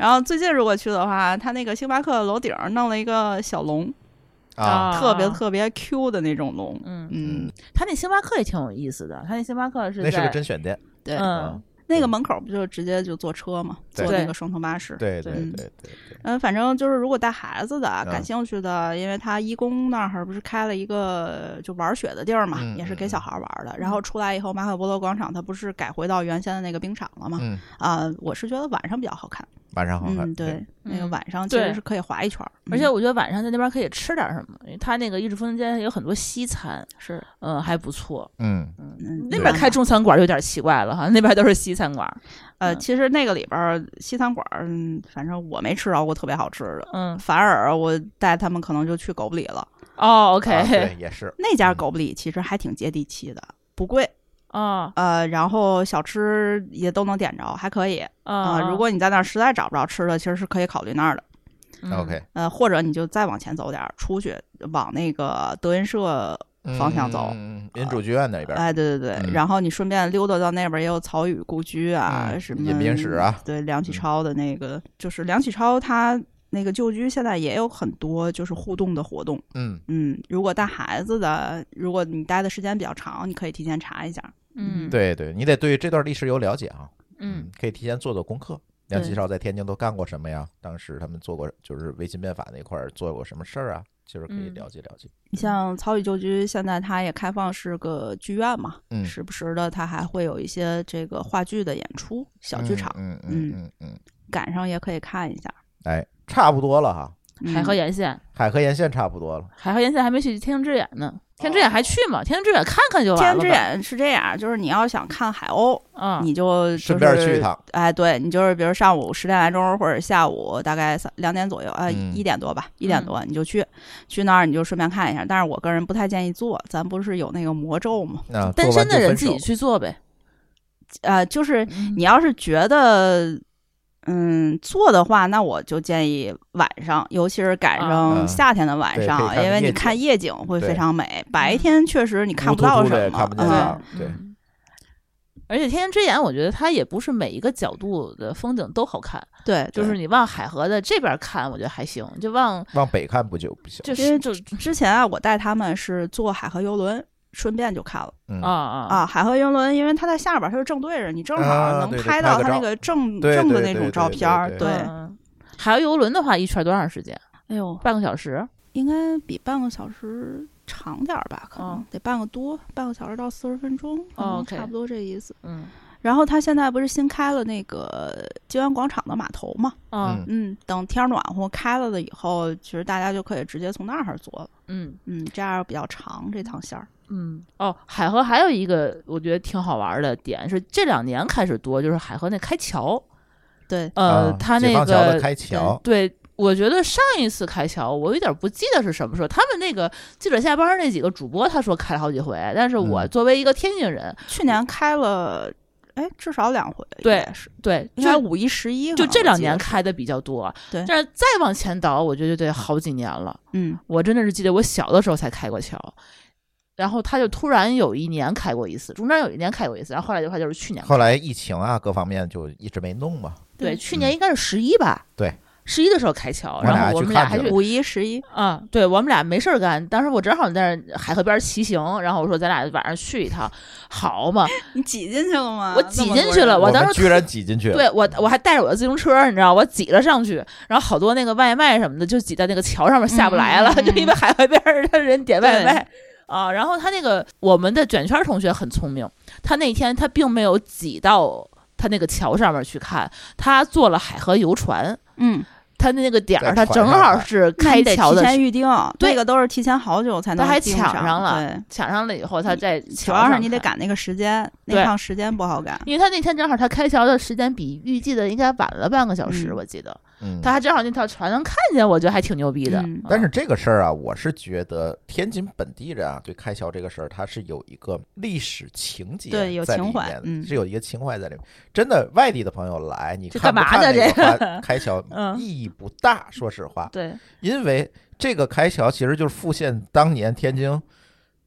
然后最近如果去的话，它那个星巴克楼顶弄了一个小龙。 啊， 特别特别 Q 的那种龙， 嗯嗯， 他那星巴克也挺有意思的，他那星巴克是在那是个甄选店， 对， 嗯， 那个门口不就直接就坐车嘛，坐那个双层巴士， 对对对对对， 嗯，反正就是如果带孩子的、感兴趣的，因为他一宫那儿不是开了一个就玩雪的地儿嘛， 嗯、 也是给小孩玩的。然后出来以后，马可波罗广场它不是改回到原先的那个冰场了吗？ 嗯啊、呃，我是觉得晚上比较好看。 晚上好看， 嗯，对，那个晚上其实是可以滑一圈， 而且我觉得晚上在那边可以吃点什么，因为他那个艺术风间有很多西餐， 是， 嗯，还不错， 嗯嗯，那边开中餐馆有点奇怪了哈，那边都是西餐馆， 呃，其实那个里边西餐馆，嗯，反正我没吃着过特别好吃的， 嗯， 反而我带他们可能就去狗不理了。 哦 ，OK，、 啊、对，也是那家狗不理其实还挺接地气的，不贵。 啊、哦， 呃，然后小吃也都能点着，还可以啊、 哦呃。如果你在那儿实在找不着吃的，其实是可以考虑那儿的。 嗯、 OK， 呃，或者你就再往前走点，出去往那个德云社方向走， 嗯，民主剧院那边。 哎，对对对、 嗯， 然后你顺便溜达到那边，也有曹禺故居啊， 嗯、 什么饮冰室啊， 对，梁启超的那个，嗯、就是梁启超他那个旧居现在也有很多就是互动的活动。 嗯嗯，如果带孩子的，如果你待的时间比较长，你可以提前查一下。 嗯， 对对，你得对这段历史有了解啊。 嗯， 可以提前做做功课。梁启超在天津都干过什么呀？当时他们做过，就是维新变法那块儿做过什么事儿啊？其实可以了解了解。 你、嗯、像曹禺旧居，现在它也开放是个剧院嘛， 嗯， 时不时的它还会有一些这个话剧的演出，小剧场， 嗯嗯嗯嗯， 赶上也可以看一下。 哎，差不多了哈。 海河沿线， 海河沿线差不多了。 海河沿线还没去天津之眼呢，天津之眼还去吗？天津之眼看看就完了。 天津之眼是这样，就是你要想看海鸥， 嗯， 你就、就是、 顺便去一趟。 哎，对你就是比如上午十点来钟，或者下午大概三两点左右，呃， 嗯、 一点多吧，一点多你就去、嗯，去那儿你就顺便看一下。但是我个人不太建议做，咱不是有那个魔咒吗？ 啊、 单身的人自己去做呗。 呃，就是你要是觉得。嗯，做的话，那我就建议晚上，尤其是赶上夏天的晚上， 啊、 因为你看夜景会非常美。白天确实你看不到什么， 看不见嗯、 对。 而且天津之眼，我觉得它也不是每一个角度的风景都好看。 对， 就是你往海河的这边看，我觉得还行；就往往北看不就不行。 就是就之前啊，我带他们是坐海河游轮。顺便就看了， 嗯、 啊啊啊！海河游轮，因为它在下边，它就正对着你，正好能拍到它那个正、 啊、对对正的那种照片。 对， 对嗯、海河游轮的话，一圈多长时间？ 哎呦， 半个小时， 应该比半个小时长点吧？可能、 哦、 得半个多，半个小时到四十分钟， 哦， 差不多这意思。 嗯。 然后他现在不是新开了那个金湾广场的码头嘛？ 嗯嗯，等天暖和开了了以后，其实大家就可以直接从那儿坐了。 嗯嗯，这样比较长这趟线儿。 嗯，哦，海河还有一个我觉得挺好玩的点是这两年开始多，就是海河那开桥。 对， 呃， 啊、 他那个的开桥， 对。对我觉得上一次开桥，我有点不记得是什么时候。他们那个记者下班那几个主播，他说开了好几回，但是我作为一个天津人， 嗯、去年开了。哎，至少两回， 对，是对， 应该五一、十一， 就这两年开的比较多。 对， 但是再往前倒，我觉得得好几年了。 嗯， 我真的是记得我小的时候才开过桥，然后他就突然有一年开过一次，中间有一年开过一次，然后后来的话就是去年。 后来疫情啊，各方面就一直没弄嘛。 对，去年应该是十一吧。 对。 十一的时候开桥，然后我们俩还是五一十一啊，对我们俩没事干。当时我正好在海河边骑行，然后我说咱俩晚上去一趟，好嘛？ 你挤进去了吗？ 我挤进去了，我当时居然挤进去了。 对我我还带着我的自行车，你知道，我挤了上去，然后好多那个外卖什么的就挤在那个桥上面下不来了， 嗯嗯嗯就因为海河边的人点外卖啊。然后他那个我们的卷圈同学很聪明，他那天他并没有挤到他那个桥上面去看，他坐了海河游船， 嗯。 他那个点儿，他正好是开桥的， 提前预定， 对， 那个都是提前好久才能。 他还抢上了， 对， 抢上了以后，他在主要是你得赶那个时间，那趟时间不好赶， 因为他那天正好他开桥的时间比预计的应该晚了半个小时， 嗯、 我记得。 嗯， 他还正好那条船能看见，我觉得还挺牛逼的。 嗯、 但是这个事儿啊，我是觉得天津本地人啊，对开桥这个事儿，它是有一个历史情节， 对，有情怀， 嗯，是有一个情怀在里面。真的，外地的朋友来，你看不看那个开桥， 嗯、 意义不大，说实话。 对， 因为这个开桥其实就是复现当年天津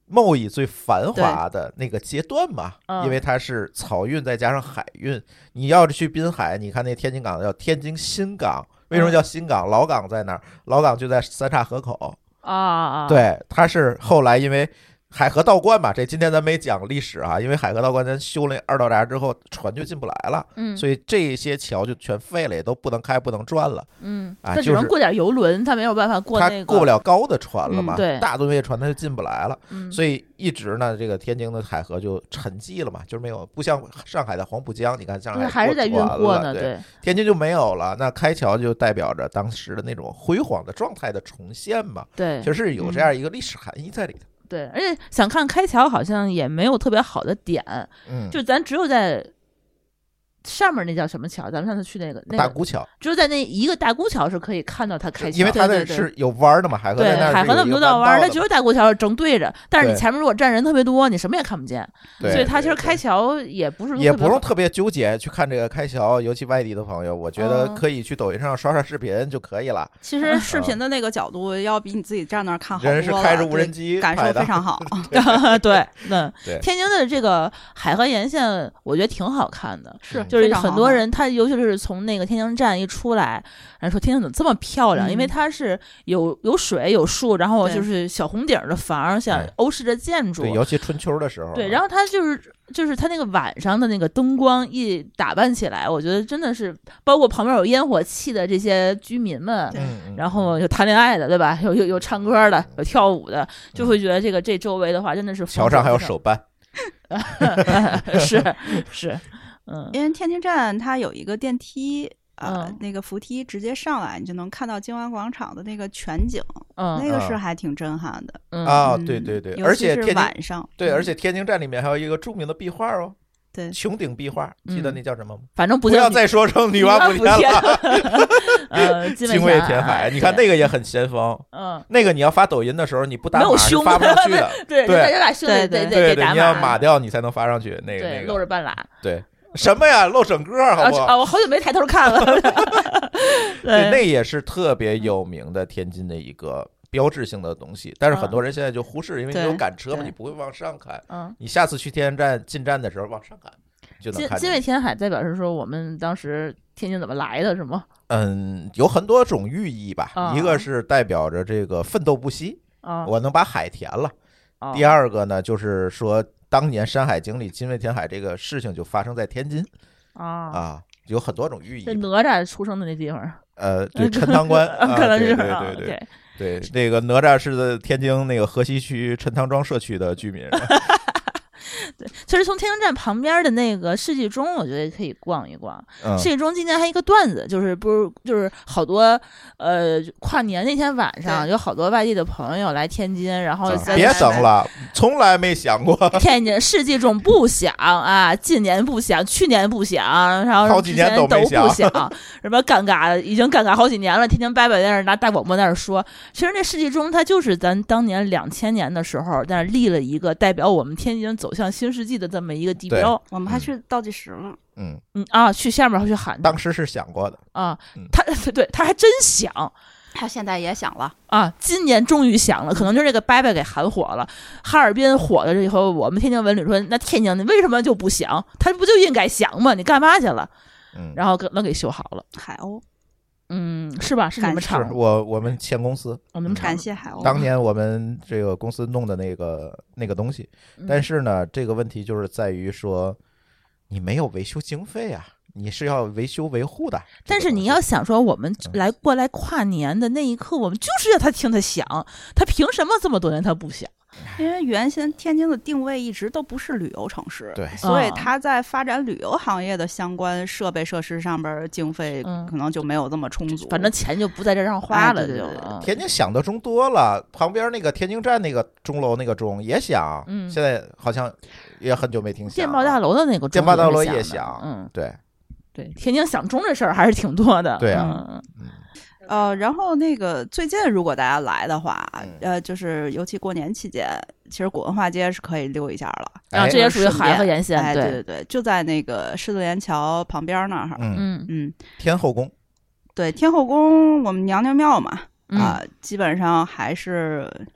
贸易最繁华的那个阶段嘛， 嗯、 因为它是草运再加上海运。你要是去滨海，你看那天津港叫天津新港，为什么叫新港？嗯、老港在哪儿？老港就在三岔河口啊。 对，它是后来因为海河道观嘛，这今天咱没讲历史啊，因为海河道观咱修了二道闸之后，船就进不来了， 嗯， 所以这些桥就全废了，也都不能开不能转了， 嗯， 啊， 它只能过点游轮，它没有办法过那个， 它过不了高的船了嘛， 嗯、对， 大作业船它就进不来了， 嗯， 所以一直呢，这个天津的海河就沉寂了嘛，就是没有，不像上海的黄浦江，你看上海还是在运货呢， 对， 对， 天津就没有了，那开桥就代表着当时的那种辉煌的状态的重现嘛， 对， 其实是有这样一个历史含义在里头。 嗯对，而且想看开桥好像也没有特别好的点， 嗯， 就咱只有在上面那叫什么桥？咱们上次去那个那个大沽桥， 只有在那一个大沽桥是可以看到它开桥， 因为它那是有弯的嘛，海河对在那海河那么多道弯，它只有大沽桥正对着，但是你前面如果站人特别多，你什么也看不见，所以它其实开桥也不是也不用特别纠结去看这个开桥，尤其外地的朋友，我觉得可以去抖音上刷刷视频就可以了。 其实视频的那个角度要比你自己站那儿看好多了， 人是开着无人机， 感受非常好。 对，嗯，天津的这个海河沿线，我觉得挺好看的， 是就是很多人。他尤其是从那个天津站一出来，人说天津怎么这么漂亮？嗯、因为它是有有水有树，然后就是小红顶的房，像欧式的建筑。 对，尤其春秋的时候。 对，然后它就是就是它那个晚上的那个灯光一打扮起来，我觉得真的是，包括旁边有烟火气的这些居民们，然后有谈恋爱的，对吧？有有有唱歌的，有跳舞的，就会觉得这个这周围的话真的是桥上还有手办。 是是。嗯， 因为天津站它有一个电梯，呃， 嗯、 那个扶梯直接上来，你就能看到金湾广场的那个全景， 嗯， 那个是还挺震撼的。 嗯啊，对对对，而且是晚上， 对，而且天津站里面还有一个著名的壁画哦。 对， 穹顶壁画，记得那叫什么吗？ 嗯、反正不不要再说成女娲补天了。 呃， 精卫填海，你看那个也很先锋。 嗯， 那个你要发抖音的时候，你不打码是发不上去的。 对对， 要把胸得得对得打码， 你要码掉你才能发上去。那个那个露着半拉。 对，什么呀？露整个，好不好？ 啊，我好久没抬头看了。 对，那也是特别有名的天津的一个标志性的东西，但是很多人现在就忽视，因为你有赶车嘛，你不会往上看。 嗯， 你下次去天津站进站的时候往上看。 金金卫填海代表是说我们当时天津怎么来的，是吗？ 嗯，有很多种寓意吧。 哦、 一个是代表着这个奋斗不息， 哦、 我能把海填了。 哦、 第二个呢，就是说当年《山海经》里金卫填海这个事情就发生在天津。 啊啊，有很多种寓意。 这哪吒出生的那地方？ 呃，对，陈塘关， 可能是对对对对对，那个哪吒是在天津那个河西区陈塘庄社区的居民。 对，其实从天津站旁边的那个世纪钟，我觉得可以逛一逛。 嗯、 世纪钟今年还有一个段子，就是不是就是好多呃跨年那天晚上，有好多外地的朋友来天津，然后在、 嗯、别等了，从来没想过天津世纪钟不响啊，今年不响，去年不响，然后好几年都没不响，什么尴尬，已经尴尬好几年了。天津伯伯在那儿拿大广播在那儿说，其实那世纪钟它就是咱当年两千年的时候在那立了一个代表我们天津走向新世纪的这么一个地标， 我们还去倒计时了。 嗯嗯啊，去下面去喊， 当时是想过的啊，他对他还真想， 他现在也想了啊，今年终于想了，可能就是这个伯伯给喊火了。哈尔滨火了以后，我们天津文旅说，那天津你为什么就不想？他不就应该想吗？你干嘛去了？ 嗯， 然后能给修好了。 海鸥。 嗯，是吧？是你们厂， 我我们前公司， 我们感谢海鸥。 当年我们这个公司弄的那个那个东西，但是呢，这个问题就是在于说，你没有维修经费啊，你是要维修维护的。 但是你要想说，我们来过来跨年的那一刻，我们就是要他听他响，他凭什么这么多年他不响？ 因为原先天津的定位一直都不是旅游城市， 对， 所以它在发展旅游行业的相关设备设施上边经费可能就没有这么充足， 嗯、反正钱就不在这上花了，就、哎、 对对对嗯、 天津响的钟多了，旁边那个天津站那个钟楼那个钟也响， 嗯， 现在好像也很久没听响。 电报大楼的那个电报大楼也响， 嗯， 对对，天津响钟这事儿还是挺多的， 对啊， 嗯。 嗯呃，然后那个最近如果大家来的话，呃，就是尤其过年期间，其实古文化街是可以溜一下了。 然后这也属于海河沿线， 哎，对对对，就在那个狮子连桥旁边那儿。 嗯嗯， 天后宫， 对，天后宫我们娘娘庙嘛， 嗯、 啊，基本上还是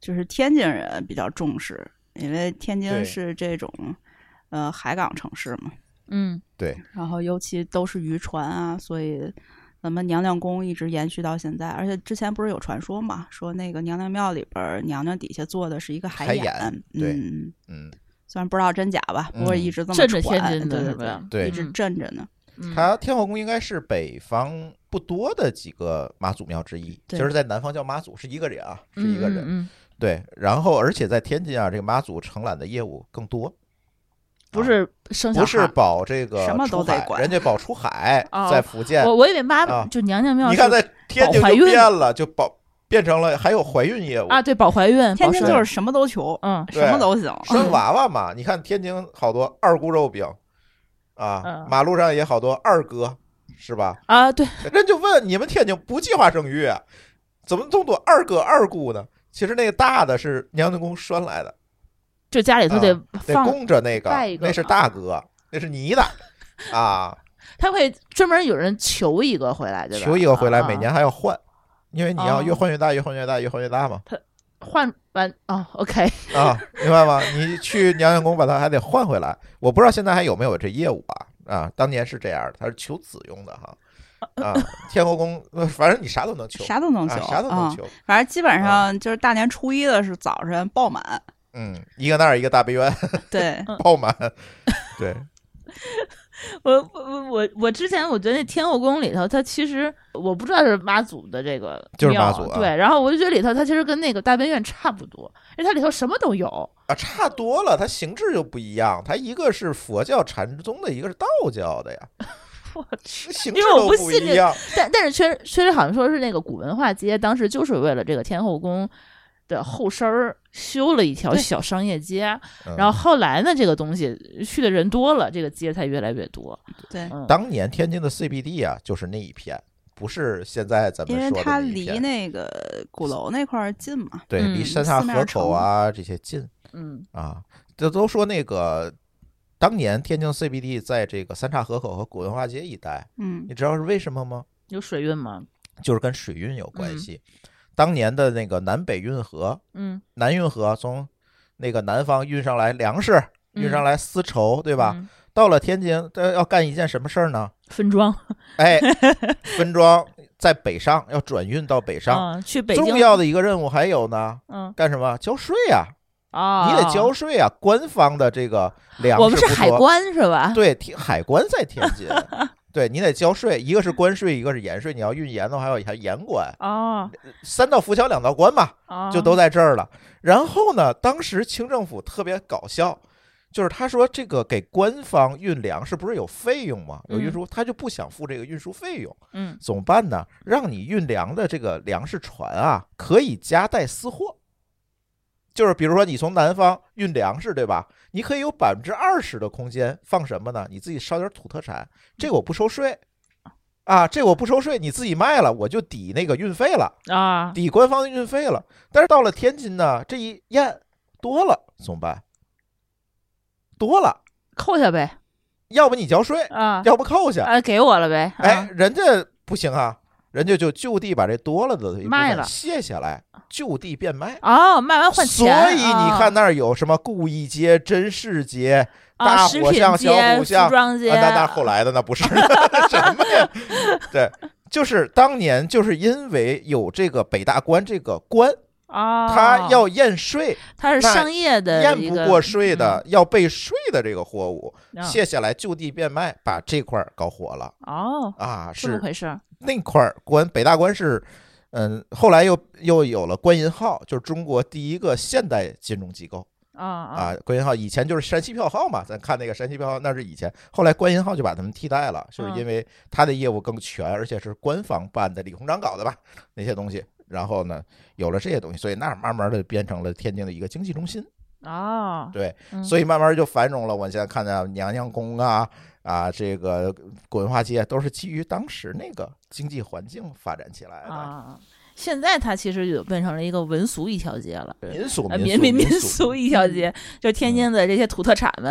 就是天津人比较重视，因为天津对是这种呃海港城市嘛， 嗯， 对， 然后尤其都是渔船啊，所以咱们娘娘宫一直延续到现在。而且之前不是有传说嘛，说那个娘娘庙里边娘娘底下坐的是一个海海眼， 眼对嗯嗯， 虽然不知道真假吧，不过一直这么镇着传， 天津的对是吧对一直镇着呢。 嗯它天后宫应该是北方不多的几个妈祖庙之一， 对就是在南方叫妈祖是一个人啊，是一个人。 嗯嗯嗯对，然后而且在天津啊，这个妈祖承揽的业务更多， 不是生小孩， 不是保这个什么都出海得管人家保出海， 哦在福建。 我我以为妈啊就娘娘庙是， 你看在天津就保怀孕变了，就保变成了还有怀孕业务啊，对，保怀孕， 天津保就是什么都求， 嗯对什么都行。 生娃娃嘛。你看天津好多二姑肉饼啊， 嗯马路上也好多二哥，是吧？ 啊，对， 人就问你们天津不计划生育啊，怎么这么多二哥二姑呢？其实那个大的是娘娘宫拴来的， 就家里头得得放， 供着那个带一，个那是大哥，那是你的啊。 他会专门有人求一个回来，对吧？ 求一个回来， 啊每年还要换，因为你要哦越换越大，越换越大，越换越大嘛。 换完哦 ，OK， 啊，明白吗？你去娘娘宫把它还得换回来，我不知道现在还有没有这业务啊？啊，当年是这样的，它是求子用的哈。啊，天后宫，呃反正你啥都能求， 啥都能求， 啊，啥都能嗯求。 反正基本上就是大年初一的是早晨爆满， 嗯，一个那儿一个大悲院对， 爆满，对， 我我我我之前我觉得那天后宫里头，它其实我不知道是妈祖的这个就是妈庙祖啊对，然后我就觉得里头它其实跟那个大悲院差不多，因为它里头什么都有。 啊，差多了，它形制就不一样，它一个是佛教禅宗的，一个是道教的呀， 我去， 形制因为我都不信这不一样。 但但是确实确实好像说是那个古文化街，当时就是为了这个天后宫的后身儿修了一条对小商业街， 嗯然后后来呢，这个东西去的人多了，这个街才越来越多。 对， 嗯， 当年天津的 C B D 啊，就是那一片，不是现在咱们说的因为它那一片。 离那个鼓楼那块儿近嘛， 对， 嗯离三岔四面河口啊这些近嗯啊。这都说那个当年天津 C B D 在这个三岔河口和古文化街一带， 嗯你知道是为什么吗？ 有水运吗？ 就是跟水运有关系。当年的那个南北运河， 嗯， 南运河从那个南方运上来粮食，运上来丝绸，对吧？ 嗯？ 到了天津，这要干一件什么事儿呢？ 分装哎，分装在北上，要转运到北上。 啊，去北京重要的一个任务还有呢， 嗯干什么？交税呀、 啊， 你得交税啊！官方的这个粮食我们是海不多， 关是吧？ 对，天海关在天津，对你得交税，一个是关税，一个是盐税。你要运盐的话，还有还盐关， 哦三道浮桥两道关嘛， 哦， 就都在这儿了。然后呢，当时清政府特别搞笑，就是他说这个给官方运粮食不是有费用吗？有运输，他就不想付这个运输费用， 嗯怎么办呢？让你运粮的这个粮食船啊，可以夹带私货。就是比如说你从南方运粮食，对吧？你可以有百分之二十的空间放什么呢？你自己烧点土特产，这个我不收税啊，这个我不收税，你自己卖了我就抵那个运费了， 啊， 抵官方的运费了。但是到了天津呢，这一验多了怎么办？多了， 扣下呗要不你交税， 啊要不扣下。 啊，给我了呗。啊哎，人家不行啊，人家就就地把这多了的一部分卖了卸下来，就地变卖。 哦，卖完换所钱。 以你看那儿有什么故意街、真市街、 啊， 大食品火巷、小街、服虎巷， 装街， 啊，那那后来的那不是什么呀？对，就是当年就是因为有这个北大关这个关， 啊， 它要验税， 它是那商业的验一个不过税的，要备税的这个货物， 嗯卸下来就地变卖，把这块儿搞火了哦， 啊！ 这么是回事儿那块儿关北大关是，嗯，后来又又有了关银号，就是中国第一个现代金融机构啊啊啊。关银号以前就是山西票号嘛，咱看那个山西票号那是以前，后来关银号就把他们替代了，就是因为它的业务更全，而且是官方办的，李鸿章搞的吧那些东西。然后呢，有了这些东西，所以那儿慢慢的变成了天津的一个经济中心。 哦， 对， 嗯所以慢慢就繁荣了。我现在看到娘娘宫啊啊，这个古文化街都是基于当时那个经济环境发展起来的。 啊，现在它其实就变成了一个文俗一条街了， 民俗呃民民民民俗一条街，就天津的这些土特产们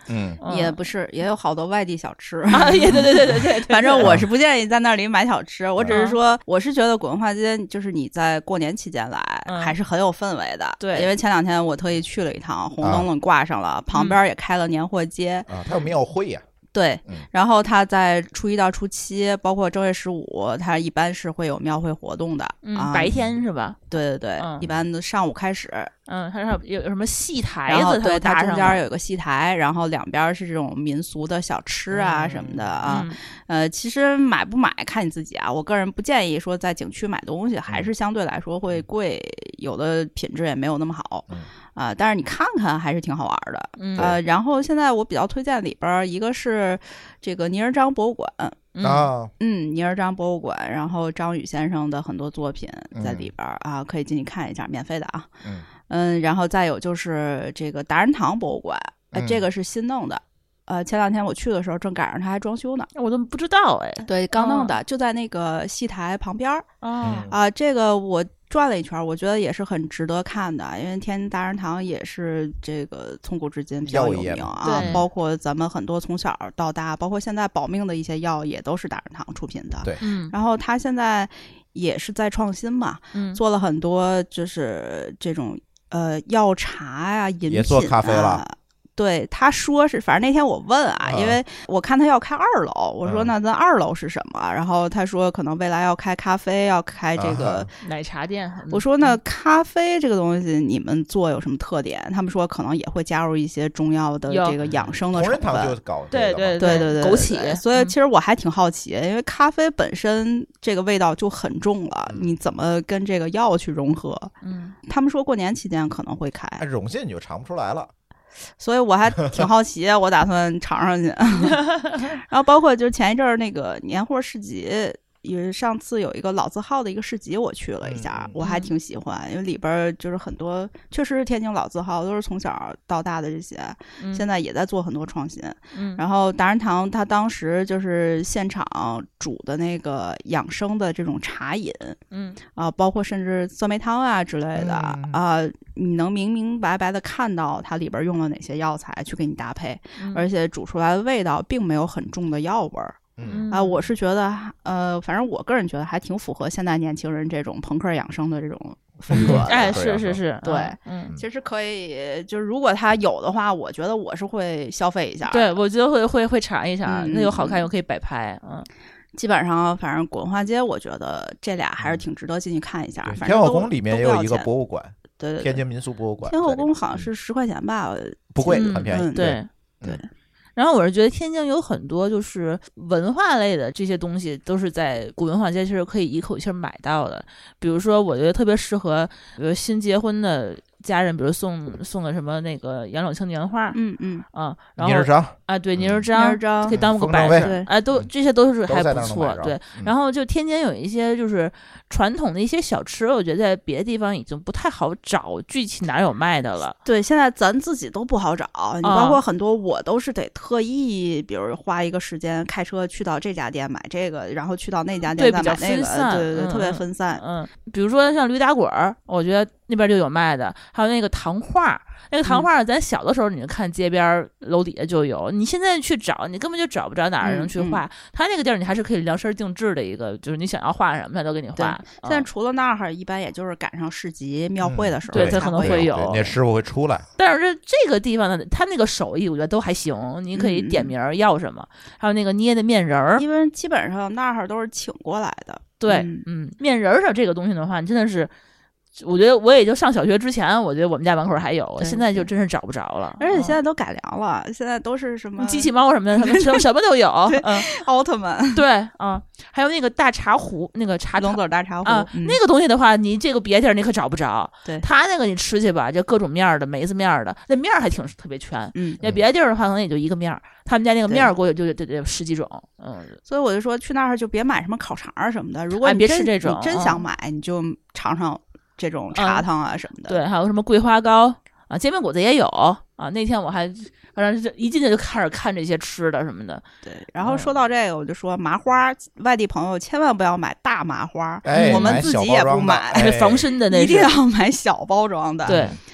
嗯， 也不是，也有好多外地小吃啊，也对对对对对， 反正我是不建议在那里买小吃，我只是说，我是觉得古文化街就是你在过年期间来， 嗯、 还是很有氛围的。 对， 因为前两天我特意去了一趟，红灯笼挂上了，啊、旁边也开了年货街啊，它有庙会呀、啊。 对、 嗯， 然后他在初一到初七，包括正月十五，他一般是会有庙会活动的。 嗯， 啊、 白天是吧？ 对对对，嗯、一般的上午开始。 嗯，它有有什么戏台子？ 对， 它中间有一个戏台，然后两边是这种民俗的小吃啊、嗯、什么的啊。 嗯、 呃，其实买不买看你自己啊。我个人不建议说在景区买东西，还是相对来说会贵，有的品质也没有那么好。 嗯啊、呃，但是你看看还是挺好玩的。 嗯、 呃，然后现在我比较推荐里边一个是这个倪仁章博物馆。 啊， 嗯，倪仁章博物馆，然后张宇先生的很多作品在里边、嗯、啊，可以进去看一下，免费的啊。 嗯嗯，然后再有就是这个达仁堂博物馆，呃， 嗯、 这个是新弄的。呃，前两天我去的时候，正赶上它还装修呢， 我都不知道哎。 对，刚弄的，哦、就在那个戏台旁边。 哦啊，这个我转了一圈，我觉得也是很值得看的，因为天津达仁堂也是这个从古至今比较有名啊，包括咱们很多从小到大，包括现在保命的一些药也都是达仁堂出品的。 对， 嗯， 然后他现在也是在创新嘛， 嗯， 做了很多就是这种呃药茶呀、啊、饮品、啊、 也做咖啡了。 对，他说是，反正那天我问啊，因为我看他要开二楼，我说那咱二楼是什么？然后他说可能未来要开咖啡，要开这个奶茶店。 我说那咖啡这个东西你们做有什么特点？他们说可能也会加入一些中药的这个养生的成分。 同仁堂就搞对对对对对枸杞。 所以其实我还挺好奇，因为咖啡本身这个味道就很重了，你怎么跟这个药去融合？ 嗯， 他们说过年期间可能会开， 融进你就尝不出来了。 所以我还挺好奇，我打算尝上去。然后包括就是前一阵儿那个年货市集，也上次有一个老字号的一个市集，我去了一下， 嗯、 我还挺喜欢，因为里边就是很多确实是天津老字号，都是从小到大的这些， 嗯、 现在也在做很多创新。 嗯， 然后达仁堂他当时就是现场煮的那个养生的这种茶饮， 嗯啊、呃，包括甚至酸梅汤啊之类的啊。 嗯呃你能明明白白的看到它里边用了哪些药材去给你搭配， 嗯、 而且煮出来的味道并没有很重的药味儿。 嗯啊、呃，我是觉得，呃，反正我个人觉得还挺符合现在年轻人这种朋克养生的这种风格的。 哎，是是是， 对， 嗯， 其实可以，就是如果它有的话，我觉得我是会消费一下。 对，我觉得会会会尝一尝， 嗯、 那又好看又可以摆拍，嗯。 基本上，反正古文化街，我觉得这俩还是挺值得进去看一下。反正天后宫里面也有一个博物馆。 对对对， 天津民俗博物馆， 天后宫好像是十块钱吧， 不贵， 嗯、 很便宜。 嗯、对对。 对然后我是觉得天津有很多就是文化类的这些东西，都是在古文化街其实可以一口气买到的。比如说，我觉得特别适合，比如新结婚的家人，比如送送个什么那个杨柳青年画， 嗯嗯啊，然后倪仁章啊，对倪仁章， 倪仁章可以当个摆设，哎，都这些都是还不错，对。然后就天津有一些就是传统的一些小吃，我觉得在别的地方已经不太好找，具体哪有卖的了。 对，现在咱自己都不好找，你包括很多我都是得特意，比如花一个时间开车去到这家店买这个，然后去到那家店再买那个，对对对， 嗯、 特别分散。 嗯，比如说像驴打滚儿，我觉得那边就有卖的，还有那个糖画，那个糖画咱小的时候你就看街边楼底下就有，你现在去找你根本就找不着哪儿人去画。 嗯嗯、 他那个地儿你还是可以量身定制的一个，就是你想要画什么他都给你画。 现在除了那儿，一般也就是赶上市集庙会的时候， 嗯、对他可能会有那师傅会出来。 但是这个地方呢，他那个手艺我觉得都还行，你可以点名要什么， 嗯、 还有那个捏的面人儿， 因为基本上那儿都是请过来的。 对， 嗯， 嗯面人儿这个东西的话，你真的是。我觉得我也就上小学之前，我觉得我们家门口还有，现在就真是找不着了。 而且现在都改良了，嗯、现在都是什么机器猫什么的，什么什么都有。 嗯，奥特曼。 对啊、嗯，还有那个大茶壶，那个茶龙嘴大茶壶啊、 嗯， 那个东西的话，你这个别地儿你可找不着。 对， 它那个你吃去吧，就各种面儿的，梅子面儿的，那面儿还挺特别全。 嗯， 那别的地儿的话，可能也就一个面儿。他们家那个面儿锅就就得十几种。嗯， 所以我就说去那儿就别买什么烤肠什么的，如果你别吃这种， 你真想买，嗯、你就尝尝。这种茶汤啊什么的、 嗯，对，还有什么桂花糕啊，煎饼果子也有啊。那天我还反正一进去就开始看这些吃的什么的。 对，然后说到这个，我就说麻花，外地朋友千万不要买大麻花， 哎、 我们自己也不买， 哎、 防身的那， 一定要买小包装的。 对。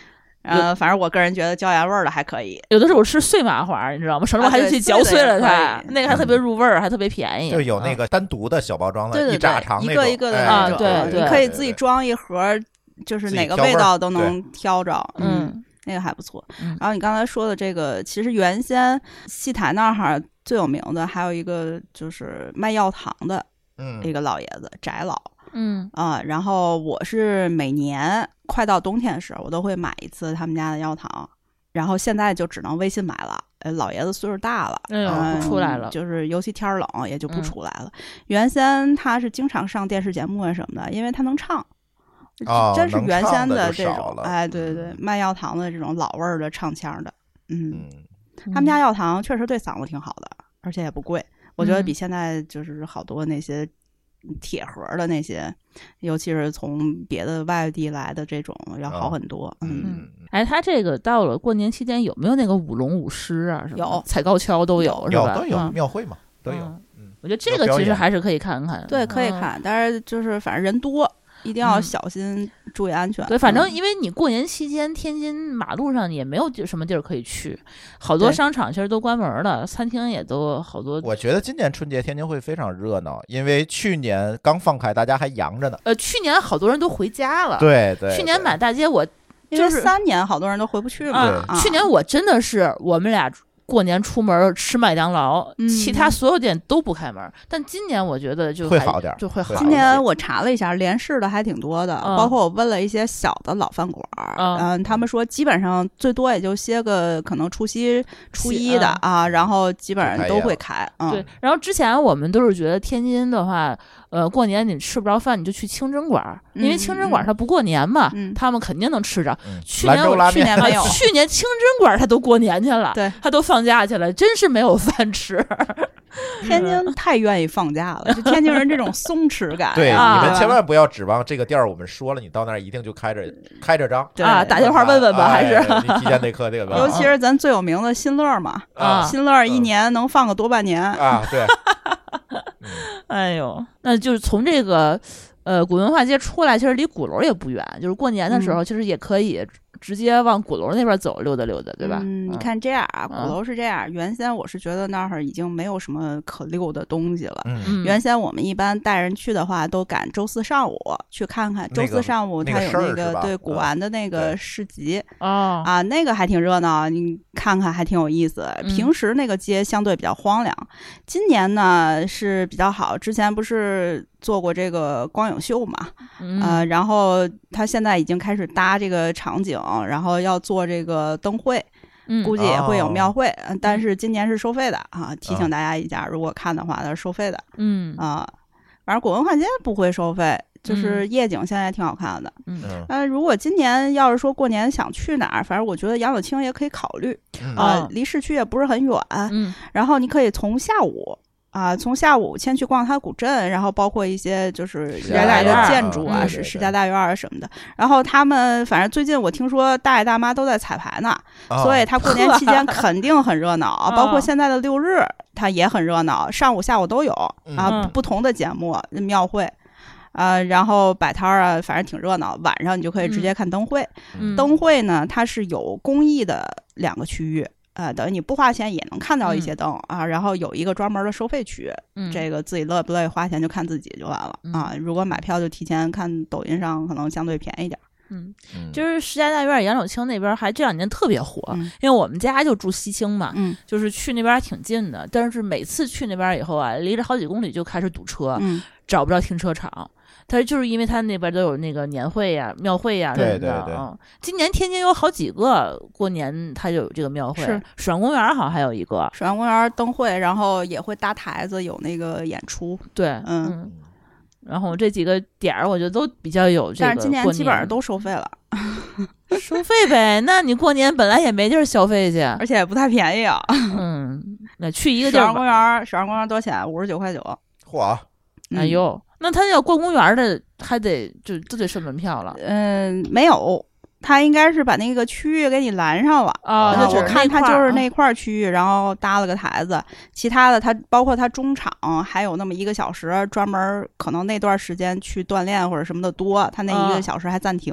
呃，反正我个人觉得椒盐味儿的还可以。 有的时候吃碎麻花，你知道吗？省得我还得去嚼碎了它，啊、那个还特别入味儿，还特别便宜。 就有那个单独的小包装的， 对对对， 一炸长那种， 一个一个的啊， 那种， 对对， 你可以自己装一盒，就是哪个味道都能挑着，嗯，那个还不错。然后你刚才说的这个，其实原先戏台那儿最有名的还有一个就是卖药糖的，嗯，一个老爷子翟老。嗯啊，然后我是每年快到冬天的时候，我都会买一次他们家的药糖，然后现在就只能微信买了。呃，老爷子岁数大了， 哎呦， 嗯、 不出来了， 就是尤其天冷也就不出来了。嗯、原先他是经常上电视节目啊什么的，因为他能唱， 哦、 真是原先的这种，哎，对对对，卖药糖的这种老味儿的唱腔的，嗯， 嗯他们家药糖确实对嗓子挺好的，而且也不贵，我觉得比现在就是好多那些。铁盒的那些，尤其是从别的外地来的这种要好很多。哦、 嗯，哎，他这个到了过年期间有没有那个舞龙舞狮啊？什么有踩高跷都有，是吧？ 有都有、嗯、庙会嘛都有。 嗯，我觉得这个其实还是可以看看。 对，可以看，嗯、但是就是反正人多。一定要小心，注意安全。 嗯、对，反正因为你过年期间，天津马路上也没有什么地儿可以去，好多商场其实都关门了，餐厅也都好多。 我觉得今年春节天津会非常热闹，因为去年刚放开，大家还阳着呢。 呃，去年好多人都回家了。 对 对, 对。 去年满大街我就是三年，好多人都回不去了。 啊啊、去年我真的是我们俩。过年出门吃麦当劳，嗯、其他所有店都不开门。但今年我觉得就会好点， 就会好。 今年我查了一下，连市的还挺多的，嗯、包括我问了一些小的老饭馆，嗯、呃，他们说基本上最多也就歇个可能除夕、初一的、嗯、啊，然后基本上都会开。嗯、 对，然后之前我们都是觉得天津的话，呃，过年你吃不着饭，你就去清真馆，嗯、因为清真馆它不过年嘛，嗯、他们肯定能吃着。 嗯、 去年我去年没有， 去年清真馆他都过年去了， 对， 他都放假去了，真是没有饭吃。 天津太愿意放假了，就天津人这种松弛感。 对， 啊、 你们千万不要指望这个店儿，我们说了，你到那儿一定就开着开着张啊，打电话问问吧，还是、 哎、你提前得磕这个。 尤其是咱最有名的新乐嘛，啊，新乐一年能放个多半年啊，对。 哎呦，那就是从这个呃古文化街出来，其实离鼓楼也不远，就是过年的时候，其实也可以直接往鼓楼那边走溜达溜达，对吧？ 嗯，你看这样啊，鼓楼是这样，原先我是觉得那儿已经没有什么可溜的东西了。 嗯， 原先我们一般带人去的话，都赶周四上午去看看。周四上午它有那个对古玩的那个市集啊啊，那个还挺热闹，你看看还挺有意思。平时那个街相对比较荒凉，今年呢是比较好。之前不是做过这个光影秀嘛， 嗯、 呃，然后他现在已经开始搭这个场景。然后要做这个灯会， 嗯、 估计也会有庙会， 哦、 但是今年是收费的啊！提醒大家一下，如果看的话，它是收费的。 嗯啊，反正古文化街不会收费，就是夜景现在挺好看的。 嗯， 呃，如果今年要是说过年想去哪儿，反正我觉得杨柳青也可以考虑啊、 嗯， 离市区也不是很远。 嗯， 然后你可以从下午。啊，从下午先去逛它古镇，然后包括一些就是原来的建筑啊，是世家大院啊什么的。然后他们反正最近我听说大爷大妈都在彩排呢， 哦、 所以他过年期间肯定很热闹。包括现在的六日，它也很热闹，上午下午都有啊， 嗯、 不同的节目庙会。呃，然后摆摊啊，反正挺热闹。晚上你就可以直接看灯会。 嗯、 灯会呢，它是有公益的两个区域。呃，等于你不花钱也能看到一些灯、嗯、啊，然后有一个专门的收费区， 嗯、 这个自己乐不乐意花钱就看自己就完了、 嗯、 啊。如果买票就提前看抖音上，可能相对便宜点。 嗯，就是石家大院杨柳青那边还这两年特别火、 嗯， 因为我们家就住西青嘛， 嗯， 就是去那边挺近的，但是每次去那边以后啊，离着好几公里就开始堵车， 嗯， 找不着停车场。他就是因为他那边都有那个年会呀、庙会呀， 对对对。 嗯，今年天津有好几个过年，他就有这个庙会。 是水上公园好像还有一个水上公园灯会，然后也会搭台子，有那个演出。 对， 嗯。 嗯然后这几个点儿，我觉得都比较有这个。 但是今年基本上都收费了， 收费呗。那你过年本来也没地儿消费去， 而且也不太便宜啊。 嗯，那去一个地儿。 水上公园，水上公园多少钱？五十九块九。 嚯！ 哎呦，那他要逛公园的，还得就都得收门票了。 嗯，没有。他应该是把那个区域给你拦上了啊、 哦！我看他就是那块区域，然后搭了个台子，其他的他包括他中场还有那么一个小时，专门可能那段时间去锻炼或者什么的多，他那一个小时还暂停。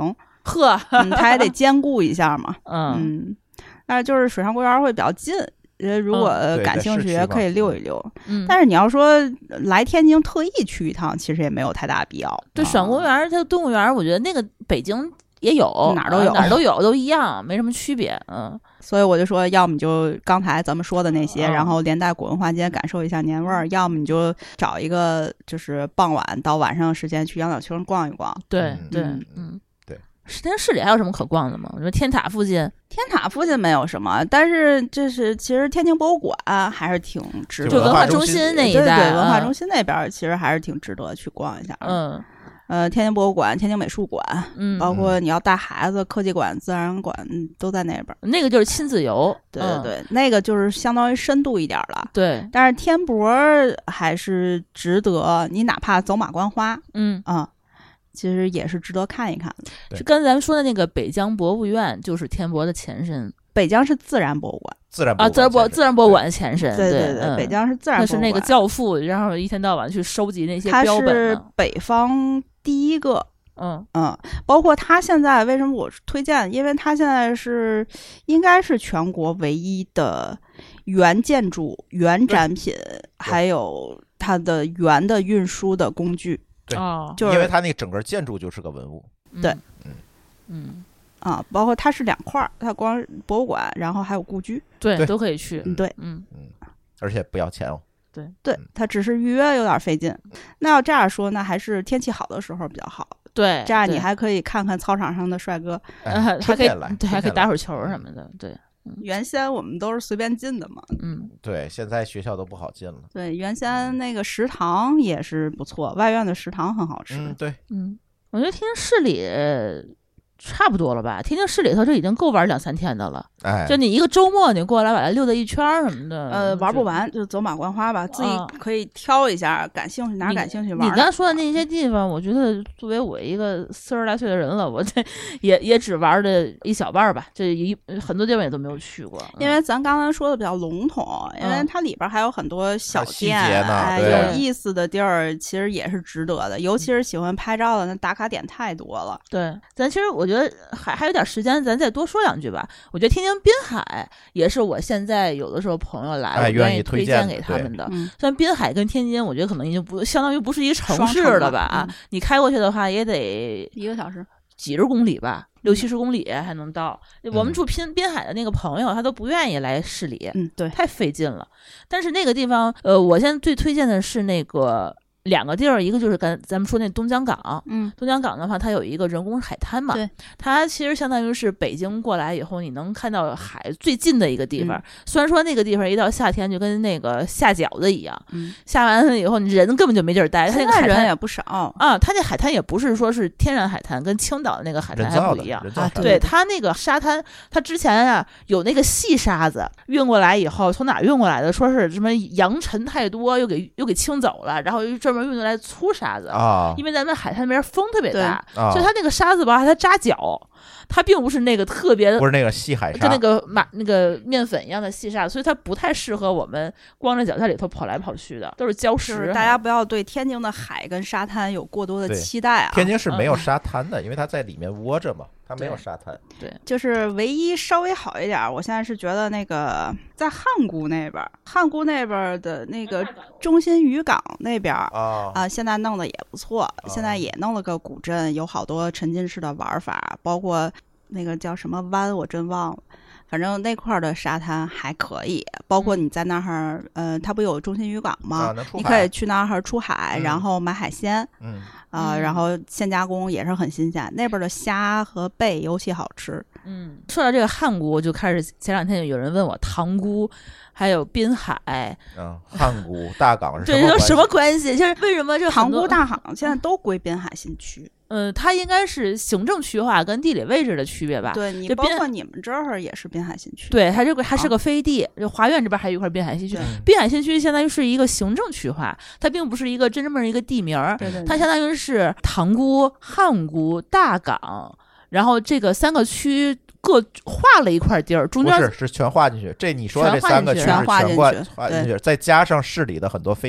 呵， 嗯，它也得兼顾一下嘛。 嗯嗯，但是就是水上公园会比较近。呃，如果感兴趣也可以溜一溜， 嗯， 但是你要说来天津特意去一趟，其实也没有太大必要。 对，水上公园它动物园，我觉得那个北京也有， 哪儿都有， 哪儿都有，都一样，没什么区别。嗯， 所以我就说，要么就刚才咱们说的那些， 嗯、 然后连带古文化街感受一下年味儿；要么你就找一个就是傍晚到晚上的时间去杨角村逛一逛。 对、 嗯、 对， 嗯。 嗯对， 天津市里还有什么可逛的吗？我觉得天塔附近， 天塔附近没有什么，但是就是其实天津博物馆还是挺值得， 就文化中心那一带， 对对，文化嗯中心那边其实还是挺值得去逛一下。 嗯， 呃，天津博物馆、天津美术馆， 嗯， 包括你要带孩子，科技馆、自然馆都在那边。 那个就是亲子游， 对对对，嗯、那个就是相当于深度一点了。 对， 但是天博还是值得，你哪怕走马观花， 嗯啊。嗯其实也是值得看一看的。 就跟咱们说的那个北疆博物院，就是天博的前身。 北疆是自然博物馆， 自然博啊，自然博自然博物馆的前身。 对对对对，嗯、北疆是自然博物馆。 那是那个教父，然后一天到晚去收集那些标本。 它是北方第一个。 嗯嗯，包括它现在为什么我推荐？因为它现在是应该是全国唯一的原建筑、原展品，还有它的原的运输的工具。 对， 哦， 就是因为它那整个建筑就是个文物。 对， 嗯嗯啊，包括它是两块儿，它光博物馆，然后还有故居， 对， 对都可以去。 嗯，对， 嗯嗯，而且不要钱哦。 对对，它只是预约有点费劲。那要这样说，那还是天气好的时候比较好。 对， 这样你还可以看看操场上的帅哥， 呃、还可以对，还可以打会儿球什么的。对。 原先我们都是随便进的嘛， 嗯， 对，现在学校都不好进了。 对，原先那个食堂也是不错，外院的食堂很好吃。 嗯，对， 嗯，我觉得天津市里差不多了吧？天津市里头这已经够玩两三天的了。 哎， 就你一个周末你过来把它溜达一圈什么的， 呃，玩不完就走马观花吧，自己可以挑一下，感兴趣哪感兴趣玩。 你刚才说的那些地方，我觉得作为我一个四十来岁的人了，我这也也只玩的一小半吧，这一很多地方也都没有去过。 因为咱刚才说的比较笼统，因为它里边还有很多小店，哎，有意思的地儿，其实也是值得的。尤其是喜欢拍照的，那打卡点太多了。 对，咱其实我觉得还还有点时间，咱再多说两句吧。我觉得天津滨海也是我现在有的时候朋友来， 哎、 我愿意推荐给他们的。虽然滨海跟天津，我觉得可能已经不相当于不是一个城市了吧？啊、嗯，你开过去的话也得一个小时， 几十公里吧，六七十公里还能到。嗯、我们住滨滨海的那个朋友，他都不愿意来市里， 嗯，对， 太费劲了。但是那个地方，呃，我现在最推荐的是那个。两个地儿，一个就是跟咱们说那东江港， 嗯， 东江港的话，它有一个人工海滩嘛， 对， 它其实相当于是北京过来以后，你能看到海最近的一个地方。 嗯、 虽然说那个地方一到夏天就跟那个下饺子一样， 嗯， 下完了以后你人根本就没地儿待。它那个海滩也不少啊，它那海滩也不是说是天然海滩，跟青岛的那个海滩还不一样啊。 对，它那个沙滩，它之前啊有那个细沙子运过来以后，从哪运过来的？说是什么扬尘太多，又给又给清走了，然后又专门运过来粗沙子啊， 因为咱们海滩那边风特别大， 啊、 所以它那个沙子吧，它扎脚，它并不是那个特别不是那个细海沙， 就那个马那个面粉一样的细沙，所以它不太适合我们光着脚在里头跑来跑去的，都是礁石。 就是大家不要对天津的海跟沙滩有过多的期待啊。 天津是没有沙滩的，嗯、因为它在里面窝着嘛，它没有沙滩。 对， 就是唯一稍微好一点，我现在是觉得那个在汉沽那边，汉沽那边的那个中心渔港那边啊、 哦呃，现在弄得也不错，哦、现在也弄了个古镇，有好多沉浸式的玩法，包括那个叫什么湾，我真忘了。反正那块的沙滩还可以，包括你在那儿，呃，它不有中心渔港吗？ 啊、 你可以去那儿出海， 嗯、 然后买海鲜， 嗯啊、呃，然后现加工也是很新鲜。那边的虾和贝尤其好吃。 嗯，说到这个汉沽，就开始前两天有人问我塘沽，还有滨海， 嗯，汉沽、大港是对，这什么关系？就是为什么这塘沽、大港现在都归滨海新区？ 呃，它应该是行政区划跟地理位置的区别吧？ 对，你包括你们这儿也是滨海新区。 对，它这个还是个飞地，就、啊、华苑这边还有一块滨海新区。滨海新区相当于是一个行政区划，它并不是一个真正的一个地名儿。 对对对， 它相当于是塘沽、汉沽、大港，然后这个三个区各划了一块地儿，中间不是是全划进去。这你说的这三个区是全划进去，再加上市里的很多飞地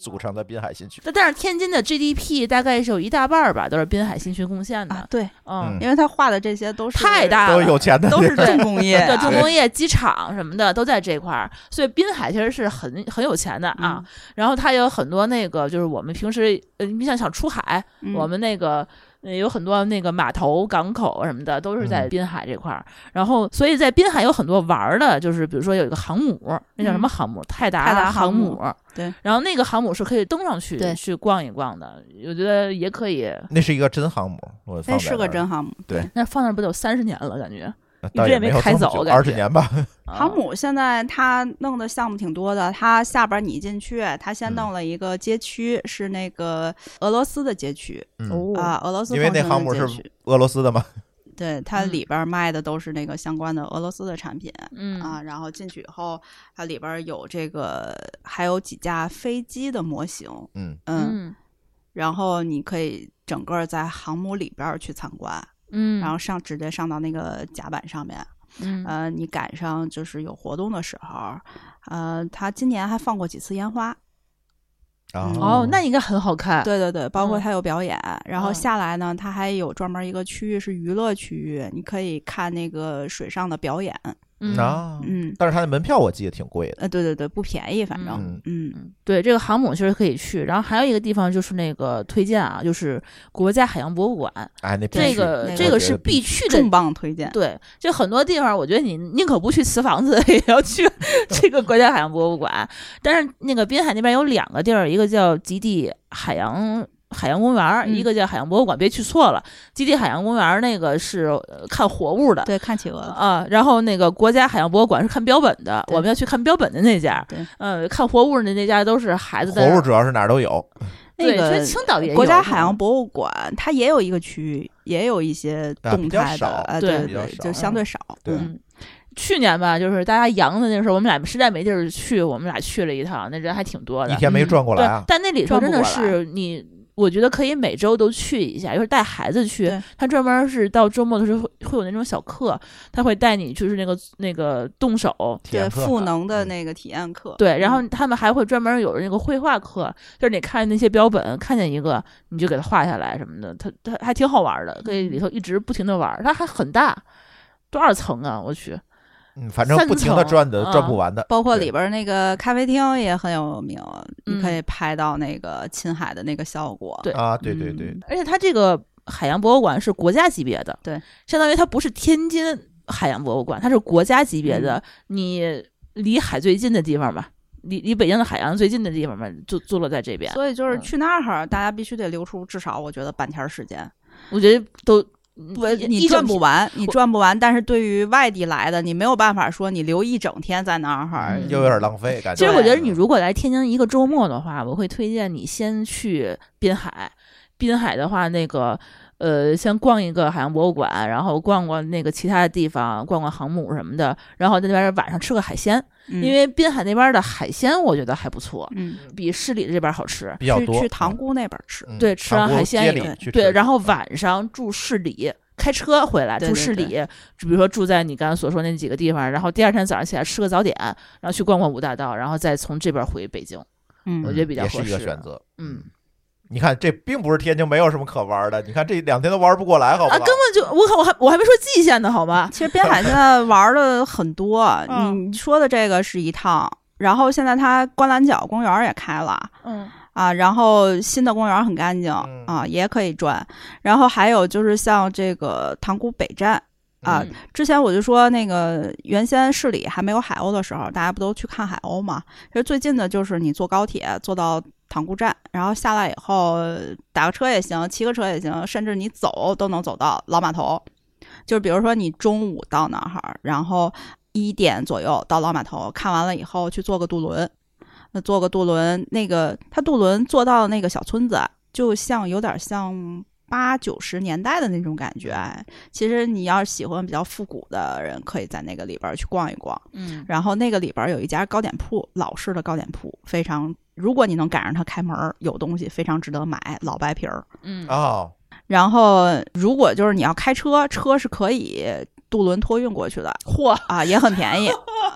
组成的滨海新区。 但是天津的 G D P 大概是有一大半吧，都是滨海新区贡献的。 啊、对， 嗯， 因为他画的这些都是太大了， 都有钱的， 都是重工业、啊， 对，重工业、机场什么的都在这块儿，所以滨海其实是很很有钱的啊。 嗯、 然后它有很多那个，就是我们平时呃，你想想出海， 嗯、 我们那个。有很多那个码头、港口什么的，都是在滨海这块儿。嗯、然后，所以在滨海有很多玩的，就是比如说有一个航母，那叫什么航母？嗯、泰达航母。 对。 然后那个航母是可以登上去去逛一逛的，我觉得也可以。 那是一个真航母，我放那是个真航母。 对。 那放那不得有三十年了，感觉。一直也没开走， 二十年吧。 航母现在它弄的项目挺多的，它下边你进去，它先弄了一个街区，嗯、是那个俄罗斯的街区， 嗯、 啊，俄罗斯因为那航母是俄罗斯的嘛。 对，它里边卖的都是那个相关的俄罗斯的产品， 嗯啊，然后进去以后，它里边有这个，还有几架飞机的模型， 嗯嗯，然后你可以整个在航母里边去参观。 嗯， 然后上直接上到那个甲板上面， 嗯， 呃，你赶上就是有活动的时候，呃，他今年还放过几次烟花， 哦， 哦，那应该很好看。 对对对，包括他有表演， 嗯、 然后下来呢，他还有专门一个区域是娱乐区域，你可以看那个水上的表演。 嗯啊， 嗯， 但是它的门票我记得挺贵的。 呃，对对对，不便宜，反正， 嗯嗯， 对，这个航母其实可以去。然后还有一个地方就是那个推荐啊，就是国家海洋博物馆。 哎，那这个、 那个、 这个是必去的， 重磅推荐。 对，就很多地方，我觉得你宁可不去瓷房子，也要去这个国家海洋博物馆。但是那个滨海那边有两个地儿，一个叫极地海洋。海洋公园、嗯、一个叫海洋博物馆，别去错了。基地海洋公园那个是看活物的， 对，看企鹅的啊。然后那个国家海洋博物馆是看标本的，我们要去看标本的那家。 对， 嗯，看活物的那家都是孩子的。 活物主要是哪儿都有。 对， 那个青岛也有国家海洋博物馆，它也有一个区域，也有一些动态的， 啊、 对对对，就相对少。 对。 嗯去年吧，就是大家阳的那时候，我们俩实在没地儿去，我们俩去了一趟，那人还挺多的， 一天没转过来啊。 嗯、但那里头真的是你。我觉得可以每周都去一下，就是带孩子去，他专门是到周末的时候会会有那种小课，他会带你就是那个那个动手对赋能的那个体验课， 对，然后他们还会专门有那个绘画课，就是你看那些标本，看见一个你就给它画下来什么的，他他还挺好玩的，可以里头一直不停的玩，它还很大，多少层啊，我去。 嗯，反正不停的转的，转不完的。 包括里边那个咖啡厅也很有名，你可以拍到那个青海的那个效果。 对啊，对对对。 而且它这个海洋博物馆是国家级别的， 对， 相当于它不是天津海洋博物馆，它是国家级别的。你离海最近的地方吧，离离北京的海洋最近的地方嘛，就坐落在这边。 所以就是去那儿，大家必须得留出至少我觉得半天时间。 我觉得都。 不，你转不完，你转不完。但是对于外地来的，你没有办法说你留一整天在那儿， 又有点浪费感觉。 其实我觉得你如果来天津一个周末的话，我会推荐你先去滨海。滨海的话，那个呃，先逛一个海洋博物馆，然后逛逛那个其他的地方，逛逛航母什么的，然后在那边晚上吃个海鲜。 嗯、 因为滨海那边的海鲜我觉得还不错， 嗯， 比市里的这边好吃， 比较多。 去去塘沽那边吃， 嗯、 对，吃完海鲜以后，对，然后晚上住市里，开车回来住市里， 对对对， 比如说住在你刚才所说那几个地方，然后第二天早上起来吃个早点，然后去逛逛五大道，然后再从这边回北京， 嗯， 我觉得比较合适， 也是一个选择， 嗯。 你看，这并不是天津没有什么可玩的。你看这两天都玩不过来，好不好？ 啊，根本就我我还我还没说蓟县呢，好吗？ 其实滨海现在玩的很多， 嗯、 你说的这个是一趟，然后现在它观澜角公园也开了， 嗯啊，然后新的公园很干净、 嗯、 啊，也可以转。然后还有就是像这个塘沽北站啊、 嗯， 之前我就说那个原先市里还没有海鸥的时候，大家不都去看海鸥嘛？其实最近的就是你坐高铁坐到塘沽站，然后下来以后打个车也行，骑个车也行，甚至你走都能走到老码头。就是比如说你中午到那儿，然后一点左右到老码头，看完了以后去坐个渡轮，那坐个渡轮，那个它渡轮坐到那个小村子，就像有点像八九十年代的那种感觉。其实你要是喜欢比较复古的人，可以在那个里边去逛一逛。 嗯， 然后那个里边有一家糕点铺，老式的糕点铺，非常，如果你能赶上它开门，有东西非常值得买，老白皮儿。 嗯哦。 然后如果就是你要开车，车是可以渡轮托运过去的， 嚯啊，也很便宜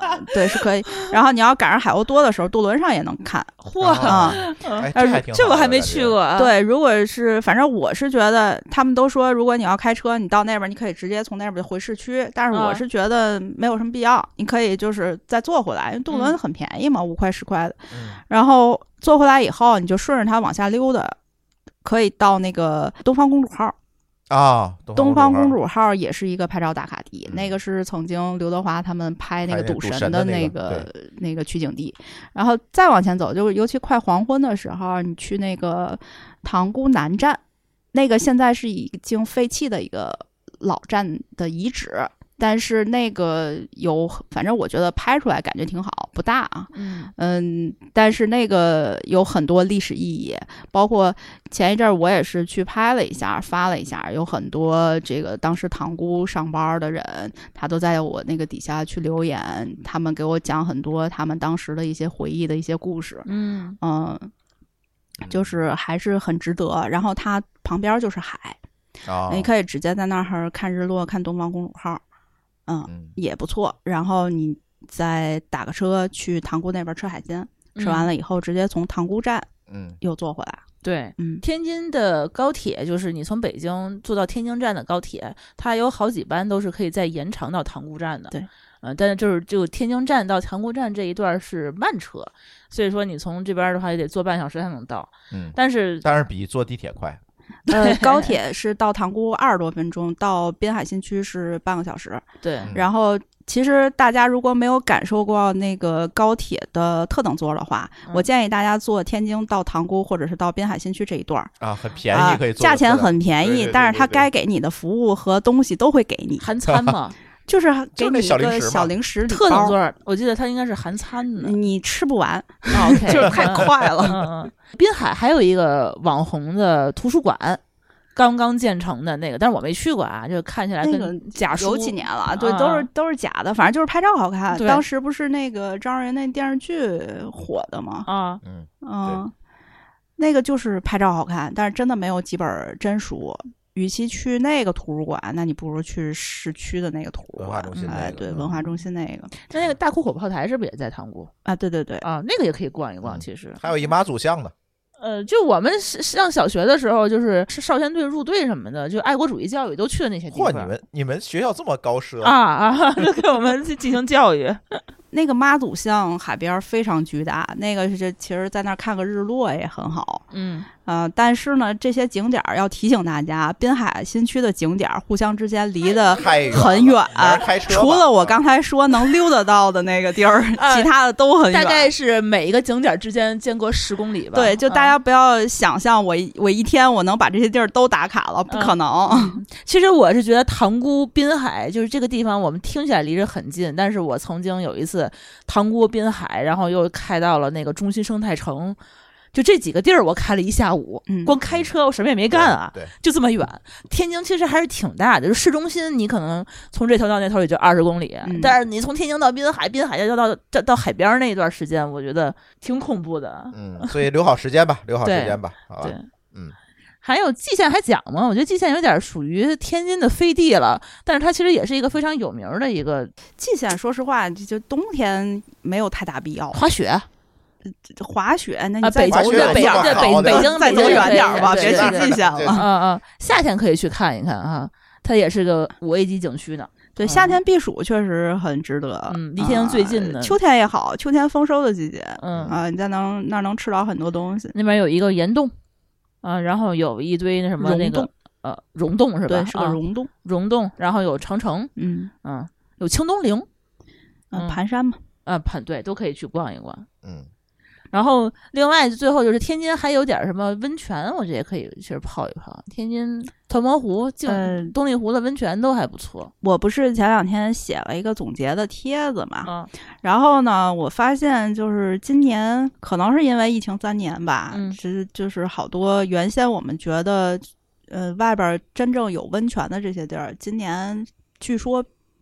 对，是可以。然后你要赶上海鸥多的时候，渡轮上也能看。 嚯啊！ 哎，这还挺好的这我还没去过啊。 对，如果是反正我是觉得，他们都说如果你要开车，你到那边你可以直接从那边回市区，但是我是觉得没有什么必要，你可以就是再坐回来，因为渡轮很便宜嘛，五块十块的。 嗯， 然后坐回来以后，你就顺着它往下溜达，可以到那个东方公主号。 啊， 东方公主号也是一个拍照打卡地， 嗯、 那个是曾经刘德华他们拍那个赌神的那个那个取景地。然后再往前走，就是尤其快黄昏的时候，你去那个塘沽南站，那个现在是已经废弃的一个老站的遗址。但是那个有，反正我觉得拍出来感觉挺好，不大啊， 嗯嗯，但是那个有很多历史意义，包括前一阵我也是去拍了一下，发了一下，有很多这个当时塘沽上班的人，他都在我那个底下去留言，他们给我讲很多他们当时的一些回忆的一些故事， 嗯嗯，就是还是很值得。然后它旁边就是海， 哦、 你可以直接在那儿看日落，看东方公主号。嗯，也不错。然后你再打个车去塘沽那边吃海鲜， 嗯、 吃完了以后直接从塘沽站， 嗯， 又坐回来。 对， 嗯， 天津的高铁就是你从北京坐到天津站的高铁，它有好几班都是可以再延长到塘沽站的。 对， 呃，但是就是就天津站到塘沽站这一段是慢车，所以说你从这边的话也得坐半小时才能到。 嗯， 但是但是比坐地铁快。 呃，高铁是到塘沽二十多分钟，到滨海新区是半个小时。 对， 然后其实大家如果没有感受过那个高铁的特等座的话，嗯、我建议大家坐天津到塘沽或者是到滨海新区这一段啊，很便宜，可以坐、 啊，价钱很便宜， 对对对对对， 但是它该给你的服务和东西都会给你。 含餐嘛。 就是给你一个小零食礼包， 特等座，我记得它应该是含餐的， 你吃不完， 哦、okay, 就是太快了。 嗯嗯、滨海还有一个网红的图书馆，刚刚建成的那个，但是我没去过啊，就看起来跟假书、 那个、有几年了，对，都是都是假的，反正就是拍照好看。当时不是那个张仁那电视剧火的吗？ 啊， 嗯嗯，那个就是拍照好看，但是真的没有几本真书。与其去那个图书馆，那你不如去市区的那个图书馆， 文化中心那个。 哎，对， 嗯、 文化中心那个。 那那个大沽口炮台是不是也在塘沽啊？对对对， 啊，那个也可以逛一逛。其实、 嗯、还有一妈祖像呢。 呃，就我们上小学的时候，就是少先队入队什么的，就爱国主义教育都去的那些地方。 嚯，你们你们学校这么高奢啊啊！都给我们进行教育。 那个妈祖像海边非常巨大，那个是其实在那儿看个日落也很好。 嗯。 呃，但是呢，这些景点要提醒大家，滨海新区的景点互相之间离得很远， 开车除了我刚才说能溜达到的那个地儿， 呃、 其他的都很远。 大概是每一个景点之间间隔十公里吧。 对，就大家不要想象我一、嗯、我一天我能把这些地儿都打卡了，不可能。 嗯、其实我是觉得塘沽滨海就是这个地方，我们听起来离着很近，但是我曾经有一次塘沽滨海，然后又开到了那个中心生态城。就这几个地儿，我开了一下午， 嗯、 光开车我什么也没干啊， 对对， 就这么远。天津其实还是挺大的，就市中心你可能从这头到那头也就二十公里， 嗯、 但是你从天津到滨海，滨海要到到到海边那一段时间，我觉得挺恐怖的。 嗯，所以留好时间吧，留好时间吧，好吧。 对， 嗯。 还有蓟县还讲吗？我觉得蓟县有点属于天津的飞地了，但是它其实也是一个非常有名的一个。 蓟县说实话，就冬天没没有太大必要滑雪。 滑雪，那你再走远点，对北北京再走远点吧，别去蓟县了。 嗯嗯，夏天可以去看一看哈，它也是个五 A 级景区呢。 对，夏天避暑确实很值得。 嗯，离天津最近的。 秋天也好，秋天丰收的季节。 嗯啊，你在能那能吃到很多东西。 那边有一个岩洞，啊，然后有一堆那什么那个呃溶洞是吧？ 对，是个溶洞。 溶洞，然后有长城， 嗯嗯，有清东陵， 嗯，盘山嘛， 啊盘对，都可以去逛一逛。 嗯。 然后，另外最后就是天津还有点什么温泉，我觉得也可以去泡一泡。天津团泊湖、镜、呃、东丽湖的温泉都还不错。 我不是前两天写了一个总结的帖子嘛， 嗯、 然后呢，我发现就是今年可能是因为疫情三年吧， 嗯， 其实就是好多原先我们觉得，呃，外边真正有温泉的这些地儿，今年据说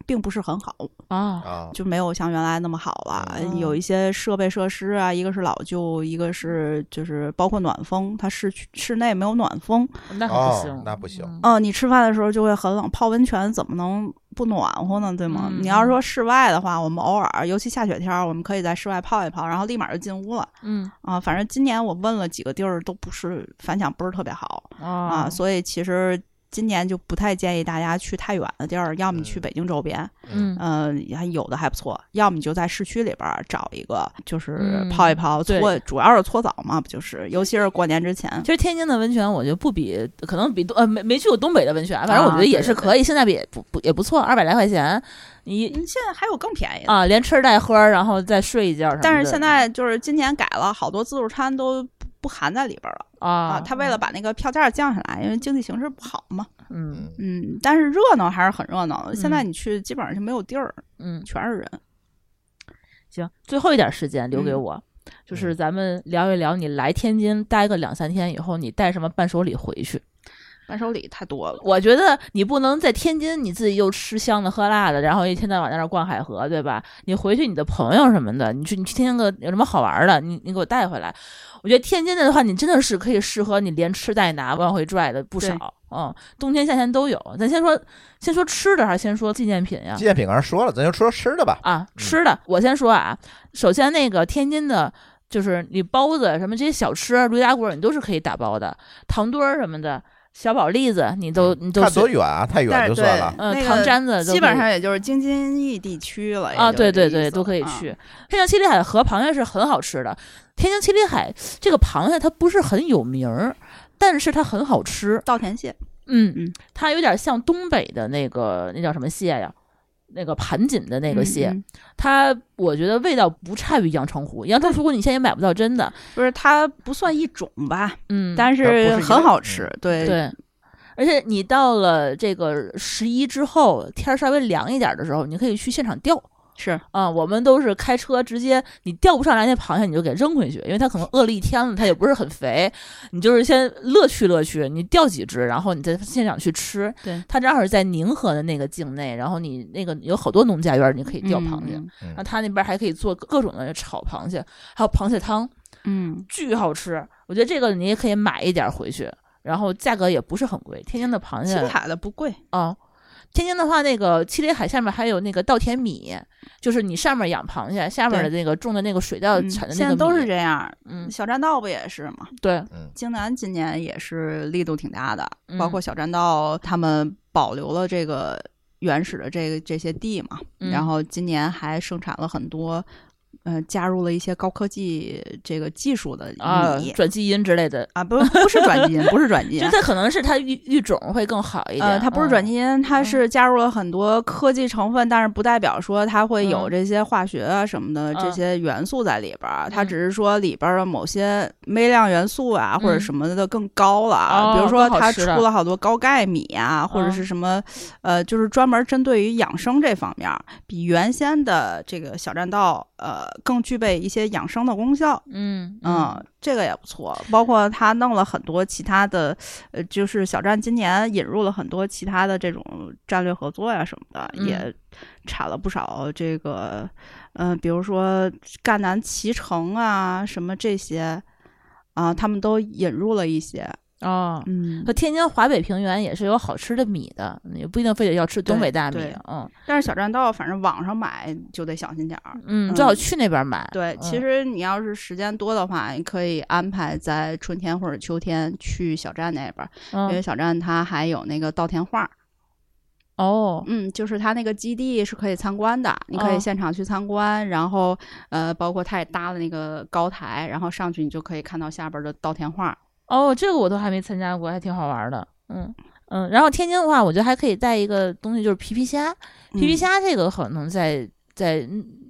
并不是很好啊， 就没有像原来那么好了。 哦、 有一些设备设施啊，一个是老旧，一个是就是包括暖风，它室室内没有暖风， 那不行， 哦、那不行。 嗯、呃，你吃饭的时候就会很冷，泡温泉怎么能不暖和呢？对吗？ 嗯、 你要是说室外的话，我们偶尔，尤其下雪天，我们可以在室外泡一泡，然后立马就进屋了。 嗯啊、呃，反正今年我问了几个地儿，都不是反响不是特别好啊、 哦呃，所以其实。今年就不太建议大家去太远的地儿，要么你去北京周边， 嗯， 呃，还有的还不错，要么你就在市区里边找一个，就是泡一泡， 嗯、 搓，主要是搓澡嘛，不就是？尤其是过年之前。 其实天津的温泉，我觉得不比，可能比呃没没去过东北的温泉，反正我觉得也是可以，性价比也不不也不错，二百来块钱，你你现在还有更便宜的啊，连吃带喝，然后再睡一觉什么的。 但是现在就是今年改了，好多自助餐都不含在里边了啊啊，他为了把那个票价降下来，因为经济形势不好嘛。 嗯嗯，但是热闹还是很热闹的。嗯、现在你去基本上就没有地儿， 嗯， 全是人。 行，最后一点时间留给我，嗯、就是咱们聊一聊你来天津待个两三天以后，你带什么伴手礼回去？ 伴手礼太多了， 我觉得你不能在天津你自己又吃香的喝辣的，然后一天到晚在那逛海河，对吧？你回去你的朋友什么的，你去你去天津个有什么好玩的，你你给我带回来。我觉得天津的话，你真的是可以适合你连吃带拿往回拽的不少，嗯，冬天夏天都有。咱先说先说吃的，还是先说纪念品呀？ 纪念品刚才说了，咱就说吃的吧。 啊，吃的，嗯、我先说啊，首先那个天津的。就是你包子什么这些小吃，驴打滚你都是可以打包的，糖墩儿什么的，小宝栗子你都你都看多远啊，太远就算了。 嗯，糖粘子基本上也就是京津冀地区了啊，对对对，都可以去。天津七里海河螃蟹是很好吃的，天津七里海这个螃蟹它不是很有名儿，但是它很好吃， 稻田蟹。 嗯嗯，它有点像东北的那个那叫什么蟹呀？那个盘锦的那个蟹， 嗯嗯、 它我觉得味道不差于阳澄湖。阳澄湖你现在也买不到真的， 不是它不算一种吧？ 嗯， 但是很好吃。对对，而且你到了这个十一之后，天稍微凉一点的时候，你可以去现场钓。 是啊、嗯，我们都是开车直接，你钓不上来那螃蟹你就给扔回去，因为它可能饿了一天了，它也不是很肥，你就是先乐趣乐趣，你钓几只，然后你在现场去吃。 对， 它正好是在宁河的那个境内，然后你那个有好多农家院，你可以钓螃蟹， 嗯、 然后它那边还可以做各种的炒螃蟹，还有螃蟹汤， 嗯， 巨好吃。我觉得这个你也可以买一点回去，然后价格也不是很贵。天津的螃蟹， 七里海的不贵啊。哦天津的话，那个七里海下面还有那个稻田米，就是你上面养螃蟹，下面的那个种的那个水稻产的那个米、嗯、 现在都是这样。 嗯， 小栈道不也是吗？ 对， 京南今年也是力度挺大的， 嗯、 包括小栈道他们保留了这个原始的这个这些地嘛， 嗯、 然后今年还生产了很多。呃，加入了一些高科技这个技术的米， 啊，转基因之类的啊，不，不是转基因，不是转基因， 就它可能是它育育种会更好一点。 呃，它不是转基因，嗯、它是加入了很多科技成分，嗯、但是不代表说它会有这些化学啊什么的、嗯、这些元素在里边儿。嗯、它只是说里边的某些微量元素啊、嗯、或者什么的更高了。 哦、 比如说它出了好多高钙米啊，或者是什么，呃，就是专门针对于养生这方面，比原先的这个小栈道呃更具备一些养生的功效。 嗯嗯，这个也不错。包括他弄了很多其他的，呃，就是小站今年引入了很多其他的这种战略合作呀什么的， 嗯、 也产了不少这个，嗯、呃，比如说赣南脐橙啊什么这些啊，他们都引入了一些。 哦， 嗯， 和天津华北平原也是有好吃的米的，也不一定非得要吃东北大米，嗯。 但是小栈道反正网上买就得小心点儿， 嗯，最好去那边买。 对， 嗯、 其实你要是时间多的话，你可以安排在春天或者秋天去小站那边， 嗯、 因为小站它还有那个稻田画。 哦， 嗯，就是它那个基地是可以参观的，你可以现场去参观，哦、然后呃，包括它也搭了那个高台，然后上去你就可以看到下边的稻田画。 哦，这个我都还没参加过，还挺好玩的。嗯嗯，然后天津的话，我觉得还可以带一个东西，就是皮皮虾。皮皮虾这个可能在在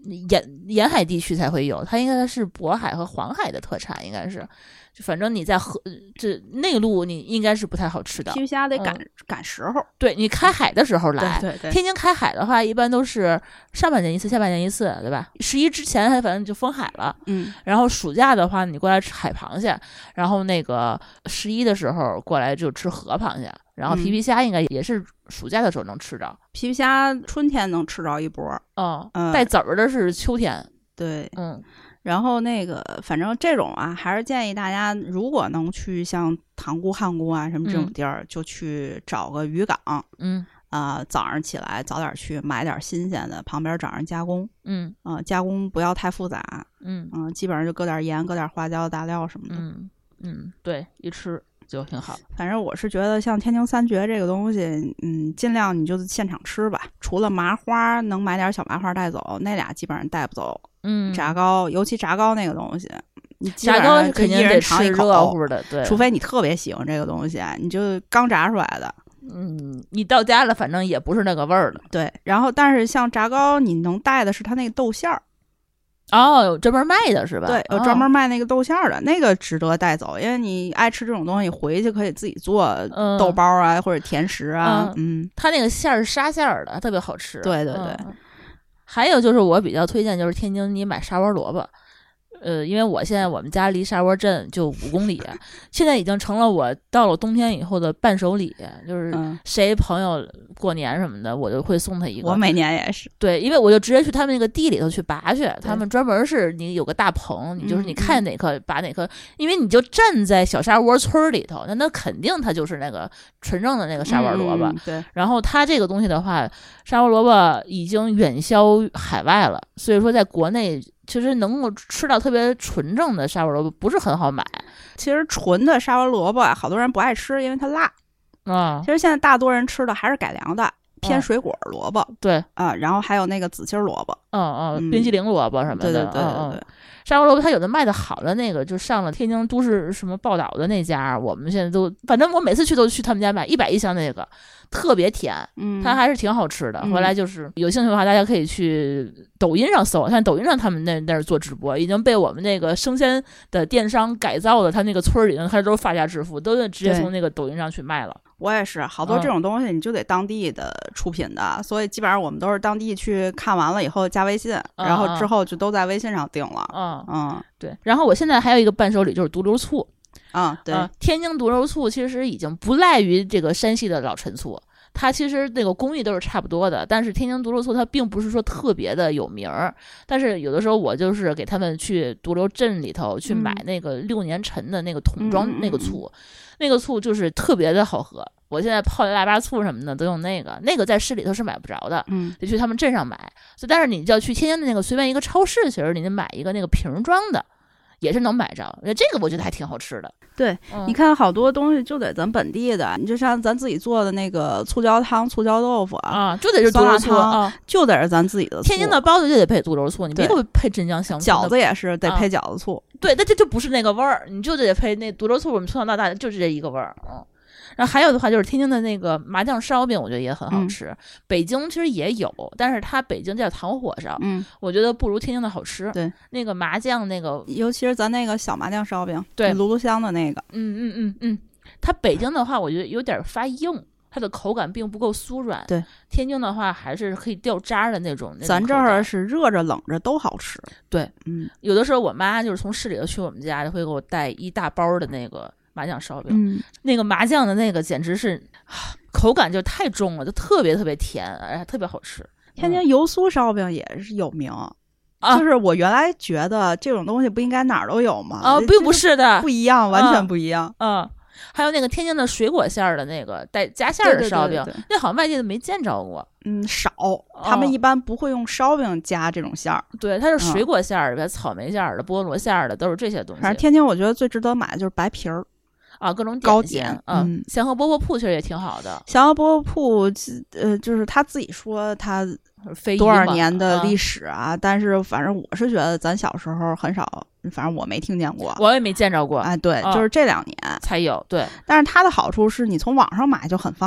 沿沿海地区才会有，它应该是渤海和黄海的特产，应该是。就反正你在河这内陆，你应该是不太好吃的。 皮皮虾得赶、 嗯、 赶时候， 对你开海的时候来。 对对对。 天津开海的话，一般都是上半年一次，下半年一次，对吧？十一之前，反正就封海了。 嗯。 然后暑假的话，你过来吃海螃蟹，然后那个十一的时候过来就吃河螃蟹，然后皮皮虾应该也是暑假的时候能吃着。 嗯、皮皮虾春天能吃着一波。 哦、 嗯， 带籽儿的是秋天。 对， 嗯。 然后那个，反正这种啊，还是建议大家，如果能去像塘沽、汉沽啊什么这种地儿，嗯、就去找个渔港， 嗯， 啊、呃，早上起来早点去买点新鲜的，旁边找人加工， 嗯， 啊、呃，加工不要太复杂， 嗯嗯、呃，基本上就搁点盐、搁点花椒、大料什么的， 嗯嗯，对，一吃就挺好。 反正我是觉得像天津三绝这个东西，嗯，尽量你就现场吃吧，除了麻花能买点小麻花带走，那俩基本上带不走。 嗯， 炸糕，尤其炸糕那个东西，你炸糕肯定得吃热乎的，对， 除非你特别喜欢这个东西，你就刚炸出来的， 嗯，你到家了，反正也不是那个味儿了。 对，然后但是像炸糕，你能带的是它那个豆馅儿， 哦，有专门卖的是吧？ 对，有专门卖那个豆馅儿的，哦、那个值得带走，因为你爱吃这种东西，回去可以自己做豆包啊、嗯、或者甜食啊，嗯， 嗯它那个馅儿是沙馅儿的，特别好吃。 对对对。 嗯还有就是我比较推荐，就是天津你买沙窝萝卜，呃，因为我现在我们家离沙窝镇就五公里，现在已经成了我到了冬天以后的伴手礼，就是谁朋友过年什么的，我就会送他一个。 我每年也是。 对，因为我就直接去他们那个地里头去拔去，他们专门是你有个大棚，你就是你看哪棵拔哪棵，因为你就站在小沙窝村里头，那那肯定它就是那个纯正的那个沙窝萝卜。 嗯、对。 然后它这个东西的话，沙窝萝卜已经远销海外了，所以说在国内其实能够吃到特别纯正的沙窝萝卜不是很好买。 其实纯的沙窝萝卜好多人不爱吃，因为它辣啊。 其实现在大多人吃的还是改良的，偏水果萝卜。 嗯、对啊，然后还有那个紫心萝卜， 嗯嗯，冰激凌萝卜什么的。 对对对对对。 嗯沙窝萝卜它有的卖的好的那个，就上了天津都市什么报道的那家，我们现在都反正我每次去都去他们家买一百一箱那个，特别甜， 嗯， 它还是挺好吃的。 嗯、 后来就是有兴趣的话，大家可以去抖音上搜，看抖音上他们那那儿做直播，已经被我们那个生鲜的电商改造的，他那个村里人他都发家致富，都是直接从那个抖音上去卖了。 我也是，好多这种东西你就得当地的出品的，嗯、所以基本上我们都是当地去看完了以后加微信， 嗯、 然后之后就都在微信上订了。 嗯嗯， 对。然后我现在还有一个伴手礼就是独流醋。 啊，对、 呃，天津独流醋其实已经不赖于这个山西的老陈醋，它其实那个工艺都是差不多的，但是天津独流醋它并不是说特别的有名儿，但是有的时候我就是给他们去独流镇里头去买那个六年陈的那个桶装那个醋， 嗯、 那个醋就是特别的好喝。我现在泡腊八醋什么的都用那个，那个在市里头是买不着的， 嗯， 得去他们镇上买。所以，但是你就要去天津的那个随便一个超市，其实你得买一个那个瓶装的。也是能买着，这个我觉得还挺好吃的。 对、 嗯， 你看好多东西就得咱本地的，你就像咱自己做的那个醋椒汤、醋椒豆腐啊，就得是独流醋啊， 就得是咱自己的醋。 天津的包子就得配独流醋，你别给我配镇江香醋。 饺子也是得配饺子醋， 啊、对，那这就不是那个味儿，你就得配那独流醋。我们从小到大就是这一个味儿，嗯。然后还有的话就是天津的那个麻酱烧饼，我觉得也很好吃。嗯、北京其实也有，但是它北京叫糖火烧， 嗯， 我觉得不如天津的好吃。 对， 那个麻酱那个， 尤其是咱那个小麻酱烧饼， 对， 炉炉香的那个， 嗯嗯嗯嗯，它北京的话，我觉得有点发硬，它的口感并不够酥软。 对， 天津的话还是可以掉渣的那种。 咱这儿是热着冷着都好吃。 对， 嗯， 有的时候我妈就是从市里头去我们家，就会给我带一大包的那个麻酱烧饼， 嗯， 那个麻酱的那个简直是口感就太重了，就特别特别甜，而且特别好吃。 天津油酥烧饼也是有名，嗯、就是我原来觉得这种东西不应该哪儿都有吗？ 啊，并不是的， 不一样，完全不一样。 嗯，嗯还有那个天津的水果馅儿的那个带夹馅儿的烧饼， 对对对对对， 那好像外地的没见着过。 嗯，少，他们一般不会用烧饼加这种馅儿。 哦、对，它是水果馅儿的、嗯、草莓馅儿的、菠萝馅儿的，都是这些东西。 反正天津我觉得最值得买的就是白皮儿。 啊，各种糕点， 嗯， 祥和饽饽铺其实也挺好的。 祥和饽饽铺，呃，就是他自己说他多少年的历史啊， 啊但是反正我是觉得咱小时候很少，反正我没听见过， 我也没见着过。 哎，对， 啊、 就是这两年才有。对， 但是它的好处是你从网上买就很方便。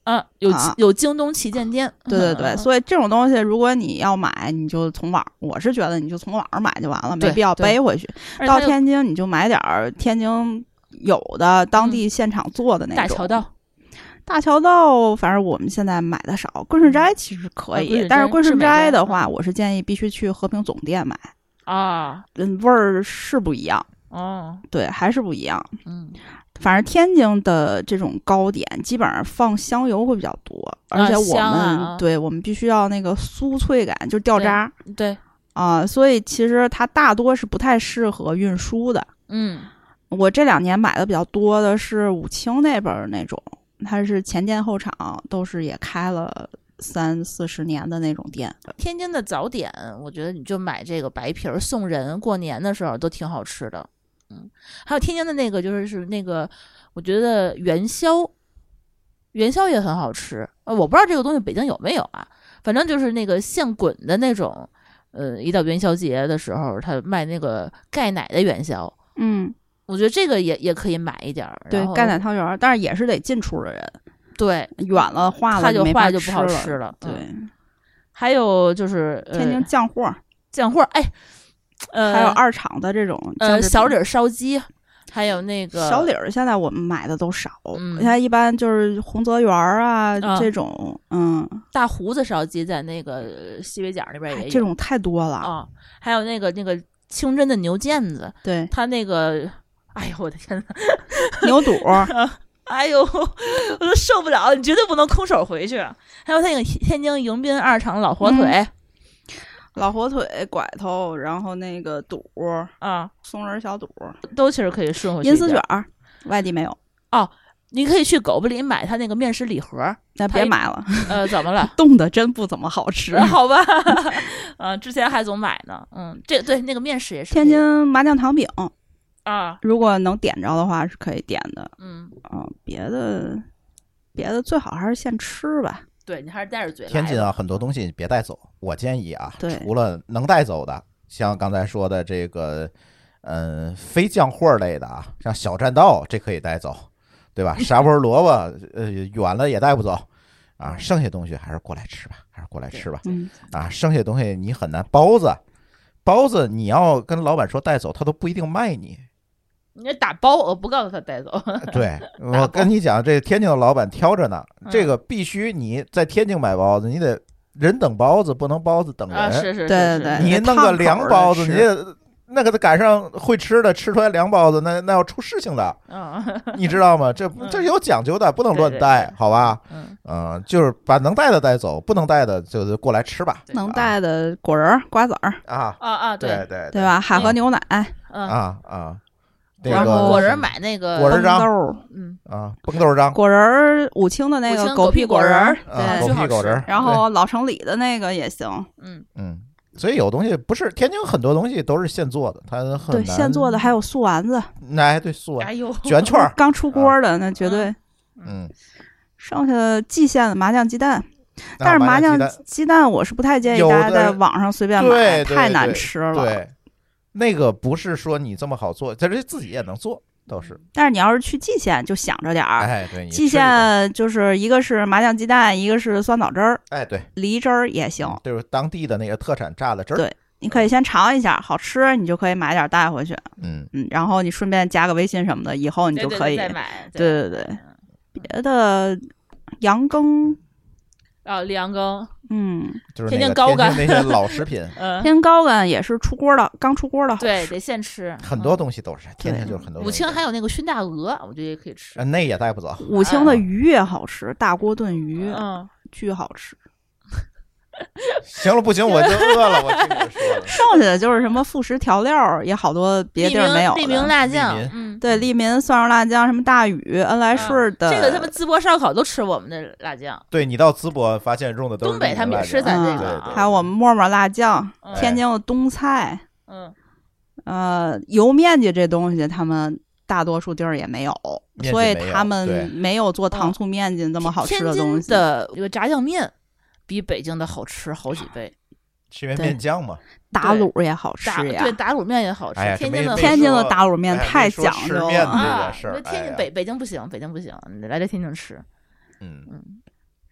啊，有啊有京东旗舰店， 对对对， 嗯所以这种东西如果你要买，你就从网，我是觉得你就从网上买就完了，没对必要对背回去。到而且它有天津你就买点儿天津有的当地现场做的那种。 大桥道， 大桥道，反正我们现在买的少。桂顺斋其实可以， 啊桂顺斋但是桂顺是买家斋的话，我是建议必须去和平总店买， 啊， 嗯，味儿是不一样， 哦， 对，还是不一样。 嗯， 反正天津的这种糕点基本上放香油会比较多，而且我香们、 啊对我们必须要那个酥脆感，就是掉渣对， 啊、所以其实它大多是不太适合运输的。 嗯， 我这两年买的比较多的是武清那边儿那种，它是前店后厂都是也开了三四十年的那种店。 天津的早点，我觉得你就买这个白皮儿送人，过年的时候都挺好吃的。嗯，还有天津的那个就是是那个，我觉得元宵，元宵也很好吃。呃，我不知道这个东西北京有没有啊，反正就是那个现滚的那种。呃，一到元宵节的时候，他卖那个钙奶的元宵， 嗯， 我觉得这个也也可以买一点儿。然，后对钙奶汤圆儿，但是也是得近处的人， 对， 远了化了它就没法化就不好吃吃了。 对， 嗯还有就是、呃、 天津酱货儿， 酱货，哎，呃， 还有二厂的这种酱呃制品小李儿烧鸡，还有那个小李儿，现在我们买的都少， 嗯现在一般就是洪泽园儿啊、 啊这种，嗯， 大胡子烧鸡，在那个西北角那边也有、 哎这种太多了。 啊，还有那个那个清真的牛腱子， 对， 它那个，哎呦我的天呐， 牛肚儿， 哎呦，我都受不了了，你绝对不能空手回去。还有那个天津迎宾二厂老火腿、 嗯老火腿、拐头，然后那个肚儿、 啊， 松仁小肚儿、 都其实可以顺回去。 银丝卷儿，外地没有， 你可以去狗不理买它那个面食礼盒。 那别买了， 呃，怎么了？ 冻的真不怎么好吃。 好吧，嗯、之前还总买呢。嗯，这对那个面食也是可以天津麻酱糖饼， 啊， 如果能点着的话是可以点的。 嗯， 啊、别的别的最好还是现吃吧。 对你还是带着嘴来的。 天津啊，很多东西别带走。我建议啊， 对除了能带走的，像刚才说的这个，嗯，非酱货类的啊，像小栈道这可以带走，对吧？沙坡萝卜，呃，远了也带不走啊。剩下东西还是过来吃吧，还是过来吃吧。 嗯， 啊，剩下东西你很难。包子，包子你要跟老板说带走，他都不一定卖你。 你打包，我不告诉他带走。 对，我跟你讲，这天津的老板挑着呢， 嗯这个必须你在天津买包子，你得人等包子，不能包子等人。 啊，是是是， 对是对你弄个凉包子，你烫口这那个赶上会吃的，吃出来凉包子，那那要出事情的， 嗯你知道吗？这嗯这有讲究的，不能乱对对带， 对好吧？ 嗯， 嗯，就是把能带的带走，不能带的就过来吃吧。 能带的果仁儿、瓜子儿， 啊， 啊啊， 对对对吧？海河牛奶、 嗯， 啊啊，这然后个果仁买那个崩果仁章豆儿、 嗯， 啊，崩豆章果仁儿，武清的那个武清狗屁屁果仁儿， 啊， 对狗屁狗仁儿， 然后老城里的那个也行， 嗯， 嗯，所以有东西不是天津很多东西都是现做的，它很对， 难现做的还有素丸子， 哎，对素丸哎呦， 卷圈儿， 刚出锅的那绝对。 嗯， 剩下的蓟县的麻酱鸡蛋， 啊但是麻酱鸡蛋鸡蛋我是不太建议有大家的在网上随便买， 对对太难对吃了。 对，那个不是说你这么好做，这是自己也能做，倒是。 但是你要是去蓟县，就想着点儿。 哎，对，你蓟吃一个， 县就是一个是麻酱鸡蛋，一个是酸枣汁儿、 哎，对， 梨汁儿也行。 就是当地的那个特产榨的汁儿。 对你可以先尝一下，好吃你就可以买点儿带回去， 嗯， 嗯，然后你顺便加个微信什么的，以后你对对就可以。 对再买， 对对对，别的羊羹， 啊，里阳羹， 嗯， 就是天那个天津高干津那些老食品， 嗯， 天高干也是出锅的，刚出锅的好吃。 对，得现吃， 很多嗯东西都是天津就是很多东武西。 清还有那个熏大鹅，我觉得也可以吃呃，。那也带不走。 武清的鱼也好吃，大锅炖鱼嗯， 巨好吃。 行了，不行，我就饿了。我听你们说的， 剩下的就是什么副食调料，也好多别地儿没有的。 利民辣酱利民， 嗯， 对，利民蒜蓉辣酱，什么大禹、恩来顺的， 这个他们淄博烧烤都吃我们的辣酱， 对你到淄博发现用的都是东北他们也吃咱咱这嗯个啊， 还有我们沫沫辣酱， 嗯天津的冬菜， 嗯， 呃，油面筋这东西他们大多数地儿也没有， 面筋所以没有他们对没有做糖醋面筋这么好吃天的东西。 津的这个炸酱面比北京的好吃好几倍， 是因为对面酱嘛。 打卤也好打吃呀对，打卤面也好吃哎呀， 天津的这没天津的说打卤面哎太没说讲究吃面的了。 这啊个事儿那天哎呀津北北京不行，北京不行，你来这天津吃， 嗯， 嗯，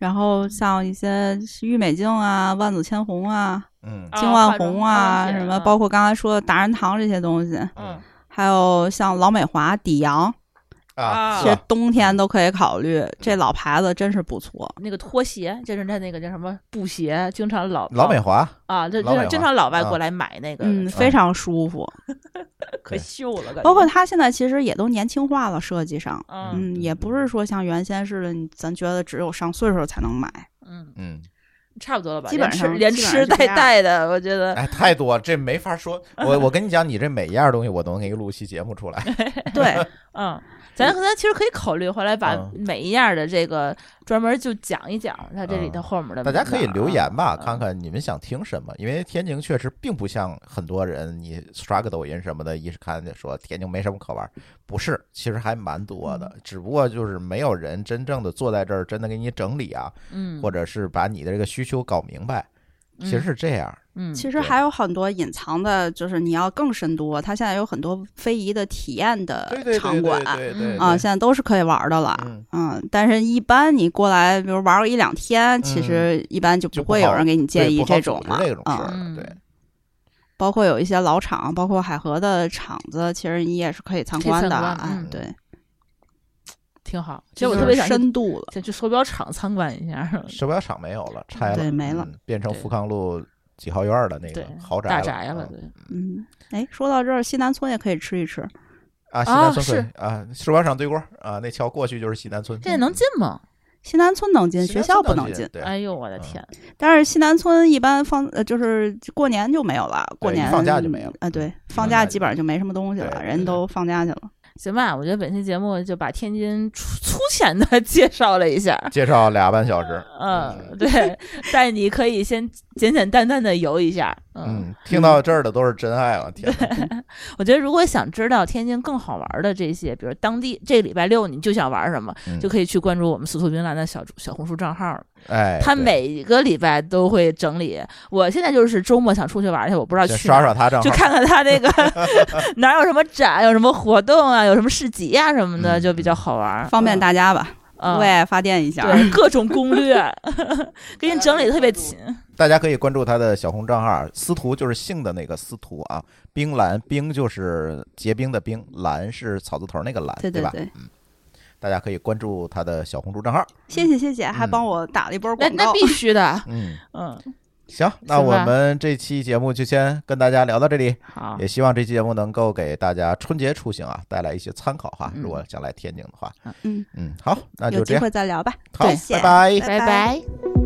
然后像一些郁美净啊、万紫千红啊、 嗯， 金万红啊， 哦、 什么包括刚才说的达仁堂这些东西， 嗯， 还有像老美华、底阳。 啊， 其实冬天都可以考虑，这老牌子真是不错。 那个拖鞋，就是他那个叫什么布鞋，经常老老美华啊，这经经常老外过来买那个， 嗯，非常舒服， 可秀了。 包括它现在其实也都年轻化了，设计上， 嗯, 嗯，也不是说像原先似的，咱觉得只有上岁数才能买。 嗯嗯。 差不多了吧， 基本上连吃带带的，我觉得哎太多，这没法说。我我跟你讲，你这每一样东西我都能给你录期节目出来。 对， 嗯，咱咱其实可以考虑后来把每一样的这个专门就讲一讲它这里头后面的、 嗯。大家可以留言吧，嗯、看看你们想听什么。因为天津确实并不像很多人，你刷个抖音什么的，一看就说天津没什么可玩，不是，其实还蛮多的，只不过就是没有人真正的坐在这儿，真的给你整理啊， 嗯， 或者是把你的这个需求搞明白。其实是这样， 嗯， 其实还有很多隐藏的，就是你要更深度。它现在有很多非遗的体验的场馆啊，现在都是可以玩的了， 嗯, 嗯。但是，一般你过来，比如玩个一两天，嗯、其实一般就不会有人给你建议这种嘛， 这种事儿， 嗯， 对。 包括有一些老厂，包括海河的厂子，其实你也是可以参观的， 啊， 嗯，对。 挺好，其实我特别想深度了， 就去手表厂参观一下。 手表厂没有了，拆了， 对，没了， 嗯、变成富康路几号院的那个豪宅大宅了。对， 嗯，哎，说到这儿，西南村也可以吃一吃啊，西南村可以啊，手表厂对过啊，那桥过去就是西南村。 这能进吗？ 西南村能进，学校不能进。 哎呦，我的天！ 嗯、但是西南村一般放呃，就是过年就没有了，过年放假就没了。 啊、呃，对，放假基本上就没什么东西了，人都放假去了。 行吧，我觉得本期节目就把天津粗浅的介绍了一下， 介绍俩半小时。 嗯，对，但你可以先简简单单的游一下。 嗯，嗯听到这儿的都是真爱了，天！ 我觉得如果想知道天津更好玩的这些，比如当地这个礼拜六你就想玩什么， 嗯、 就可以去关注我们司徒云兰的小小红书账号。 哎， 他每个礼拜都会整理。我现在就是周末想出去玩去，我不知道去刷刷他账号， 就看看他那个哪有什么展，有什么活动啊，有什么市集啊什么的， 嗯、 就比较好玩， 方便大家吧。 嗯、 为爱发电一下， 对各种攻略，给你整理的特别勤。 大家可以关注他的小红账号，司徒就是姓的那个司徒啊，冰兰冰就是结冰的冰，兰是草字头那个兰， 对对对吧？嗯。大家可以关注他的小红书账号， 谢谢谢谢，还帮我打了一波广告， 那那必须的， 嗯嗯， 行，那我们这期节目就先跟大家聊到这里， 好， 也希望这期节目能够给大家春节出行啊带来一些参考哈， 嗯、 如果想来天津的话， 嗯嗯，好，那就这样， 有机会再聊吧， 好， 拜拜拜拜。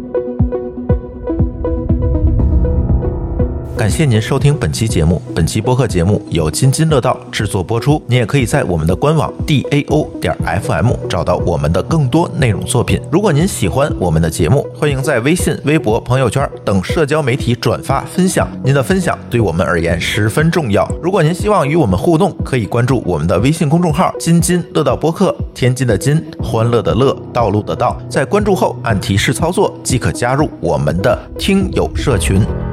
感谢您收听本期节目。本期播客节目由津津乐道制作播出。你也可以在我们的官网 D A O 点 F M 找到我们的更多内容作品。如果您喜欢我们的节目，欢迎在微信、微博、朋友圈等社交媒体转发分享。您的分享对我们而言十分重要。如果您希望与我们互动，可以关注我们的微信公众号“津津乐道播客”，天津的津，欢乐的乐，道路的道。在关注后按提示操作即可加入我们的听友社群。